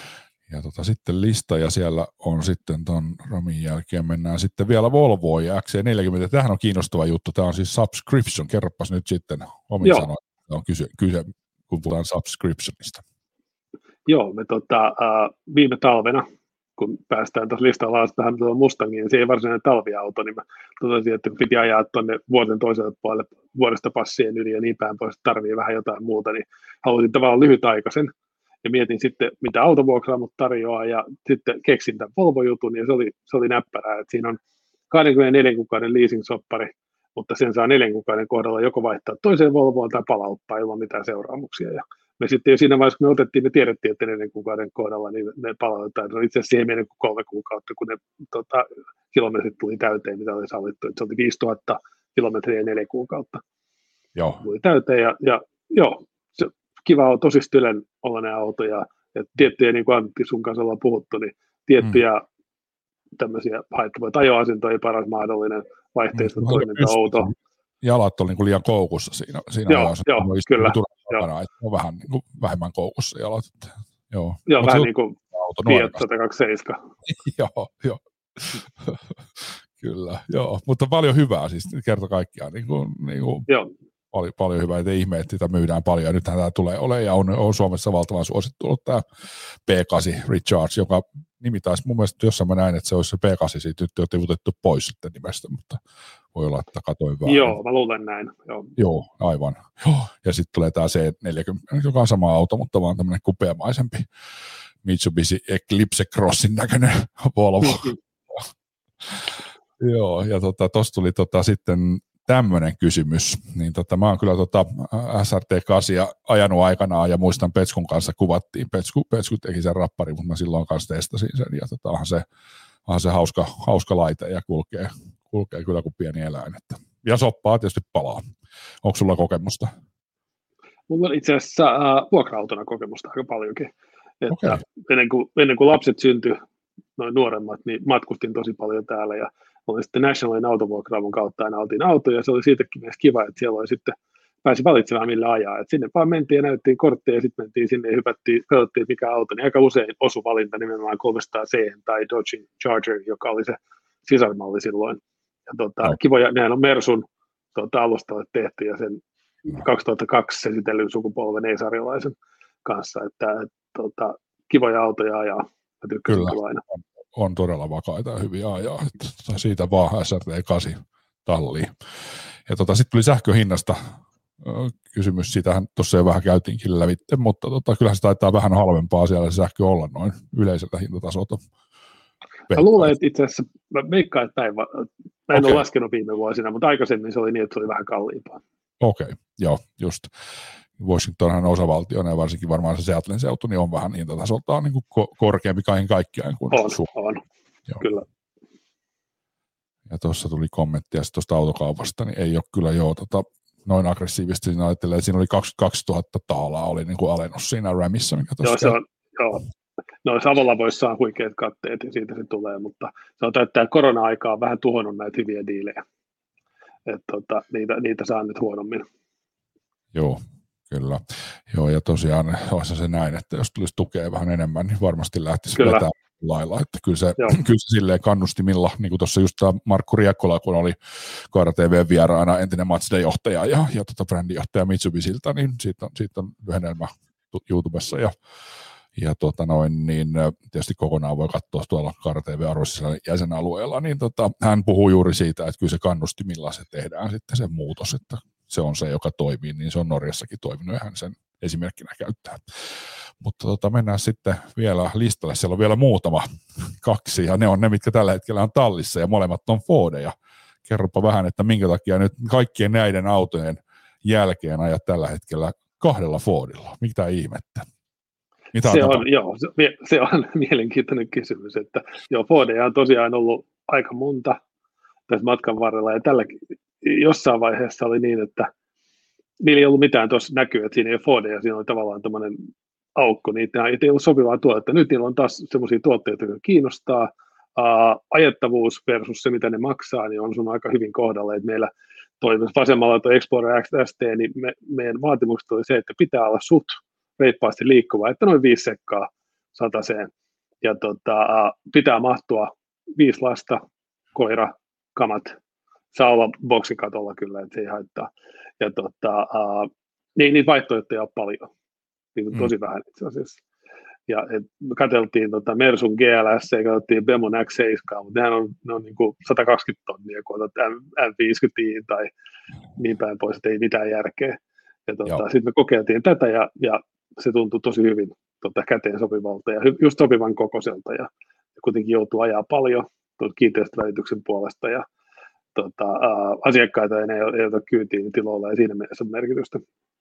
Ja tota, sitten lista, ja siellä on sitten tuon Ramin jälkeen mennään sitten vielä Volvoon ja X C neljäkymmentä. Tämähän on kiinnostava juttu. Tämä on siis subscription. Kerropas nyt sitten omin sanoin, että on kyse, kyse, kun puhutaan subscriptionista. Joo, me tota, äh, viime talvena, kun päästään tuossa listalla alas tähän Mustangiin, niin se ei varsinainen talviauto, niin mä totesin, että piti ajaa tuonne vuoden toiselle puolelle vuodesta passien yli ja niin päin pois, että tarvii vähän jotain muuta, niin halusin tavallaan lyhytaikaisen. Ja mietin sitten, mitä autovuokraamot tarjoaa, ja sitten keksin tämän Volvo-jutun, ja se oli, se oli näppärää, että siinä on kaksikymmentäneljä kuukauden leasing-soppari, mutta sen saa neljän kuukauden kohdalla joko vaihtaa toiseen Volvoon tai palauttaa ilman mitään seuraamuksia. Ja me sitten jo siinä vaiheessa, kun me otettiin, me tiedettiin, että neljän kuukauden kohdalla niin ne palautetaan. Se oli itse asiassa siihen meidän kuin kolme kuukautta, kun ne tota, kilometrit tuli täyteen, mitä oli sallittu. Että se oli viisituhatta kilometriä neljä kuukautta. Joo. Tuli täyteen, ja, ja joo, se kiva on tosi stylen ollainen auto, ja, ja tiettyjä, niin kuin Antti sun kanssa ollaan puhuttu, niin tiettyjä mm. tämmöisiä haittavia, ajoasinto ei paras mahdollinen, vaihteista mm. toiminta-auto. Jalat on niin kuin liian koukussa siinä. siinä joo, joo kyllä. Takana, että on vähän niin kuin vähemmän koukussa jalat. Joo, joo vähän niin kuin Fiat sata kaksikymmentäseitsemän. Joo, joo. Kyllä, joo. Mutta paljon hyvää siis kerta kaikkiaan. Niin kuin, niin kuin joo. Paljon, paljon hyvää, ettei ihme, että sitä myydään paljon, ja nythän tämä tulee olemaan, ja on, on Suomessa valtavan suosittu ollut tämä P kahdeksan Recharge, joka nimi taisi mun mielestä jossain mä näin, että se olisi se P kahdeksan, siitä nyt on tivutettu pois sitten nimestä, mutta voi olla, että katoin vähän. Joo, mä luulen näin. Joo, Joo aivan. Joo. Ja sitten tulee tämä C neljäkymmentä, joka on sama auto, mutta vaan tämmöinen kupeamaisempi Mitsubishi Eclipse Crossin näköinen Volvo. Joo, ja tuossa tota, tuli tota, sitten tämmöinen kysymys, niin tota, mä oon kyllä tota S R T kahdeksan ajanut aikanaan, ja muistan Petskun kanssa kuvattiin, Petsku, Petsku teki sen rapparin, mutta mä silloin kanssa testasin sen, ja tota, onhan se, onhan se hauska, hauska laite, ja kulkee, kulkee kyllä kuin pieni eläin, että, ja soppaa tietysti palaa. Onko sulla kokemusta? Mulla on itse asiassa äh, vuokra-autona kokemusta aika paljonkin, että okay. ennen, kuin, ennen kuin lapset syntyi, noin nuoremmat, niin matkustin tosi paljon täällä, ja olin sitten Nationalin autovuokraamon kautta aina oltiin autoja, ja se oli siitäkin myös kiva, että siellä oli sitten, pääsi valitsemaan millä ajaa, että sinne vaan mentiin ja näyttiin kortteja, ja sitten mentiin sinne ja hypättiin, katsottiin mikä auto, niin aika usein osui valinta nimenomaan kolmesataa C tai Dodge Charger, joka oli se sisarmalli silloin, ja tota, no. kivoja, nehän on Mersun tota, alustalle tehty, ja sen no. kaksituhattakaksi esitellyn sukupolven ei-sarjalaisen kanssa, että et, tota, kivoja autoja ajaa, mä tykkäsin kyllä aina. On todella vakaita ja hyviä ajaa, että siitä vaan S R T kahdeksan talliin. Ja tota, sitten tuli sähköhinnasta kysymys, siitähän tuossa jo vähän käytiinkin lävitte, mutta tota, kyllähän se taitaa vähän halvempaa siellä se sähkö olla noin yleiseltä hintatasolta. Mä luulen, että itse asiassa, mä veikkaan, että päivä, mä en okay. ole laskenut viime vuosina, mutta aikaisemmin se oli niin, että se oli vähän kalliimpaa. Okei, okay. Joo, just. Washingtonhan osavaltiona ja varsinkin varmaan se Seattlen seutu, niin on vähän hintatasoltaan niin kuin ko- korkeampi kaiken kaikkiaan kuin on, Suomi. On, joo. Kyllä. Ja tuossa tuli kommenttia tuosta autokaupasta, niin ei ole kyllä joo tota, noin aggressiivisesti, siinä ajattelee, että siinä oli kaksikymmentäkaksituhatta taalaa oli niin kuin alennus siinä RAMissa, mikä tuossa joo, se on, joo. No Savolla voisi saada huikeat katteet ja siitä se tulee, mutta se on täyttää korona-aikaa on vähän tuhonnut näitä hyviä diilejä, että tota, niitä, niitä saa nyt huonommin. Joo. Kyllä. Joo, ja tosiaan olisi se näin, että jos tulisi tukea vähän enemmän, niin varmasti lähtisi vetämään lailla. Että kyllä se, kyllä se silleen kannustimilla, niin kuin tuossa just tämä Markku Riekkola, kun oli Kaara T V-vieraana, entinen Mazda-johtaja ja, ja tota brändijohtaja Mitsubishilta, niin siitä on, siitä on lyhennelmä YouTubessa. Ja, ja tota noin, niin tietysti kokonaan voi katsoa tuolla Kaara T V-arvoisella jäsenalueella, niin tota, hän puhuu juuri siitä, että kyllä se kannustimilla se tehdään sitten se muutos, että se on se, joka toimii, niin se on Norjassakin toiminut, ja hän sen esimerkkinä käyttää. Mutta tota, mennään sitten vielä listalle. Siellä on vielä muutama, kaksi, ja ne on ne, mitkä tällä hetkellä on tallissa, ja molemmat on Fordeja. Kerropa vähän, että minkä takia nyt kaikkien näiden autojen jälkeen ajat tällä hetkellä kahdella Fordilla. Mitä ihmettä? Mitä se, on, joo, se, se on mielenkiintoinen kysymys, että joo, Fordeja on tosiaan ollut aika monta tässä matkan varrella, ja tällä jossain vaiheessa oli niin, että niillä ei ollut mitään tuossa näkyy, että siinä ei ole Fordeja, siinä oli tavallaan tämmöinen aukko, niitä ei ollut sopivaa tuotetta. Nyt niillä on taas semmoisia tuotteita, jotka kiinnostaa. Uh, ajettavuus versus se, mitä ne maksaa, niin on sun aika hyvin kohdalla, että meillä toi vasemmalla tuo Explorer X S T, niin me, meidän vaatimukset oli se, että pitää olla suht reippaasti liikkuva, että noin viisi sekkaa sataseen, ja tota, uh, pitää mahtua viisi lasta, koira, kamat, saa olla boksikatolla kyllä, että se ei haittaa, ja tota, uh, niin, niitä vaihtoehtoja on paljon, niitä on tosi mm. vähän itse asiassa. Ja et me katseltiin tota Mersun G L S ja katsottiin Bemon X seitsemän, mutta nehän on, ne on niin kuin sata kaksikymmentä tonnia, kun otat M viisikymmentä tai niin päin pois, että ei mitään järkeä. Ja tota, sitten me kokeiltiin tätä ja, ja se tuntui tosi hyvin tota, käteen sopivalta ja just sopivan kokoiselta. Ja, ja kuitenkin joutuu ajaa paljon kiinteistövälityksen puolesta ja tota, ää, asiakkaita ei, ei ota kyytiin tiloilla ja siinä mielessä on merkitystä.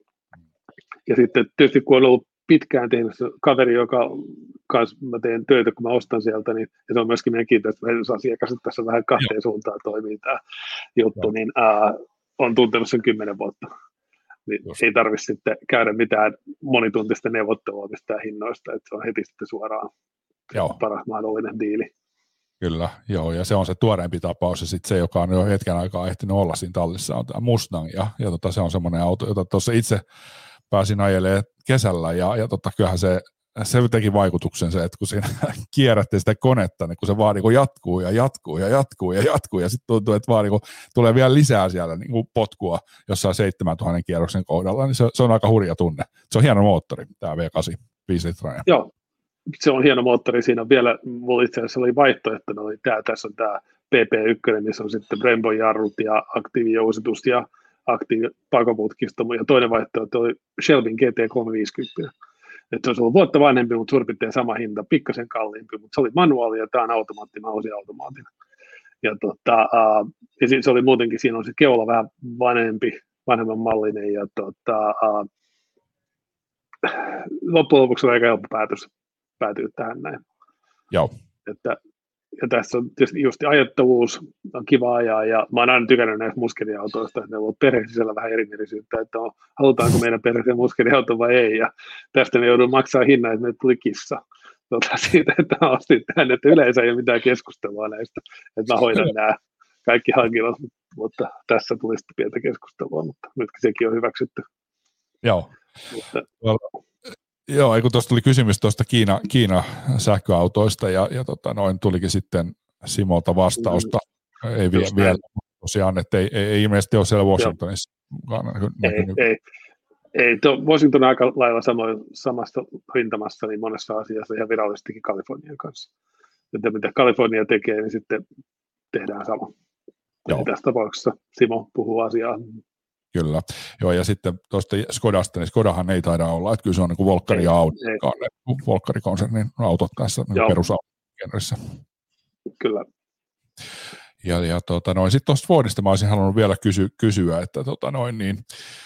Ja sitten tietysti kun on ollut pitkään tehnyt kaveri, joka kanssa mä teen töitä, kun mä ostan sieltä, niin ja se on myöskin meidän kiinteistövähennysasiakas, että tässä vähän kahteen suuntaan toimii tämä juttu, niin ää, on tuntenut sen kymmenen vuotta. Niin ei tarvitse sitten käydä mitään monituntista neuvottelua mistään hinnoista, että se on heti sitten suoraan joo. paras mahdollinen diili. Kyllä, joo, ja se on se tuoreempi tapaus, ja sitten se, joka on jo hetken aikaa ehtinyt olla siinä tallissa, on tämä Mustang, ja, ja tota, se on semmoinen auto, jota tuossa itse pääsin ajelemaan kesällä, ja, ja totta, kyllähän se, se teki vaikutuksen se, että kun siinä kierrätte sitä konetta, niin kun se vaan niin jatkuu ja jatkuu ja jatkuu ja jatkuu, ja sitten tuntuu, että vaan niin tulee vielä lisää siellä niin potkua jossain seitsemäntuhannen kierroksen kohdalla, niin se, se on aika hurja tunne. Se on hieno moottori, tämä V kahdeksan, viisi litrainen. Joo, se on hieno moottori. Siinä on vielä, mulla itse asiassa oli vaihtoehtona, oli tämä, tässä on tämä P P yksi, missä on sitten Brembo jarrut ja aktiivijousitus ja aktiivipakoputkisto, ja toinen vaihtoehto oli Shelbyn G T kolmesataaviisikymmentä. Että se olisi ollut vuotta vanhempi, mutta suurin piirtein sama hinta, pikkasen kalliimpi, mutta se oli manuaali ja tämä on automaatti, mä olisin automaatin. Ja, tota, uh, ja se oli muutenkin, siinä on se keula vähän vanhempi, vanhemman mallinen, ja tota, uh, loppujen lopuksi on aika helppo päätös päätyä tähän näin. Joo. Että, ja tässä on tietysti just ajettavuus, on kiva ajaa, ja mä oon aina tykännyt näistä muskeliautoista, että ne on ollut perheen sisällä vähän erimielisyyttä, että on, halutaanko meidän perheeseen muskeliauto vai ei, ja tästä me joudun maksaa hinnan, että meille tuli kissa. Tota, siitä, että mä ostin tämän, että yleensä ei ole mitään keskustelua näistä, että mä hoidan nämä kaikki hankinnat, mutta tässä tuli sitten pientä keskustelua, mutta nytkin sekin on hyväksytty. Joo. Mutta, Joo, ei kun tuosta tuli kysymys tuosta Kiina, Kiina sähköautoista ja, ja tota, noin tulikin sitten Simolta vastausta. Mm, ei vie, vielä tosiaan, että ei, ei, ei ilmeisesti ole siellä Washingtonissa. Ei, ei, ei. Washington on aika lailla samoin, samassa rintamassa niin monessa asiassa ihan virallisestikin Kalifornian kanssa. Että mitä Kalifornia tekee, niin sitten tehdään sama. Joo. Tässä tapauksessa Simo puhuu asiaa. Kyllä, joo, ja sitten tuosta Skodasta, niin Skodahan ei taida olla, että kyllä se on niin kuin Volkkari ja Audi, Volkkari-konsernin autot tässä niin perusautogenressä. Kyllä. Ja, ja tota, noin, sitten tuosta Fordista mä olisin halunnut vielä kysy, kysyä, että tota, noin, niin,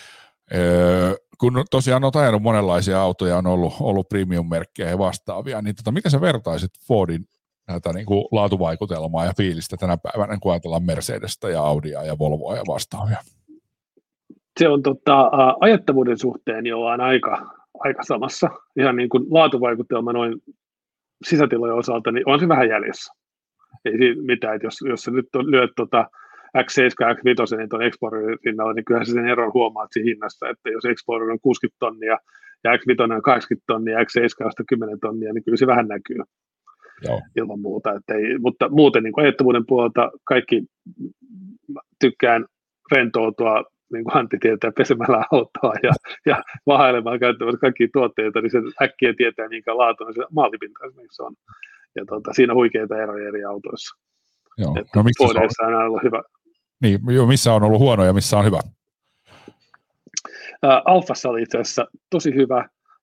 öö, kun tosiaan olet ajanut monenlaisia autoja, on ollut, ollut premium-merkkejä ja vastaavia, niin tota, miten sä vertaisit Fordin näitä niin kuin laatuvaikutelmaa ja fiilistä tänä päivänä, kun ajatellaan Mercedestä ja Audia ja Volvoa ja vastaavia? Se on tota, ajettavuuden suhteen jollain aika, aika samassa. Ihan niin kuin laatuvaikutelma noin sisätilojen osalta, niin on se vähän jäljessä. Ei siinä mitään, että jos, jos sä nyt lyöt tota X seitsemän, X viisi, niin tuon Explorerin rinnalla, niin kyllähän sä sen eron huomaat siinä hinnassa, että jos Explorer on kuusikymmentä tonnia ja X viisi on kahdeksankymmentä tonnia ja X seitsemän on kymmenen tonnia, niin kyllä se vähän näkyy. Joo. Ilman muuta. Että ei, mutta muuten niin kuin ajettavuuden puolelta kaikki tykkään rentoutua, niin kuin Antti tietää, pesemällä autoa ja, ja vahailemaan käyttämässä kaikkia tuotteita, niin se äkkiä tietää, minkä laatuinen se maalipinta esimerkiksi on. Ja tuota, siinä on huikeita eroja eri autoissa. Joo. No, missä on, on aina ollut hyvä. Niin, jo, missä on ollut huono ja missä on hyvä? Ä, Alfassa oli itse asiassa tosi hyvä.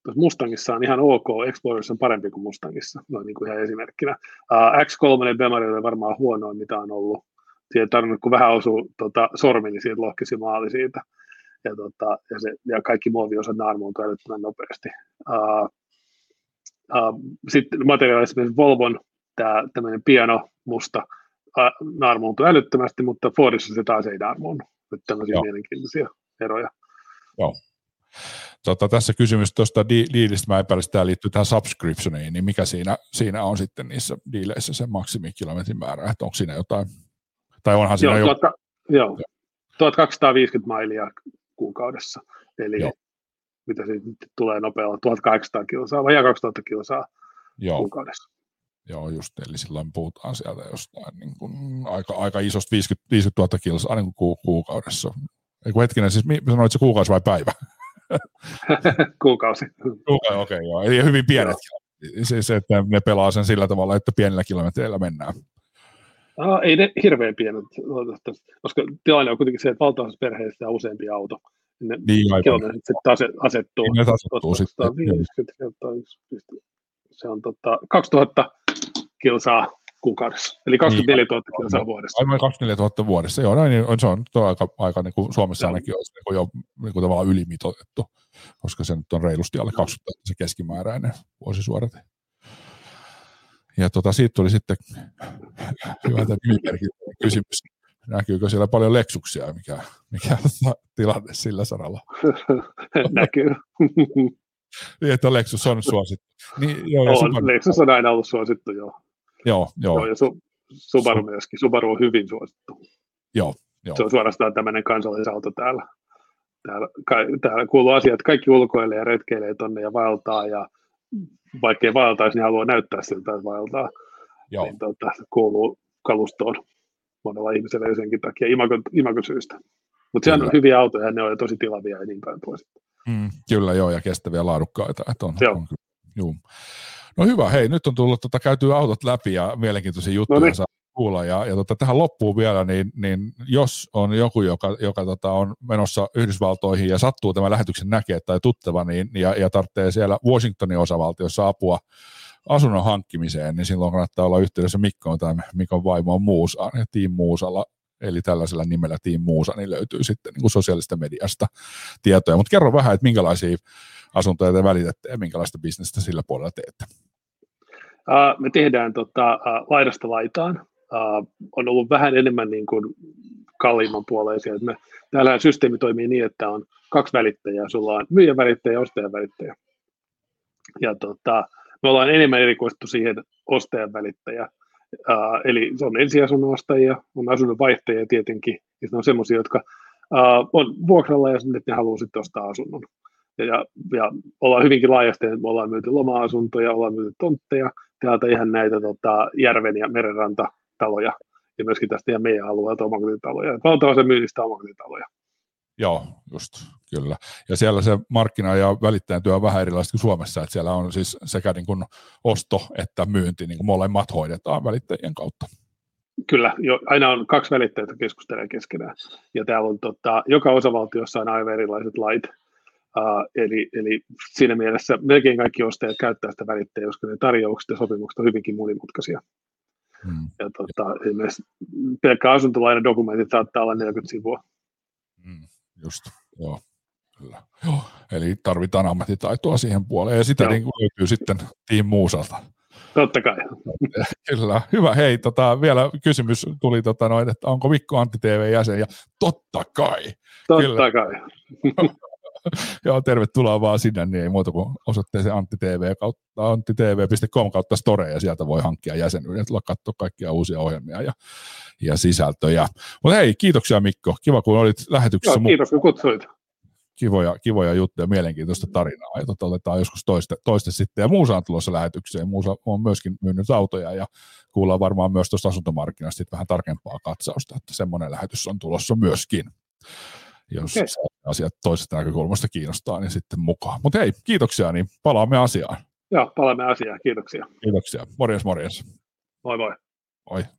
tuossa Mustangissa on ihan ok, Explorers on parempi kuin Mustangissa, noin niin kuin ihan esimerkkinä. Uh, X kolme Bemari oli varmaan huonoin, mitä on ollut. Siihen ei tarvinnut, kun vähän osuu tota, sormi, niin siitä lohkisi maali siitä. Ja, tota, ja, se, ja kaikki muoviosat naarmuuntuu älyttömän nopeasti. Uh, uh, sitten materiaalissa Volvon tämä tämmöinen piano musta uh, naarmuuntuu älyttömästi, mutta Fordissa se taas ei naarmuunnu. Nyt tämmöisiä Joo. mielenkiintoisia eroja. Joo. Tota, tässä kysymys tuosta diilistä, mä epäilen, että tämä liittyy tähän subscriptioniin, niin mikä siinä, siinä on sitten niissä diileissä se maksimikilometrin määrä, että onko siinä jotain, tai onhan siinä joo, jo... Tuota, joo, tuhatkaksisataaviisikymmentä mailia kuukaudessa, eli joo. mitä siitä nyt tulee nopealla, tuhatkahdeksansataa kilsaa, vai kaksituhatta kilsaa joo. kuukaudessa. Joo, just, eli silloin puhutaan sieltä jostain niin kuin aika, aika isosta viisikymmentätuhatta kilsaa niin kuin kuukaudessa. Eiku hetkinen, siis sanoit se kuukausi vai päivä? Kuukausi. Kuukausi, okei, okay, joo. Eli hyvin pienet. Siis, että ne pelaa sen sillä tavalla, että pienillä kilometreillä mennään. Ah, ei ne hirveän pienet, koska tilanne on kuitenkin se, että valtaosassa perheistä on useampi auto. Ne niin, kilometrit sitten asettuu. Niin, ne asettuu sitten. Se on tota, kaksituhatta kilsaa kuukaudessa, eli kaksikymmentäneljätuhatta niin, kilsaa vuodessa. Aivan kaksikymmentäneljätuhatta vuodessa, joo, näin on, se on aika, aika niin kuin Suomessa joo. ainakin olisi niin jo niin kuin tavallaan ylimitoitettu, koska se nyt on reilusti alle kaksikymmentä se keskimääräinen vuosisuorite. Ja tota, siitä tuli sitten hyvä nimimerkillinen kysymys. Näkyykö siellä paljon Lexuksia, mikä, mikä on tilanne sillä saralla? Näkyy. Niin, että Lexus on suosittu. Niin, joo, on, Subaru... Lexus on aina ollut suosittu, joo. Joo, joo. joo ja su- Subaru myöskin. Subaru on hyvin suosittu. Joo, joo. Se on suorastaan tämmöinen kansallisauto täällä. Täällä, ka- täällä kuuluu asia, että kaikki ulkoilee ja retkeilee tonne ja vaeltaa, ja vaikkei vaeltaisi, niin haluaa näyttää siltä, että vaeltaa. Joo. Niin tuota, kuuluu kalustoon monella ihmisellä senkin takia, imagon, imagon syystä. Mutta sehän on hyviä autoja, ja ne on tosi tilavia ja niin päin pois. Mm, kyllä joo, ja kestäviä laadukkaita. Että on, joo. On, juu. No hyvä, hei, nyt on tullut tota, käytyä autot läpi ja mielenkiintoisia juttuja no niin. saa kuulla. Ja, ja tota, tähän loppuun vielä, niin, niin jos on joku, joka, joka tota, on menossa Yhdysvaltoihin ja sattuu tämän lähetyksen näkee tai tuttava, niin, ja, ja tarvitsee siellä Washingtonin osavaltiossa apua asunnon hankkimiseen, niin silloin kannattaa olla yhteydessä Mikkoon tai Mikon vaimoon Muusaan ja Team Muusalla. Eli tällaisella nimellä Team Muusa, niin löytyy sitten niin kuin sosiaalisesta mediasta tietoja. Mutta kerro vähän, että minkälaisia asuntoja te välitätte ja minkälaista bisnestä sillä puolella teette? Uh, me tehdään tota, uh, laidasta laitaan. Uh, on ollut vähän enemmän niin kuin kalliimman puoleisia. Me, täällä systeemi toimii niin, että on kaksi välittäjää. Sulla on myyjän välittäjä ja ostajan välittäjä. Ja tota, me ollaan enemmän erikoistettu siihen ostajan välittäjä. Uh, eli se on ensiasunnon ostajia, on asunnon vaihtajia tietenkin, ja ne on semmoisia, jotka uh, on vuokralla ja sitten ne haluaa sitten ostaa asunnon. Ja, ja, ja ollaan hyvinkin laajasti, me ollaan myyty loma-asuntoja, ollaan myyty tontteja, täältä ihan näitä tota, järven- ja merenrantataloja, ja myöskin tästä ihan meidän alueelta omakotitaloja. Valtaosa myynnistä omakotitaloja. Joo, just, kyllä. Ja siellä se markkina- ja välittäjän työ on vähän erilaista kuin Suomessa, että siellä on siis sekä niin kuin osto että myynti, niin kuin molemmat hoidetaan välittäjien kautta. Kyllä, jo, aina on kaksi välittäjää, jotka keskustelevat keskenään. Ja täällä on tota, joka osavaltiossa on aivan erilaiset lait. Uh, eli, eli siinä mielessä melkein kaikki ostajat käyttää sitä välittäjää, koska ne tarjoukset ja sopimukset on hyvinkin monimutkaisia. Hmm. Ja tota, esimerkiksi pelkkä asuntolainadokumentit saattaa olla neljäkymmentä sivua. Hmm. Just, joo, kyllä. Joo. Eli tarvitaan ammattitaitoa siihen puoleen, ja sitä niin löytyy sitten Team Muusalta. Totta kai. Kyllä, hyvä. Hei, tota, vielä kysymys tuli, tota, noin, että onko Mikko Antti T V-jäsen, ja totta kai. Totta kyllä. kai. Joo, tervetuloa vaan sinne, niin ei muuta kuin osoitteeseen antti t v kautta, antti t v piste com kautta store, ja sieltä voi hankkia jäsenyyden, tulla katsoa kaikkia uusia ohjelmia ja, ja sisältöjä. Mutta hei, kiitoksia Mikko, kiva kun olit lähetyksessä. Joo, kiitos kun kutsuit. Kivoja, kivoja juttuja, mielenkiintoista tarinaa, ja tota, otetaan joskus toiste, toiste sitten, ja Muusa on tulossa lähetykseen, Muusa on myöskin myynyt autoja, ja kuullaan varmaan myös tuosta asuntomarkkinasta vähän tarkempaa katsausta, että semmoinen lähetys on tulossa myöskin. Jos okay. asiat toisesta näkökulmasta kiinnostaa, niin sitten mukaan. Mutta hei, kiitoksia, niin palaamme asiaan. Joo, palaamme asiaan. Kiitoksia. Kiitoksia. Morjens, morjens. Moi moi. Moi.